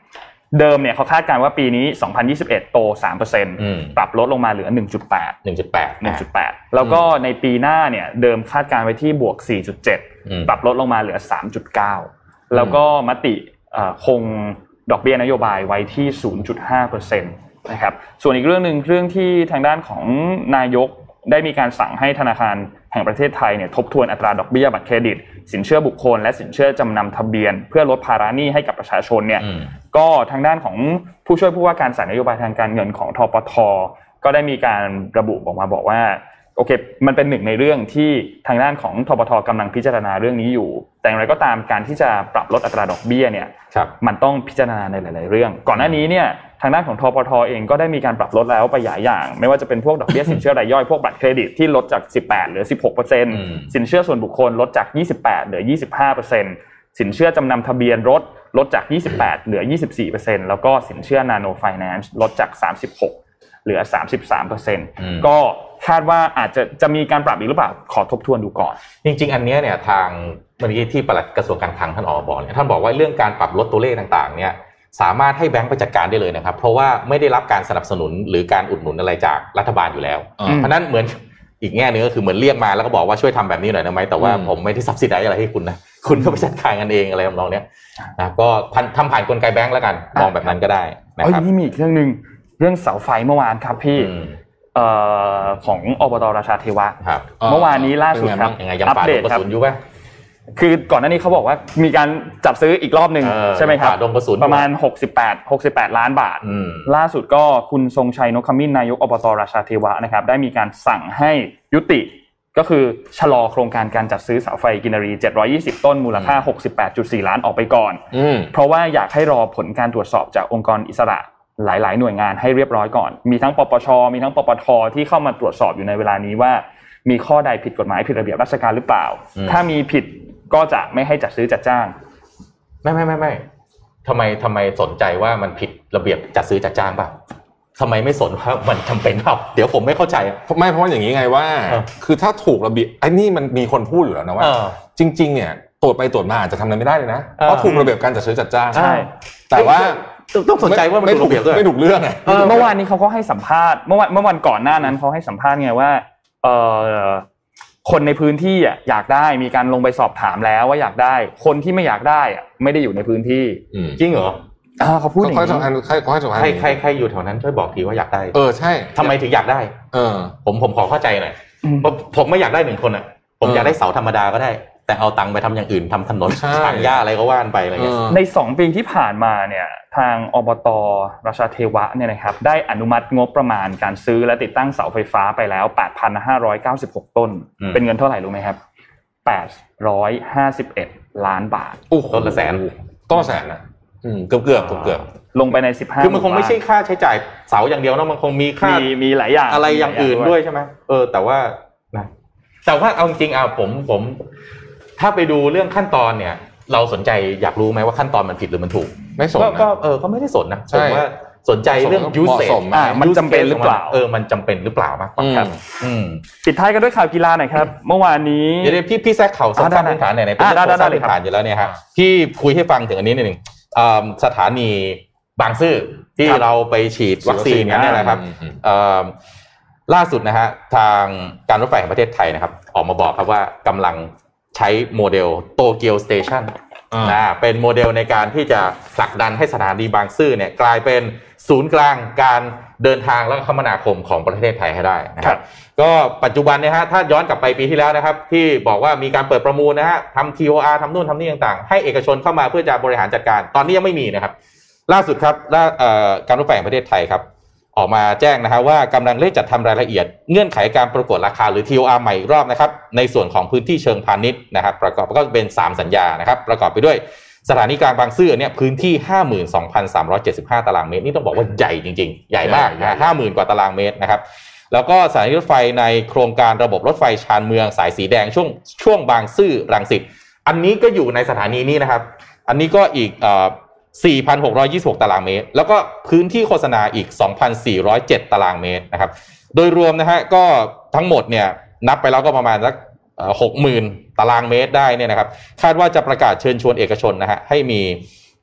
เดิมเนี่ยเขาคาดการณ์ว่าปีนี้สองพันยี่สิบเอ็ดโต สามเปอร์เซ็นต์ ปรับลดลงมาเหลือ หนึ่งจุดแปดหนึ่งจุดแปดหนึ่งจุดแปด แล้วก็ในปีหน้าเนี่ยเดิมคาดการณ์ไว้ที่บวก สี่จุดเจ็ด ปรับลดลงมาเหลือ สามจุดเก้า แล้วก็มติคงดอกเบี้ยนโยบายไว้ที่ ศูนย์จุดห้าเปอร์เซ็นต์ นะครับส่วนอีกเรื่องนึงเรื่องที่ทางด้านของนายกได้มีการสั่งให้ธนาคารแห่งประเทศไทยเนี่ยทบทวนอัตราดอกเบี้ยบัตรเครดิตสินเชื่อบุคคลและสินเชื่อจำนำทะเบียนเพื่อลดภาระหนี้ให้กับประชาชนเนี่ยก็ทางด้านของผู้ช่วยผู้ว่าการสายนโยบายทางการเงินของธปท.ก็ได้มีการระบุออกมาบอกว่าโอเคมันเป็นหนึ่งในเรื่องที่ทางด้านของธปท.กำลังพิจารณาเรื่องนี้อยู่แต่อย่างไรก็ตามการที่จะปรับลดอัตราดอกเบี้ยเนี่ยมันต้องพิจารณาในหลายๆเรื่องก่อนหน้านี้เนี่ยทางด้านของธปท.เองก็ได้มีการปรับลดแล้วไปหลายอย่างไม่ว่าจะเป็นพวกดอกเบี้ยสินเชื่อรายย่อยพวกบัตรเครดิตที่ลดจากสิบแปดเหลือ สิบหกเปอร์เซ็นต์ สินเชื่อส่วนบุคคลลดจากยี่สิบแปดเหลือ ยี่สิบห้าเปอร์เซ็นต์ สินเชื่อจำนำทะเบียนรถลดจากยี่สิบแปดเหลือ ยี่สิบสี่เปอร์เซ็นต์ แล้วก็สินเชื่อนาโนไฟแนนซ์ลดจากสามสิบหกเหลือ สามสิบสามเปอร์เซ็นต์ ก็คาดว่าอาจจะจะมีการปรับอีกหรือเปล่าขอทบทวนดูก่อนจริงๆอันนี้เนี่ยทางเมื่อกี้ที่ปลัดกระทรวงการคลังท่านออกมาบอกเนี่ยท่านบอกว่าเรื่องการปรับลดตัวเลขต่างๆเนี่ยสามารถให้แบงค์ไปจัดการได้เลยนะครับเพราะว่าไม่ได้รับการสนับสนุนหรือการอุดหนุนอะไรจากรัฐบาลอยู่แล้วเพราะนั้นเหมือนอีกแง่นึงก็คือเหมือนเรียกมาแล้วก็บอกว่าช่วยทำแบบนี้หน่อยได้ไหมแต่ว่าผมไม่ได้ซับซิไดซ์อะไรให้คุณนะคุณก็ไปจัดการกันเองอะไรทำนองนี้นะก็ทำผ่านกลไกแบงค์แล้วกันมองแบบนั้นก็ได้นะครับนี่มีอีกเรื่องนึงเรื่องเสาไฟเมื่อวานครับพี่เอ่อของอบต.ราชาเทวะเมื่อวานนี้ล่าสุดครับอัปเดตครับคือก่อนหน้านี้เขาบอกว่ามีการจับซื้ออีกรอบนึงใช่ไหมครับประมาณหกสิบแปด หกสิบแปดล้านบาทล่าสุดก็คุณทรงชัยนกขมิ้นนายกอบต.ราชาเทวะนะครับได้มีการสั่งให้ยุติก็คือชะลอโครงการการจัดซื้อเสาไฟกินรีเจ็ดร้อยยี่สิบต้นมูลค่า หกสิบแปดจุดสี่ ล้านออกไปก่อนเพราะว่าอยากให้รอผลการตรวจสอบจากองค์กรอิสระหลายๆหน่วยงานให้เรียบร้อยก่อนมีทั้งปปชมีทั้งปปทที่เข้ามาตรวจสอบอยู่ในเวลานี้ว่ามีข้อใดผิดกฎหมายผิดระเบียบราชการหรือเปล่าถ้ามีผิดก็จะไม่ให้จัดซื้อจัดจ้างไม่ไม่ไม่ไม่ทำไมทำไมสนใจว่ามันผิดระเบียบจัดซื้อจัดจ้างป่ะทำไมไม่สนว่ามันจำเป็นเปล่าเดี๋ยวผมไม่เข้าใจไม่เพราะว่าอย่างนี้ไงว่าคือถ้าถูกระเบียบไอ้นี่มันมีคนพูดอยู่แล้วนะว่าจริงๆเนี่ยตรวจไปตรวจมาอาจจะทำอะไรไม่ได้เลยนะเพราะถูกระเบียบการจัดซื้อจัดจ้างใช่แต่ว่าต้องสนใจว่ามันถูกระเบียบด้วยไม่ถูกเรื่องไงเมื่อวานนี้เขาก็ให้สัมภาษณ์เมื่อวันเมื่อวันก่อนหน้านั้นเขาให้สัมภาษณ์ไงว่าเอ่อคนในพื้นที่อ่ะอยากได้มีการลงไปสอบถามแล้วว่าอยากได้คนที่ไม่อยากได้อ่ะไม่ได้อยู่ในพื้นที่จริงเหรออ่าเขาพูดอย่างนี้ใครใครใครอยู่แถวนั้นช่วยบอกทีว่าอยากได้เออใช่ทำไมถึงอยากได้เออผมผมขอเข้าใจหน่อยผมไม่อยากได้หนึ่งคนอ่ะผมอยากได้เสาธรรมดาก็ได้แต่เอาตังค์ไปทำอย่างอื่นทำถนนทางหญ้าอะไรก็ว่านไปอะไรเงี้ยในสองปีที่ผ่านมาเนี่ยทางอบต.ราชาเทวะเนี่ยนะครับได้อนุมัติงบประมาณการซื้อและติดตั้งเสาไฟฟ้าไปแล้ว แปดพันห้าร้อยเก้าสิบหก ต้นเป็นเงินเท่าไหร่รู้ไหมครับแปดร้อยห้าสิบเอ็ดล้านบาทต้นละแสนต้นละแสนนะอืมเกือบๆเกือบๆลงไปในสิบห้าคือมันคงไม่ใช่ค่าใช้จ่ายเสาอย่างเดียวนะมันคงมีค่ามีมีหลายอย่างอะไรอย่างอื่นด้วยใช่มั้ยเออแต่ว่านะแต่ว่าเอาจริงๆอ่ะผมผมถ้าไปดูเรื่องขั้นตอนเนี่ยเราสนใจอยากรู้ไหมว่าขั้นตอนมันผิดหรือมันถูกไม่สนก็เออก็ไม่ได้สนนะผมว่าสนใจเรื่อง usage อ่ามันจำเป็นหรือเปล่าเออมันจำเป็นหรือเปล่ามากกว่าครับอืมปิดท้ายกันด้วยข่าวกีฬาหน่อยครับเมื่อวานนี้เดี๋ยวพี่พี่แซกข่าวสั้นๆพื้นฐานไหนๆเป็นเรื่องสั้นๆพื้นฐานอยู่แล้วเนี่ยครับพี่คุยให้ฟังถึงอันนี้นิดนึงอ่าสถานีบางซื่อที่เราไปฉีดวัคซีนกันเนี่ยนะครับอ่าล่าสุดนะฮะทางการรถไฟแห่งประเทศไทยนะครับออกมาบอกครับว่ากำลังใช้โมเดลโตเกียวสเตชันนะเป็นโมเดลในการที่จะผลักดันให้สถานีบางซื่อเนี่ยกลายเป็นศูนย์กลางการเดินทางและคมนาคมของประเทศไทยให้ได้นะครับก็ปัจจุบันเนี่ยฮะถ้าย้อนกลับไปปีที่แล้วนะครับที่บอกว่ามีการเปิดประมูลนะฮะทำ ที โอ อาร์ ทำนู่นทำนี่ต่างๆให้เอกชนเข้ามาเพื่อจะบริหารจัดการตอนนี้ยังไม่มีนะครับล่าสุดครับการรถไฟแห่งประเทศไทยครับออกมาแจ้งนะฮะว่ากำลังเร่งจัดทำรายละเอียดเงื่อนไขการประกวดราคาหรือ ที โอ อาร์ ใหม่อีกรอบนะครับในส่วนของพื้นที่เชิงพาณิชย์นะครับประกอบก็เป็นสามสัญญานะครับประกอบไปด้วยสถานีกลางบางซื่อเนี่ยพื้นที่ ห้าหมื่นสองพันสามร้อยเจ็ดสิบห้า ตารางเมตรนี่ต้องบอกว่าใหญ่จริงๆใหญ่มากนะ ห้าหมื่น กว่าตารางเมตรนะครับแล้วก็สถานีรถไฟในโครงการระบบรถไฟชานเมืองสายสีแดงช่วงช่วงบางซื่อรังสิตอันนี้ก็อยู่ในสถานีนี้นะครับอันนี้ก็อีกเอ่อสี่พันหกร้อยยี่สิบหก ตารางเมตรแล้วก็พื้นที่โฆษณาอีก สองพันสี่ร้อยเจ็ด ตารางเมตรนะครับโดยรวมนะฮะก็ทั้งหมดเนี่ยนับไปแล้วก็ประมาณสัก หกหมื่น ตารางเมตรได้เนี่ยนะครับคาดว่าจะประกาศเชิญชวนเอกชนนะฮะให้มี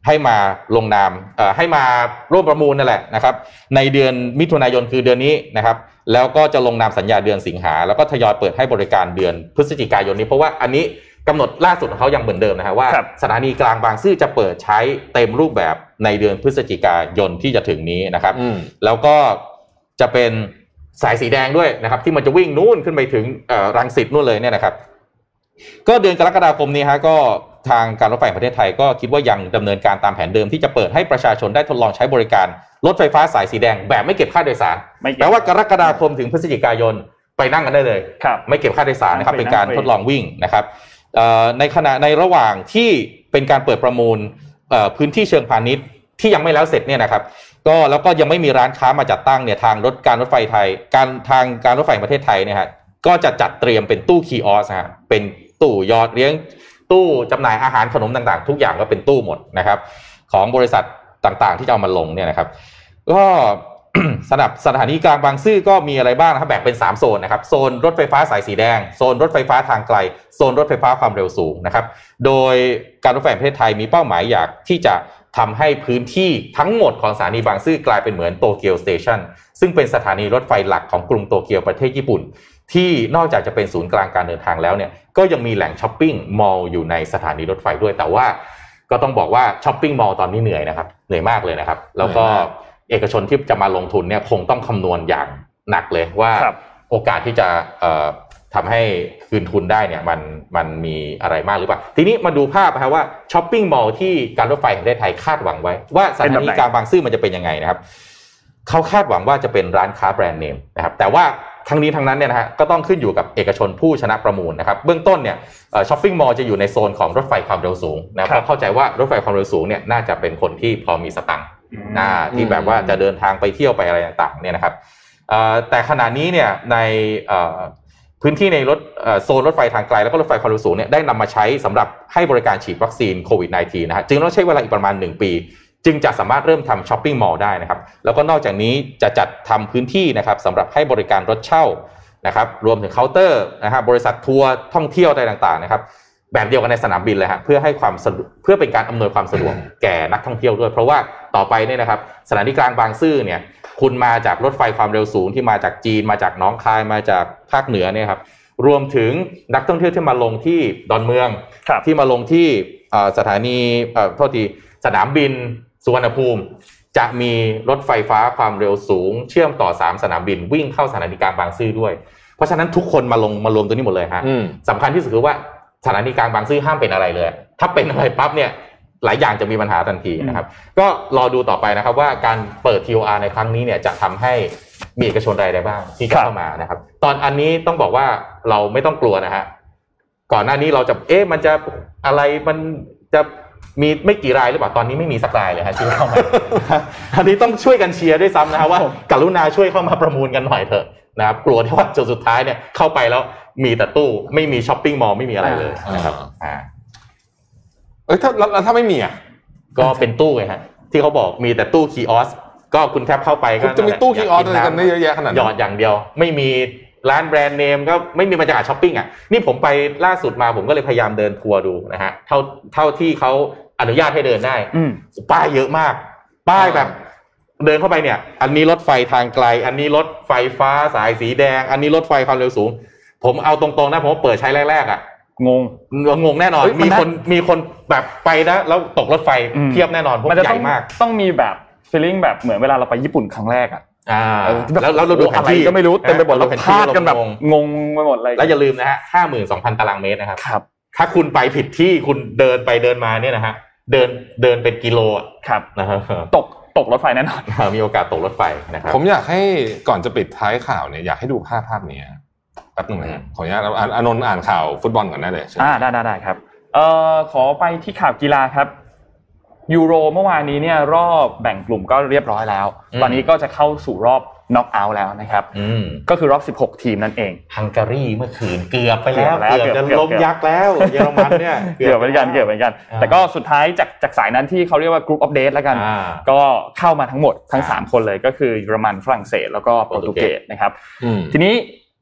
ให้มาลงนามเอ่อให้มาร่วมประมูลนั่นแหละนะครับในเดือนมิถุนายนคือเดือนนี้นะครับแล้วก็จะลงนามสัญญาเดือนสิงหาแล้วก็ทยอยเปิดให้บริการเดือนพฤศจิกายนนี้เพราะว่าอันนี้กำหนดล่าสุดของเขายังเหมือนเดิมนะฮะว่าสถานีกลางบางซื่อจะเปิดใช้เต็มรูปแบบในเดือนพฤศจิกายนที่จะถึงนี้นะครับแล้วก็จะเป็นสายสีแดงด้วยนะครับที่มันจะวิ่งนู่นขึ้นไปถึงรังสิตนู่นเลยเนี่ยนะครับก็เดือนกรกฎาคมนี้ฮะก็ทางการรถไฟแห่งประเทศไทยก็คิดว่ายังดำเนินการตามแผนเดิมที่จะเปิดให้ประชาชนได้ทดลองใช้บริการรถไฟฟ้าสายสีแดงแบบไม่เก็บค่าโดยสารแปลว่ากรกฎาคมถึงพฤศจิกายนไปนั่งกันได้เลยไม่เก็บค่าโดยสารนะครับเป็นการทดลองวิ่งนะครับในขณะในระหว่างที่เป็นการเปิดประมูลพื้นที่เชิงพาณิชย์ที่ยังไม่แล้วเสร็จเนี่ยนะครับก็แล้วก็ยังไม่มีร้านค้ามาจัดตั้งเนี่ยทางรถการรถไฟไทยการทางการรถไฟแห่งประเทศไทยเนี่ยฮะก็จะจัดเตรียมเป็นตู้คีออสฮะเป็นตู้ยอดเลี้ยงตู้จำหน่ายอาหารขนมต่างๆทุกอย่างก็เป็นตู้หมดนะครับของบริษัทต่างๆที่จะเอามาลงเนี่ยนะครับก็สำหรับสถานีกลางบางซื่อก็มีอะไรบ้างนะครับแบ่งเป็นสามโซนนะครับโซนรถไฟฟ้าสายสีแดงโซนรถไฟฟ้าทางไกลโซนรถไฟฟ้าความเร็วสูงนะครับโดยการรถไฟแห่งประเทศไทยมีเป้าหมายอยากที่จะทำให้พื้นที่ทั้งหมดของสถานีบางซื่อกลายเป็นเหมือนโตเกียวสเตชันซึ่งเป็นสถานีรถไฟหลักของกรุงโตเกียวประเทศญี่ปุ่นที่นอกจากจะเป็นศูนย์กลางการเดินทางแล้วเนี่ยก็ยังมีแหล่งช้อปปิ้งมอลล์อยู่ในสถานีรถไฟด้วยแต่ว่าก็ต้องบอกว่าช้อปปิ้งมอลล์ตอนนี้เหนื่อยนะครับเหนื่อยมากเลยนะครับแล้วก็เอกชนที่จะมาลงทุนเนี่ยคงต้องคำนวณอย่างหนักเลยว่าโอกาสที่จะเอ่อทำให้คืนทุนได้เนี่ยมันมันมีอะไรมากหรือเปล่าทีนี้มาดูภาพนะครับว่าช้อปปิ้งมอลล์ที่การรถไฟแห่งประเทศไทยคาดหวังไว้ว่าสถานีกลางบางซื่อมันจะเป็นยังไงนะครับเขาคาดหวังว่าจะเป็นร้านค้าแบรนด์เนมนะครับแต่ว่าทั้งนี้ทั้งนั้นเนี่ยนะฮะก็ต้องขึ้นอยู่กับเอกชนผู้ชนะประมูลนะครับเบื้องต้นเนี่ยช้อปปิ้งมอลล์จะอยู่ในโซนของรถไฟความเร็วสูงนะเพราะเข้าใจว่ารถไฟความเร็วสูงเนี่ยน่าจะเป็นคนที่พอมีสตังค์นะที่แบบว่าจะเดินทางไปเที่ยวไปอะไรต่างๆเนี่ยนะครับแต่ขณะนี้เนี่ยในพื้นที่ในรถโซนรถไฟทางไกลแล้วก็รถไฟความเร็วสูงเนี่ยได้นำมาใช้สำหรับให้บริการฉีดวัคซีนโควิด สิบเก้า นะฮะจึงต้องใช้เวลาอีกประมาณหนึ่งปีจึงจะสามารถเริ่มทำช้อปปิ้งมอลล์ได้นะครับแล้วก็นอกจากนี้จะจัดทำพื้นที่นะครับสำหรับให้บริการรถเช่านะครับรวมถึงเคาน์เตอร์นะครับบริษัททัวร์ท่องเที่ยวอะไรต่างๆนะครับแบบเดียวกันในสนามบินเลยฮะเพื่อให้ความเพื่อเป็นการอำนวยความสะดวกแก่นักท่องเที่ยวด้วยเพราะว่าต่อไปเนี่ยนะครับสถานีกลางบางซื่อเนี่ยคุณมาจากรถไฟความเร็วสูงที่มาจากจีนมาจากหนองคายมาจากภาคเหนือเนี่ยครับรวมถึงนักท่องเที่ยวที่มาลงที่ดอนเมืองที่มาลงที่สถานีโทษทีสนามบินสุวรรณภูมิจะมีรถไฟฟ้าความเร็วสูงเชื่อมต่อสามสนามบินวิ่งเข้าสถานีกลางบางซื่อด้วยเพราะฉะนั้นทุกคนมาลงมารวมตัวนี้หมดเลยฮะสำคัญที่สุดคือว่าสถานีกลางบางซื่อห้ามเป็นอะไรเลยถ้าเป็นอะไรปั๊บเนี่ยหลายอย่างจะมีปัญหาทันทีนะครับก็รอดูต่อไปนะครับว่าการเปิด ที โอ อาร์ ในครั้งนี้เนี่ยจะทำให้มีเอกชนรายใดบ้างที่จะเข้ามานะครับตอนอันนี้ต้องบอกว่าเราไม่ต้องกลัวนะฮะก่อนหน้านี้เราจะเอ๊ะมันจะอะไรมันจะมีไม่กี่รายหรือเปล่าตอนนี้ไม่มีสักรายเลยฮะที่เข้ามาอันนี้ต้องช่วยกันเชียร์ด้วยซ้ำนะครับว่ากรุณาช่วยเข้ามาประมูลกันหน่อยเถอะนะครับกลัวที่ว่าจนสุดท้ายเนี่ยเข้าไปแล้วมีแต่ตู้ไม่มีช้อปปิ้งมอลล์ไม่มีอะไรเลยนะครับอ่าเอ้ยถ้าแล้วถ้าไม่มีอ่ะก็เป็นตู้ไงฮะที่เขาบอกมีแต่ตู้คีออสก็คุณแทบเข้าไปก็จะมีตู้คีออสอะไรกันได้เยอะแยะขนาดนั้นหยอดอย่างเดียวไม่มีร้านแบรนด์เนมก็ไม่มีบรรยากาศช้อปปิ้งอ่ะนี่ผมไปล่าสุดมาผมก็เลยพยายามเดินทัวร์ดูนะฮะเท่าเท่าที่เขาอนุญาตให้เดินได้ป้ายเยอะมากป้ายแบบเดินเข้าไปเนี่ยอันนี้รถไฟทางไกลอันนี้รถไฟฟ้าสายสีแดงอันนี้รถไฟความเร็วสูงผมเอาตรงๆนะผมเปิดใช้แรกๆอ่ะงงงงแน่นอนมีคนมีคนแบบไปนะแล้วตกรถไฟเทียบแน่นอนเพราะใหญ่มากต้องมีแบบ feeling แบบเหมือนเวลาเราไปญี่ปุ่นครั้งแรกอ่ะอ่าแล้วเราดูแผนที่ก็ไม่รู้เต็มไปหมดเราพลาดกันแบบงงไปหมดเลยแล้วอย่าลืมนะฮะ ห้าหมื่นสองพัน ตารางเมตรนะครับถ้าคุณไปผิดที่คุณเดินไปเดินมาเนี่ยนะฮะเดินเดินเป็นกิโลอ่ะครับนะครับตกตกรถไฟแน่นอนมีโอกาสตกรถไฟนะครับผมอยากให้ก่อนจะปิดท้ายข่าวเนี่ยอยากให้ดูภาพภาพนี้แป๊บนึงนะขออนุญาตอานนท์อ่านข่าวฟุตบอลก่อนได้เลยอ่าได้ได้ได้ครับเอ่อขอไปที่ข่าวกีฬาครับยูโรเมื่อวานนี้เนี่ยรอบแบ่งกลุ่มก็เรียบร้อยแล้วตอนนี้ก็จะเข้าสู่รอบน็อกเอาท์แล้วนะครับก็คือรอบสิบหกทีมนั่นเองฮังการีเมื่อคืนเกือบไปแล้วเกือบจะล้มยักษ์แล้วเยอรมันเนี่ยเกือบเหมือนกันเกือบเหมือนกันแต่ก็สุดท้ายจากจากสายนั้นที่เขาเรียกว่ากรุ๊ปอัปเดตแล้วกันก็เข้ามาทั้งหมดทั้งสามคนเลยก็คือเยอรมันฝรั่งเศสแล้วก็โปรตุเกสนะครับทีนี้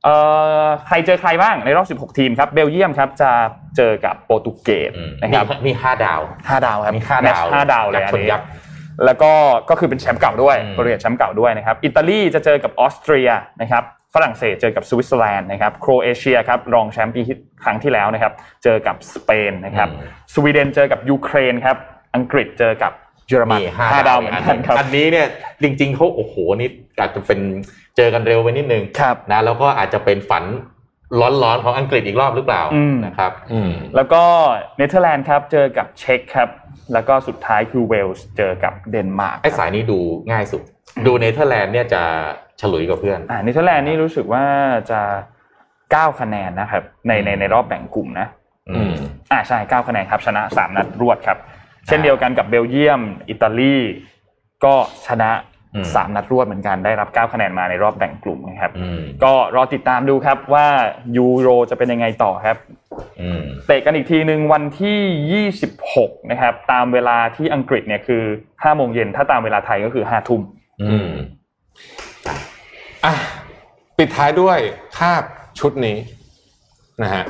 เอ่อใครเจอใครบ้างในรอบสิบหกทีมครับเบลเยียมครับจะเจอกับโปรตุเกสนะครับมีห้าดาวห้าดาวครับมีห้าดาวห้าดาวเลยอันนี้แล้วก็ก็คือเป็นแชมป์เก่าด้วยโปรตุเกสแชมป์เก่าด้วยนะครับอิตาลีจะเจอกับออสเตรียนะครับฝรั่งเศสเจอกับสวิตเซอร์แลนด์นะครับโครเอเชียครับรองแชมป์ปีครั้งที่แล้วนะครับเจอกับสเปนนะครับสวีเดนเจอกับยูเครนครับอังกฤษเจอกับเยอรมันห้าดาวเหมือนกันครับอันนี้เนี่ยจริงๆเขาโอ้โหนี่อาจจะเป็นเจอกันเร็วไปนิดนึงนะแล้วก็อาจจะเป็นฝันร้อนๆของอังกฤษอีกรอบหรือเปล่านะครับแล้วก็เนเธอร์แลนด์ครับเจอกับเช็กครับแล้วก็สุดท้ายคือเวลส์เจอกับเดนมาร์กไอ้สายนี้ดูง่ายสุดดูเนเธอร์แลนด์เนี่ยจะฉลุยกับเพื่อนอ่าเนเธอร์แลนด์นี่รู้สึกว่าจะเก้าคะแนนนะครับในในในรอบแบ่งกลุ่มนะอืมอ่าใช่เก้าคะแนนครับชนะสามนัดรวดครับเช่นเดียวกันกับเบลเยียมอิตาลีก็ชนะสามนัดรวดเหมือนกันได้รับเก้าคะแนนมาในรอบแบ่งกลุ่มนะครับก็รอติดตามดูครับว่ายูโรจะเป็นยังไงต่อครับเตะกันอีกทีนึงวันที่ยี่สิบหกนะครับตามเวลาที่อังกฤษเนี่ยคือ ห้าโมงเย็นถ้าตามเวลาไทยก็คือ ห้าทุ่มอืมอ่ะปิดท้ายด้วยภาพชุดนี้นะฮะ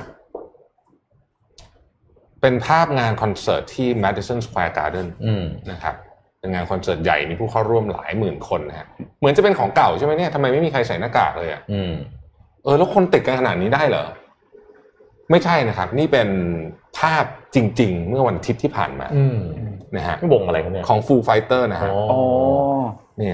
เป็นภาพงานคอนเสิร์ตที่ Madison Square Garden นะครับเป็นงานคอนเสิร์ตใหญ่มีผู้เข้าร่วมหลายหมื่นคนนะฮะเหมือนจะเป็นของเก่าใช่ไหมเนี่ยทำไมไม่มีใครใส่หน้ากากเลยอ่ะเออแล้วคนติดกันขนาดนี้ได้เหรอไม่ใช่นะครับนี่เป็นภาพจริงๆเมื่อวันอาทิตย์ที่ผ่านมานะฮะวงอะไรครับเนี่ยของ Foo Fighter นะฮะอ๋อเนี่ย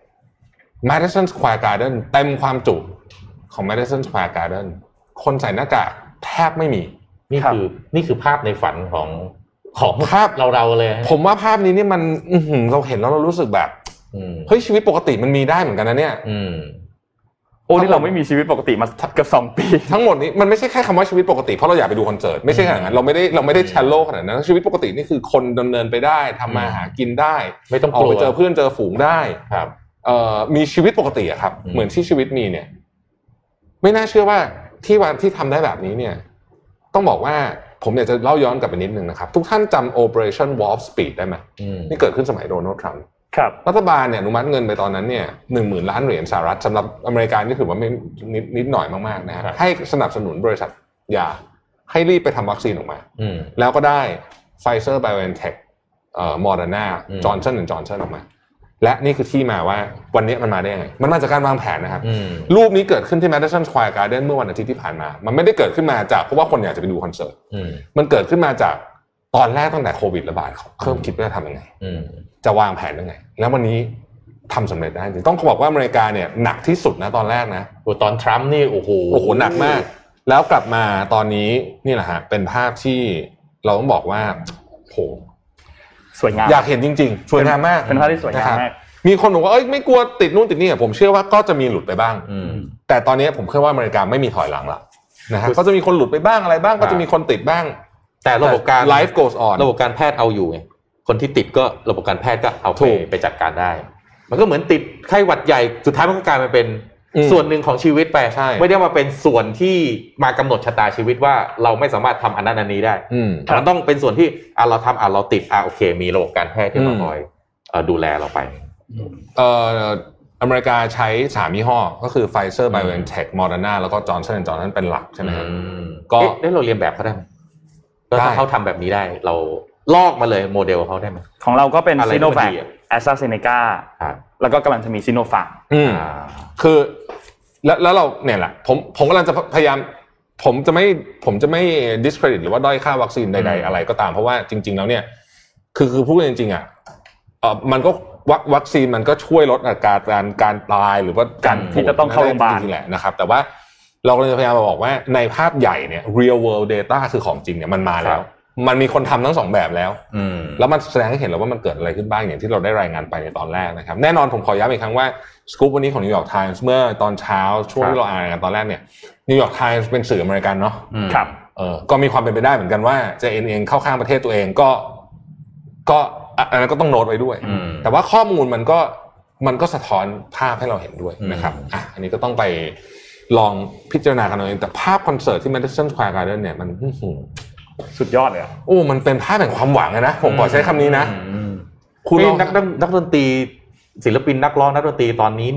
Madison Square Garden เต็มความจุของ Madison Square Garden คนใส่หน้ากากแทบไม่มีนี่คือนี่คือภาพในฝันของของภาพเราเราเลยผมว่าภาพนี้นี่มันเราเห็นแล้วเรารู้สึกแบบเฮ้ยชีวิตปกติมันมีได้เหมือนกันนะเนี่ยโอ้นี่เราไม่มีชีวิตปกติมาเกือบสองปีทั้งหมดนี้มันไม่ใช่แค่คำว่าชีวิตปกติเพราะเราอยากไปดูคอนเสิร์ตไม่ใช่ขนาดนั้นเราไม่ได้เราไม่ได้แชร์โลกขนาดนั้นชีวิตปกตินี่คือคนดำเนินไปได้ทำมาหากินได้ไม่ต้องออกไปเจอเพื่อนเจอฝูงได้ครับเอ่อมีชีวิตปกติอะครับเหมือนที่ชีวิตมีเนี่ยไม่น่าเชื่อว่าที่วันที่ทำได้แบบนี้เนี่ยต้องบอกว่าผมอยากจะเล่าย้อนกลับไปนิดนึงนะครับทุกท่านจำ Operation Warp Speed ได้ไหมนี่เกิดขึ้นสมัยโดนัลด์ทรัมป์รัฐบาลเนี่ยอนุมัติเงินไปตอนนั้นเนี่ยหนึ่งหมื่นล้านเหรียญสหรัฐสำหรับอเมริกานี่ถือว่าไม่นิดนิดหน่อยมากๆนะฮะให้สนับสนุนบริษัทยาให้รีบไปทำวัคซีนออกมาแล้วก็ได้ Pfizer BioNTech เอ่อ Moderna Johnson แอนด์ Johnson ออกมาและนี่คือที่มาว่าวันนี้มันมาได้ยังไงมันมาจากการวางแผนนะครับรูปนี้เกิดขึ้นที่ Madison Square Garden เมื่อวันอาทิตย์ที่ผ่านมามันไม่ได้เกิดขึ้นมาจากเพราะว่าคนอยากจะไปดูคอนเสิร์ตมันเกิดขึ้นมาจากตอนแรกตั้งแต่โควิดระบาดเขาเริ่มคิดว่าจะทำยังไงจะวางแผนยังไงแล้ววันนี้ทำสำเร็จได้จริงต้องบอกว่าอเมริกาเนี่ยหนักที่สุดนะตอนแรกนะโอ้ตอนทรัมป์นี่โอ้โหโอ้โหหนักมากแล้วกลับมาตอนนี้นี่แหละฮะเป็นภาพที่เราต้องบอกว่าโหสวยงามอยากเห็นจริงๆสวยงามมากเป็นภาพที่สวยงามมากมีคนบอกว่าเอ้ยไม่กลัวติดนู่นติดนี่ผมเชื่อว่าก็จะมีหลุดไปบ้างแต่ตอนนี้ผมเชื่อว่าอเมริกาไม่มีถอยหลังละนะฮะก็จะมีคนหลุดไปบ้างอะไรบ้างก็จะมีคนติดบ้างแต่ระบบการ life goes on ระบบการแพทย์เอาอยู่ไงคนที่ติดก็ระบบการแพทย์ก็เอาไปไปจัดการได้มันก็เหมือนติดไข้หวัดใหญ่สุดท้ายมันก็กลายมาเป็นส่วนหนึ่งของชีวิตไปไม่ได้มาเป็นส่วนที่มากำหนดชะตาชีวิตว่าเราไม่สามารถทำอันนั้นอันนี้ได้มันต้องเป็นส่วนที่อ่ะเราทำอ่ะเราติดอ่ะโอเคมีระบบการแพทย์ที่มาคอยดูแลเราไปเอ่ออเมริกาใช้สามยี่ห้อก็คือ Pfizer BioNTech Moderna แล้วก็ Johnson แอนด์ Johnson เป็นหลักใช่ไหมครับก็ได้เราเรียนแบบเขาได้ไหมก็ถ้าเขาทำแบบนี้ได้เราลอกมาเลยโมเดลเขาได้ไหมของเราก็เป็น Sinovac AstraZeneca แล้วก็กำลังจะมี Sinopharm คือแล้วแล้วเราเนี่ยแหละผมผมกำลังจะพยายามผมจะไม่ผมจะไม่ discredit หรือว่าด้อยค่าวัคซีนใดๆอะไรก็ตามเพราะว่าจริงๆแล้วเนี่ยคือคือพูดจริงๆอ่ะเอ่อมันก็วัคซีนมันก็ช่วยลดอาการการการตายหรือว่าการที่จะต้องเข้าโรงพยาบาลจริงๆแหละนะครับแต่ว่าเรากำลังจะพยายามบอกว่าในภาพใหญ่เนี่ย real world data คือของจริงเนี่ยมันมาแล้วมันมีคนทำทั้งสองแบบแล้วแล้วมันแสดงให้เห็นแล้วว่ามันเกิดอะไรขึ้นบ้างอย่างที่เราได้รายงานไปในตอนแรกนะครับแน่นอนผมขอย้ำอีกครั้งว่าสกู๊ปวันนี้ของ New York Times เมื่อตอนเช้าช่วงที่เราอ่านกันตอนแรกเนี่ย New York Times เป็นสื่ออเมริกันเนาะครับเออก็มีความเป็นไปได้เหมือนกันว่าจะเอ็นเองเข้าข้างประเทศตัวเองก็ก็อันนั้นก็ต้องโน้ตไว้ด้วยแต่ว่าข้อมูลมันก็มันก็สะท้อนภาพให้เราเห็นด้วยนะครับอ่ะอันนี้ก็ต้องไปลองพิจารณากันเอาเองแต่ภาพคอนเสิร์ตที่ Madison Square Garden เนี่ยมันสุดยอดเลยอ่ะโอ้มันเป็นภาพแห่งความหวังนะผมขอใช้คำนี้นะคุณนักนักดนตรีศิลปินนักร้องนักดนตรีตอนนี้โอ้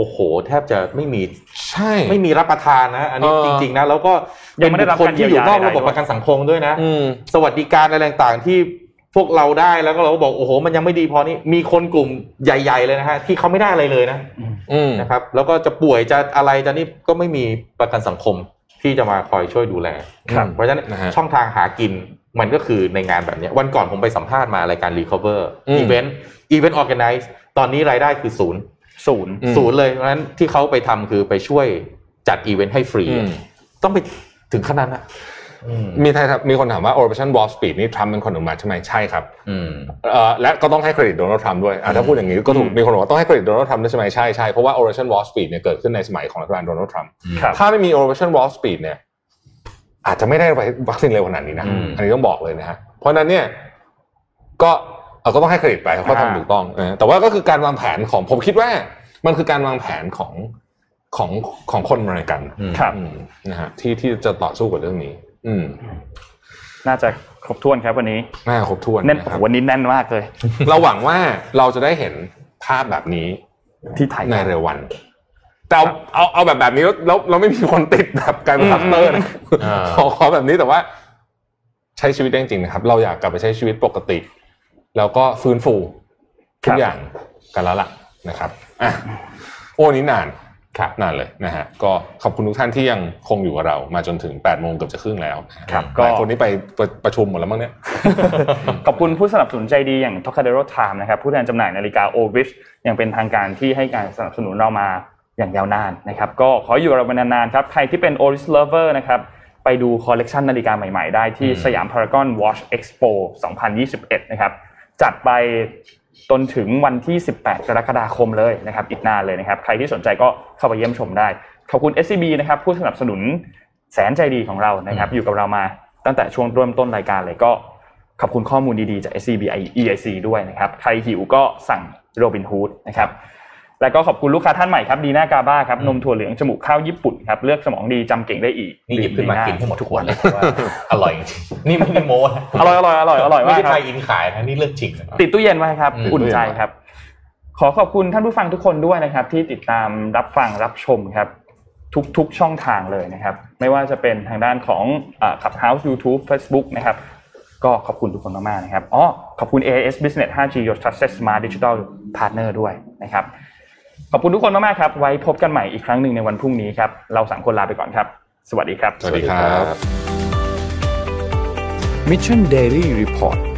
โอ้โหแทบจะไม่มีใช่ไม่มีรับประทานนะอันนี้เออจริงๆนะแล้วก็ยังไม่ได้รับคนการที่อยู่นอกเยียวยาระบบประกันสังคมด้วยนะอืมสวัสดิการอะไรต่างๆที่พวกเราได้แล้วก็เราก็บอกโอ้โหมันยังไม่ดีพอนี่มีคนกลุ่มใหญ่ๆเลยนะฮะที่เขาไม่ได้อะไรเลยนะอืมนะครับแล้วก็จะป่วยจะอะไรจะนี่ก็ไม่มีประกันสังคมที่จะมาคอยช่วยดูแลครับเพราะฉะนั้นนะฮะช่องทางหากินมันก็คือในงานแบบนี้วันก่อนผมไปสัมภาษณ์มารายการ Recover อืม Event Event Organize ตอนนี้รายได้คือศูนย์ศูนย์อืมศูนย์เลยเพราะฉะนั้นที่เขาไปทำคือไปช่วยจัดอีเวนต์ให้ฟรีอืมต้องไปถึงขนาดนั้นมีใครครับมีคนถามว่า Operation Warp Speed นี่ทรัมป์เป็นคนอนุมัติใช่ไหมใช่ครับอืมเอ่อและก็ต้องให้เครดิตโดนัลด์ทรัมป์ด้วยอ่ะถ้าพูดอย่างนี้ก็ถูกมีคนบอกว่าต้องให้เครดิตโดนัลด์ทรัมป์ด้วยใช่ไหมใช่ใช่เพราะว่า Operation Warp Speed เนี่ยเกิดขึ้นในสมัยของรัฐบาลโดนัลด์ทรัมป์ครับถ้าไม่มี Operation Warp Speed เนี่ยอาจจะไม่ได้วัคซีนเร็วขนาดนี้นะอืมอันนี้ต้องบอกเลยนะฮะเพราะฉะนั้นเนี่ยก็เอ่อก็ต้องให้เครดิตไปเขาทำถูกต้องนะแต่ว่าก็คือการวางแผนของผมคิดว่ามันคือการวางแผนของของของคนอเมริกันครับอืมนะฮะที่ที่จะต่อสู้กับเรื่องนี้ อืมน่าจะครบถ้วนครับวันนี้น่าครบถ้วนแน่นนะครับวันนี้แน่นมากเลยเราหวังว่าเราจะได้เห็นภาพแบบนี้ที่ไทยในเร็ววัน แต่เอาเอาเอาแบบแบบนี้แล้วแล้วเราไม่มีคนติดแบบการเป็นคัสเตอร์นะอ่าขอขอแบบนี้แต่ว่าใช้ชีวิตได้จริงๆนะครับ เราอยากกลับไปใช้ชีวิตปกติ แล้วก็ฟื้นฟูทุกอย่างกันแล้วล่ะนะครับอ่ะโอ้นี้นานครับนานเลยนะฮะก็ขอบคุณทุกท่านที่ยังคงอยู่กับเรามาจนถึงแปดโมงเกือบจะครึ่งแล้วครับหลายคนนี้ไปประประชุมหมดแล้วมั้งเนี่ยขอบคุณผู้สนับสนุนใจดีอย่าง Tocadero Time นะครับผู้แทนจำหน่ายนาฬิกา Ovis อย่างเป็นทางการที่ให้การสนับสนุนเรามาอย่างยาวนานนะครับก็ขออยู่กับเราไปนานๆครับใครที่เป็น Oris Lover นะครับไปดูคอลเลกชันนาฬิกาใหม่ๆได้ที่สยามพารากอน Watch Expo สองพันยี่สิบเอ็ดนะครับจัดไปจนถึงวันที่สิบแปดกรกฎาคมเลยนะครับอีกนานเลยนะครับใครที่สนใจก็เข้าไปเยี่ยมชมได้ขอบคุณ เอส ซี บี นะครับผู้สนับสนุนแสนใจดีของเรานะครับอยู่กับเรามาตั้งแต่ช่วงเริ่มต้นรายการเลยก็ขอบคุณข้อมูลดีๆจาก เอส ซี บี อี ไอ ซี ด้วยนะครับใครหิวก็สั่ง Robinhood นะครับแล้วก็ขอบคุณลูกค้าท่านใหม่ครับดีน่ากาบ้าครับนมถั่วเหลืองจมูกข้าวญี่ปุ่นครับเลือกสมองดีจำเก่งได้อีกนี่หยิบขึ้นมากินให้หมดทุกวันเลยว่าอร่อยจริงๆนี่ไม่ได้โม้นะอร่อยอร่อยอร่อยอร่อยไม่มากได้คไทรับยอินขายนะนี่เรื่องจริงนะติดตู้เย็นไว้ครับอืมอุ่นใจครับขอขอบคุณท่านผู้ฟังทุกคนด้วยนะครับที่ติดตามรับฟังรับชมครับทุกๆช่องทางเลยนะครับไม่ว่าจะเป็นทางด้านของอ่า Clubhouse YouTube Facebook นะครับก็ขอบคุณทุกคนมากๆนะครับอ๋อขอบคุณ เอ เอ เอส Business ไฟว์จี Your Trusted Smart Digital Partner ด้วยนะครับขอบคุณทุกคนมากๆครับไว้พบกันใหม่อีกครั้งหนึ่งในวันพรุ่งนี้ครับเราสามคนลาไปก่อนครับสวัสดีครับสวัสดีครับ Mission Daily Report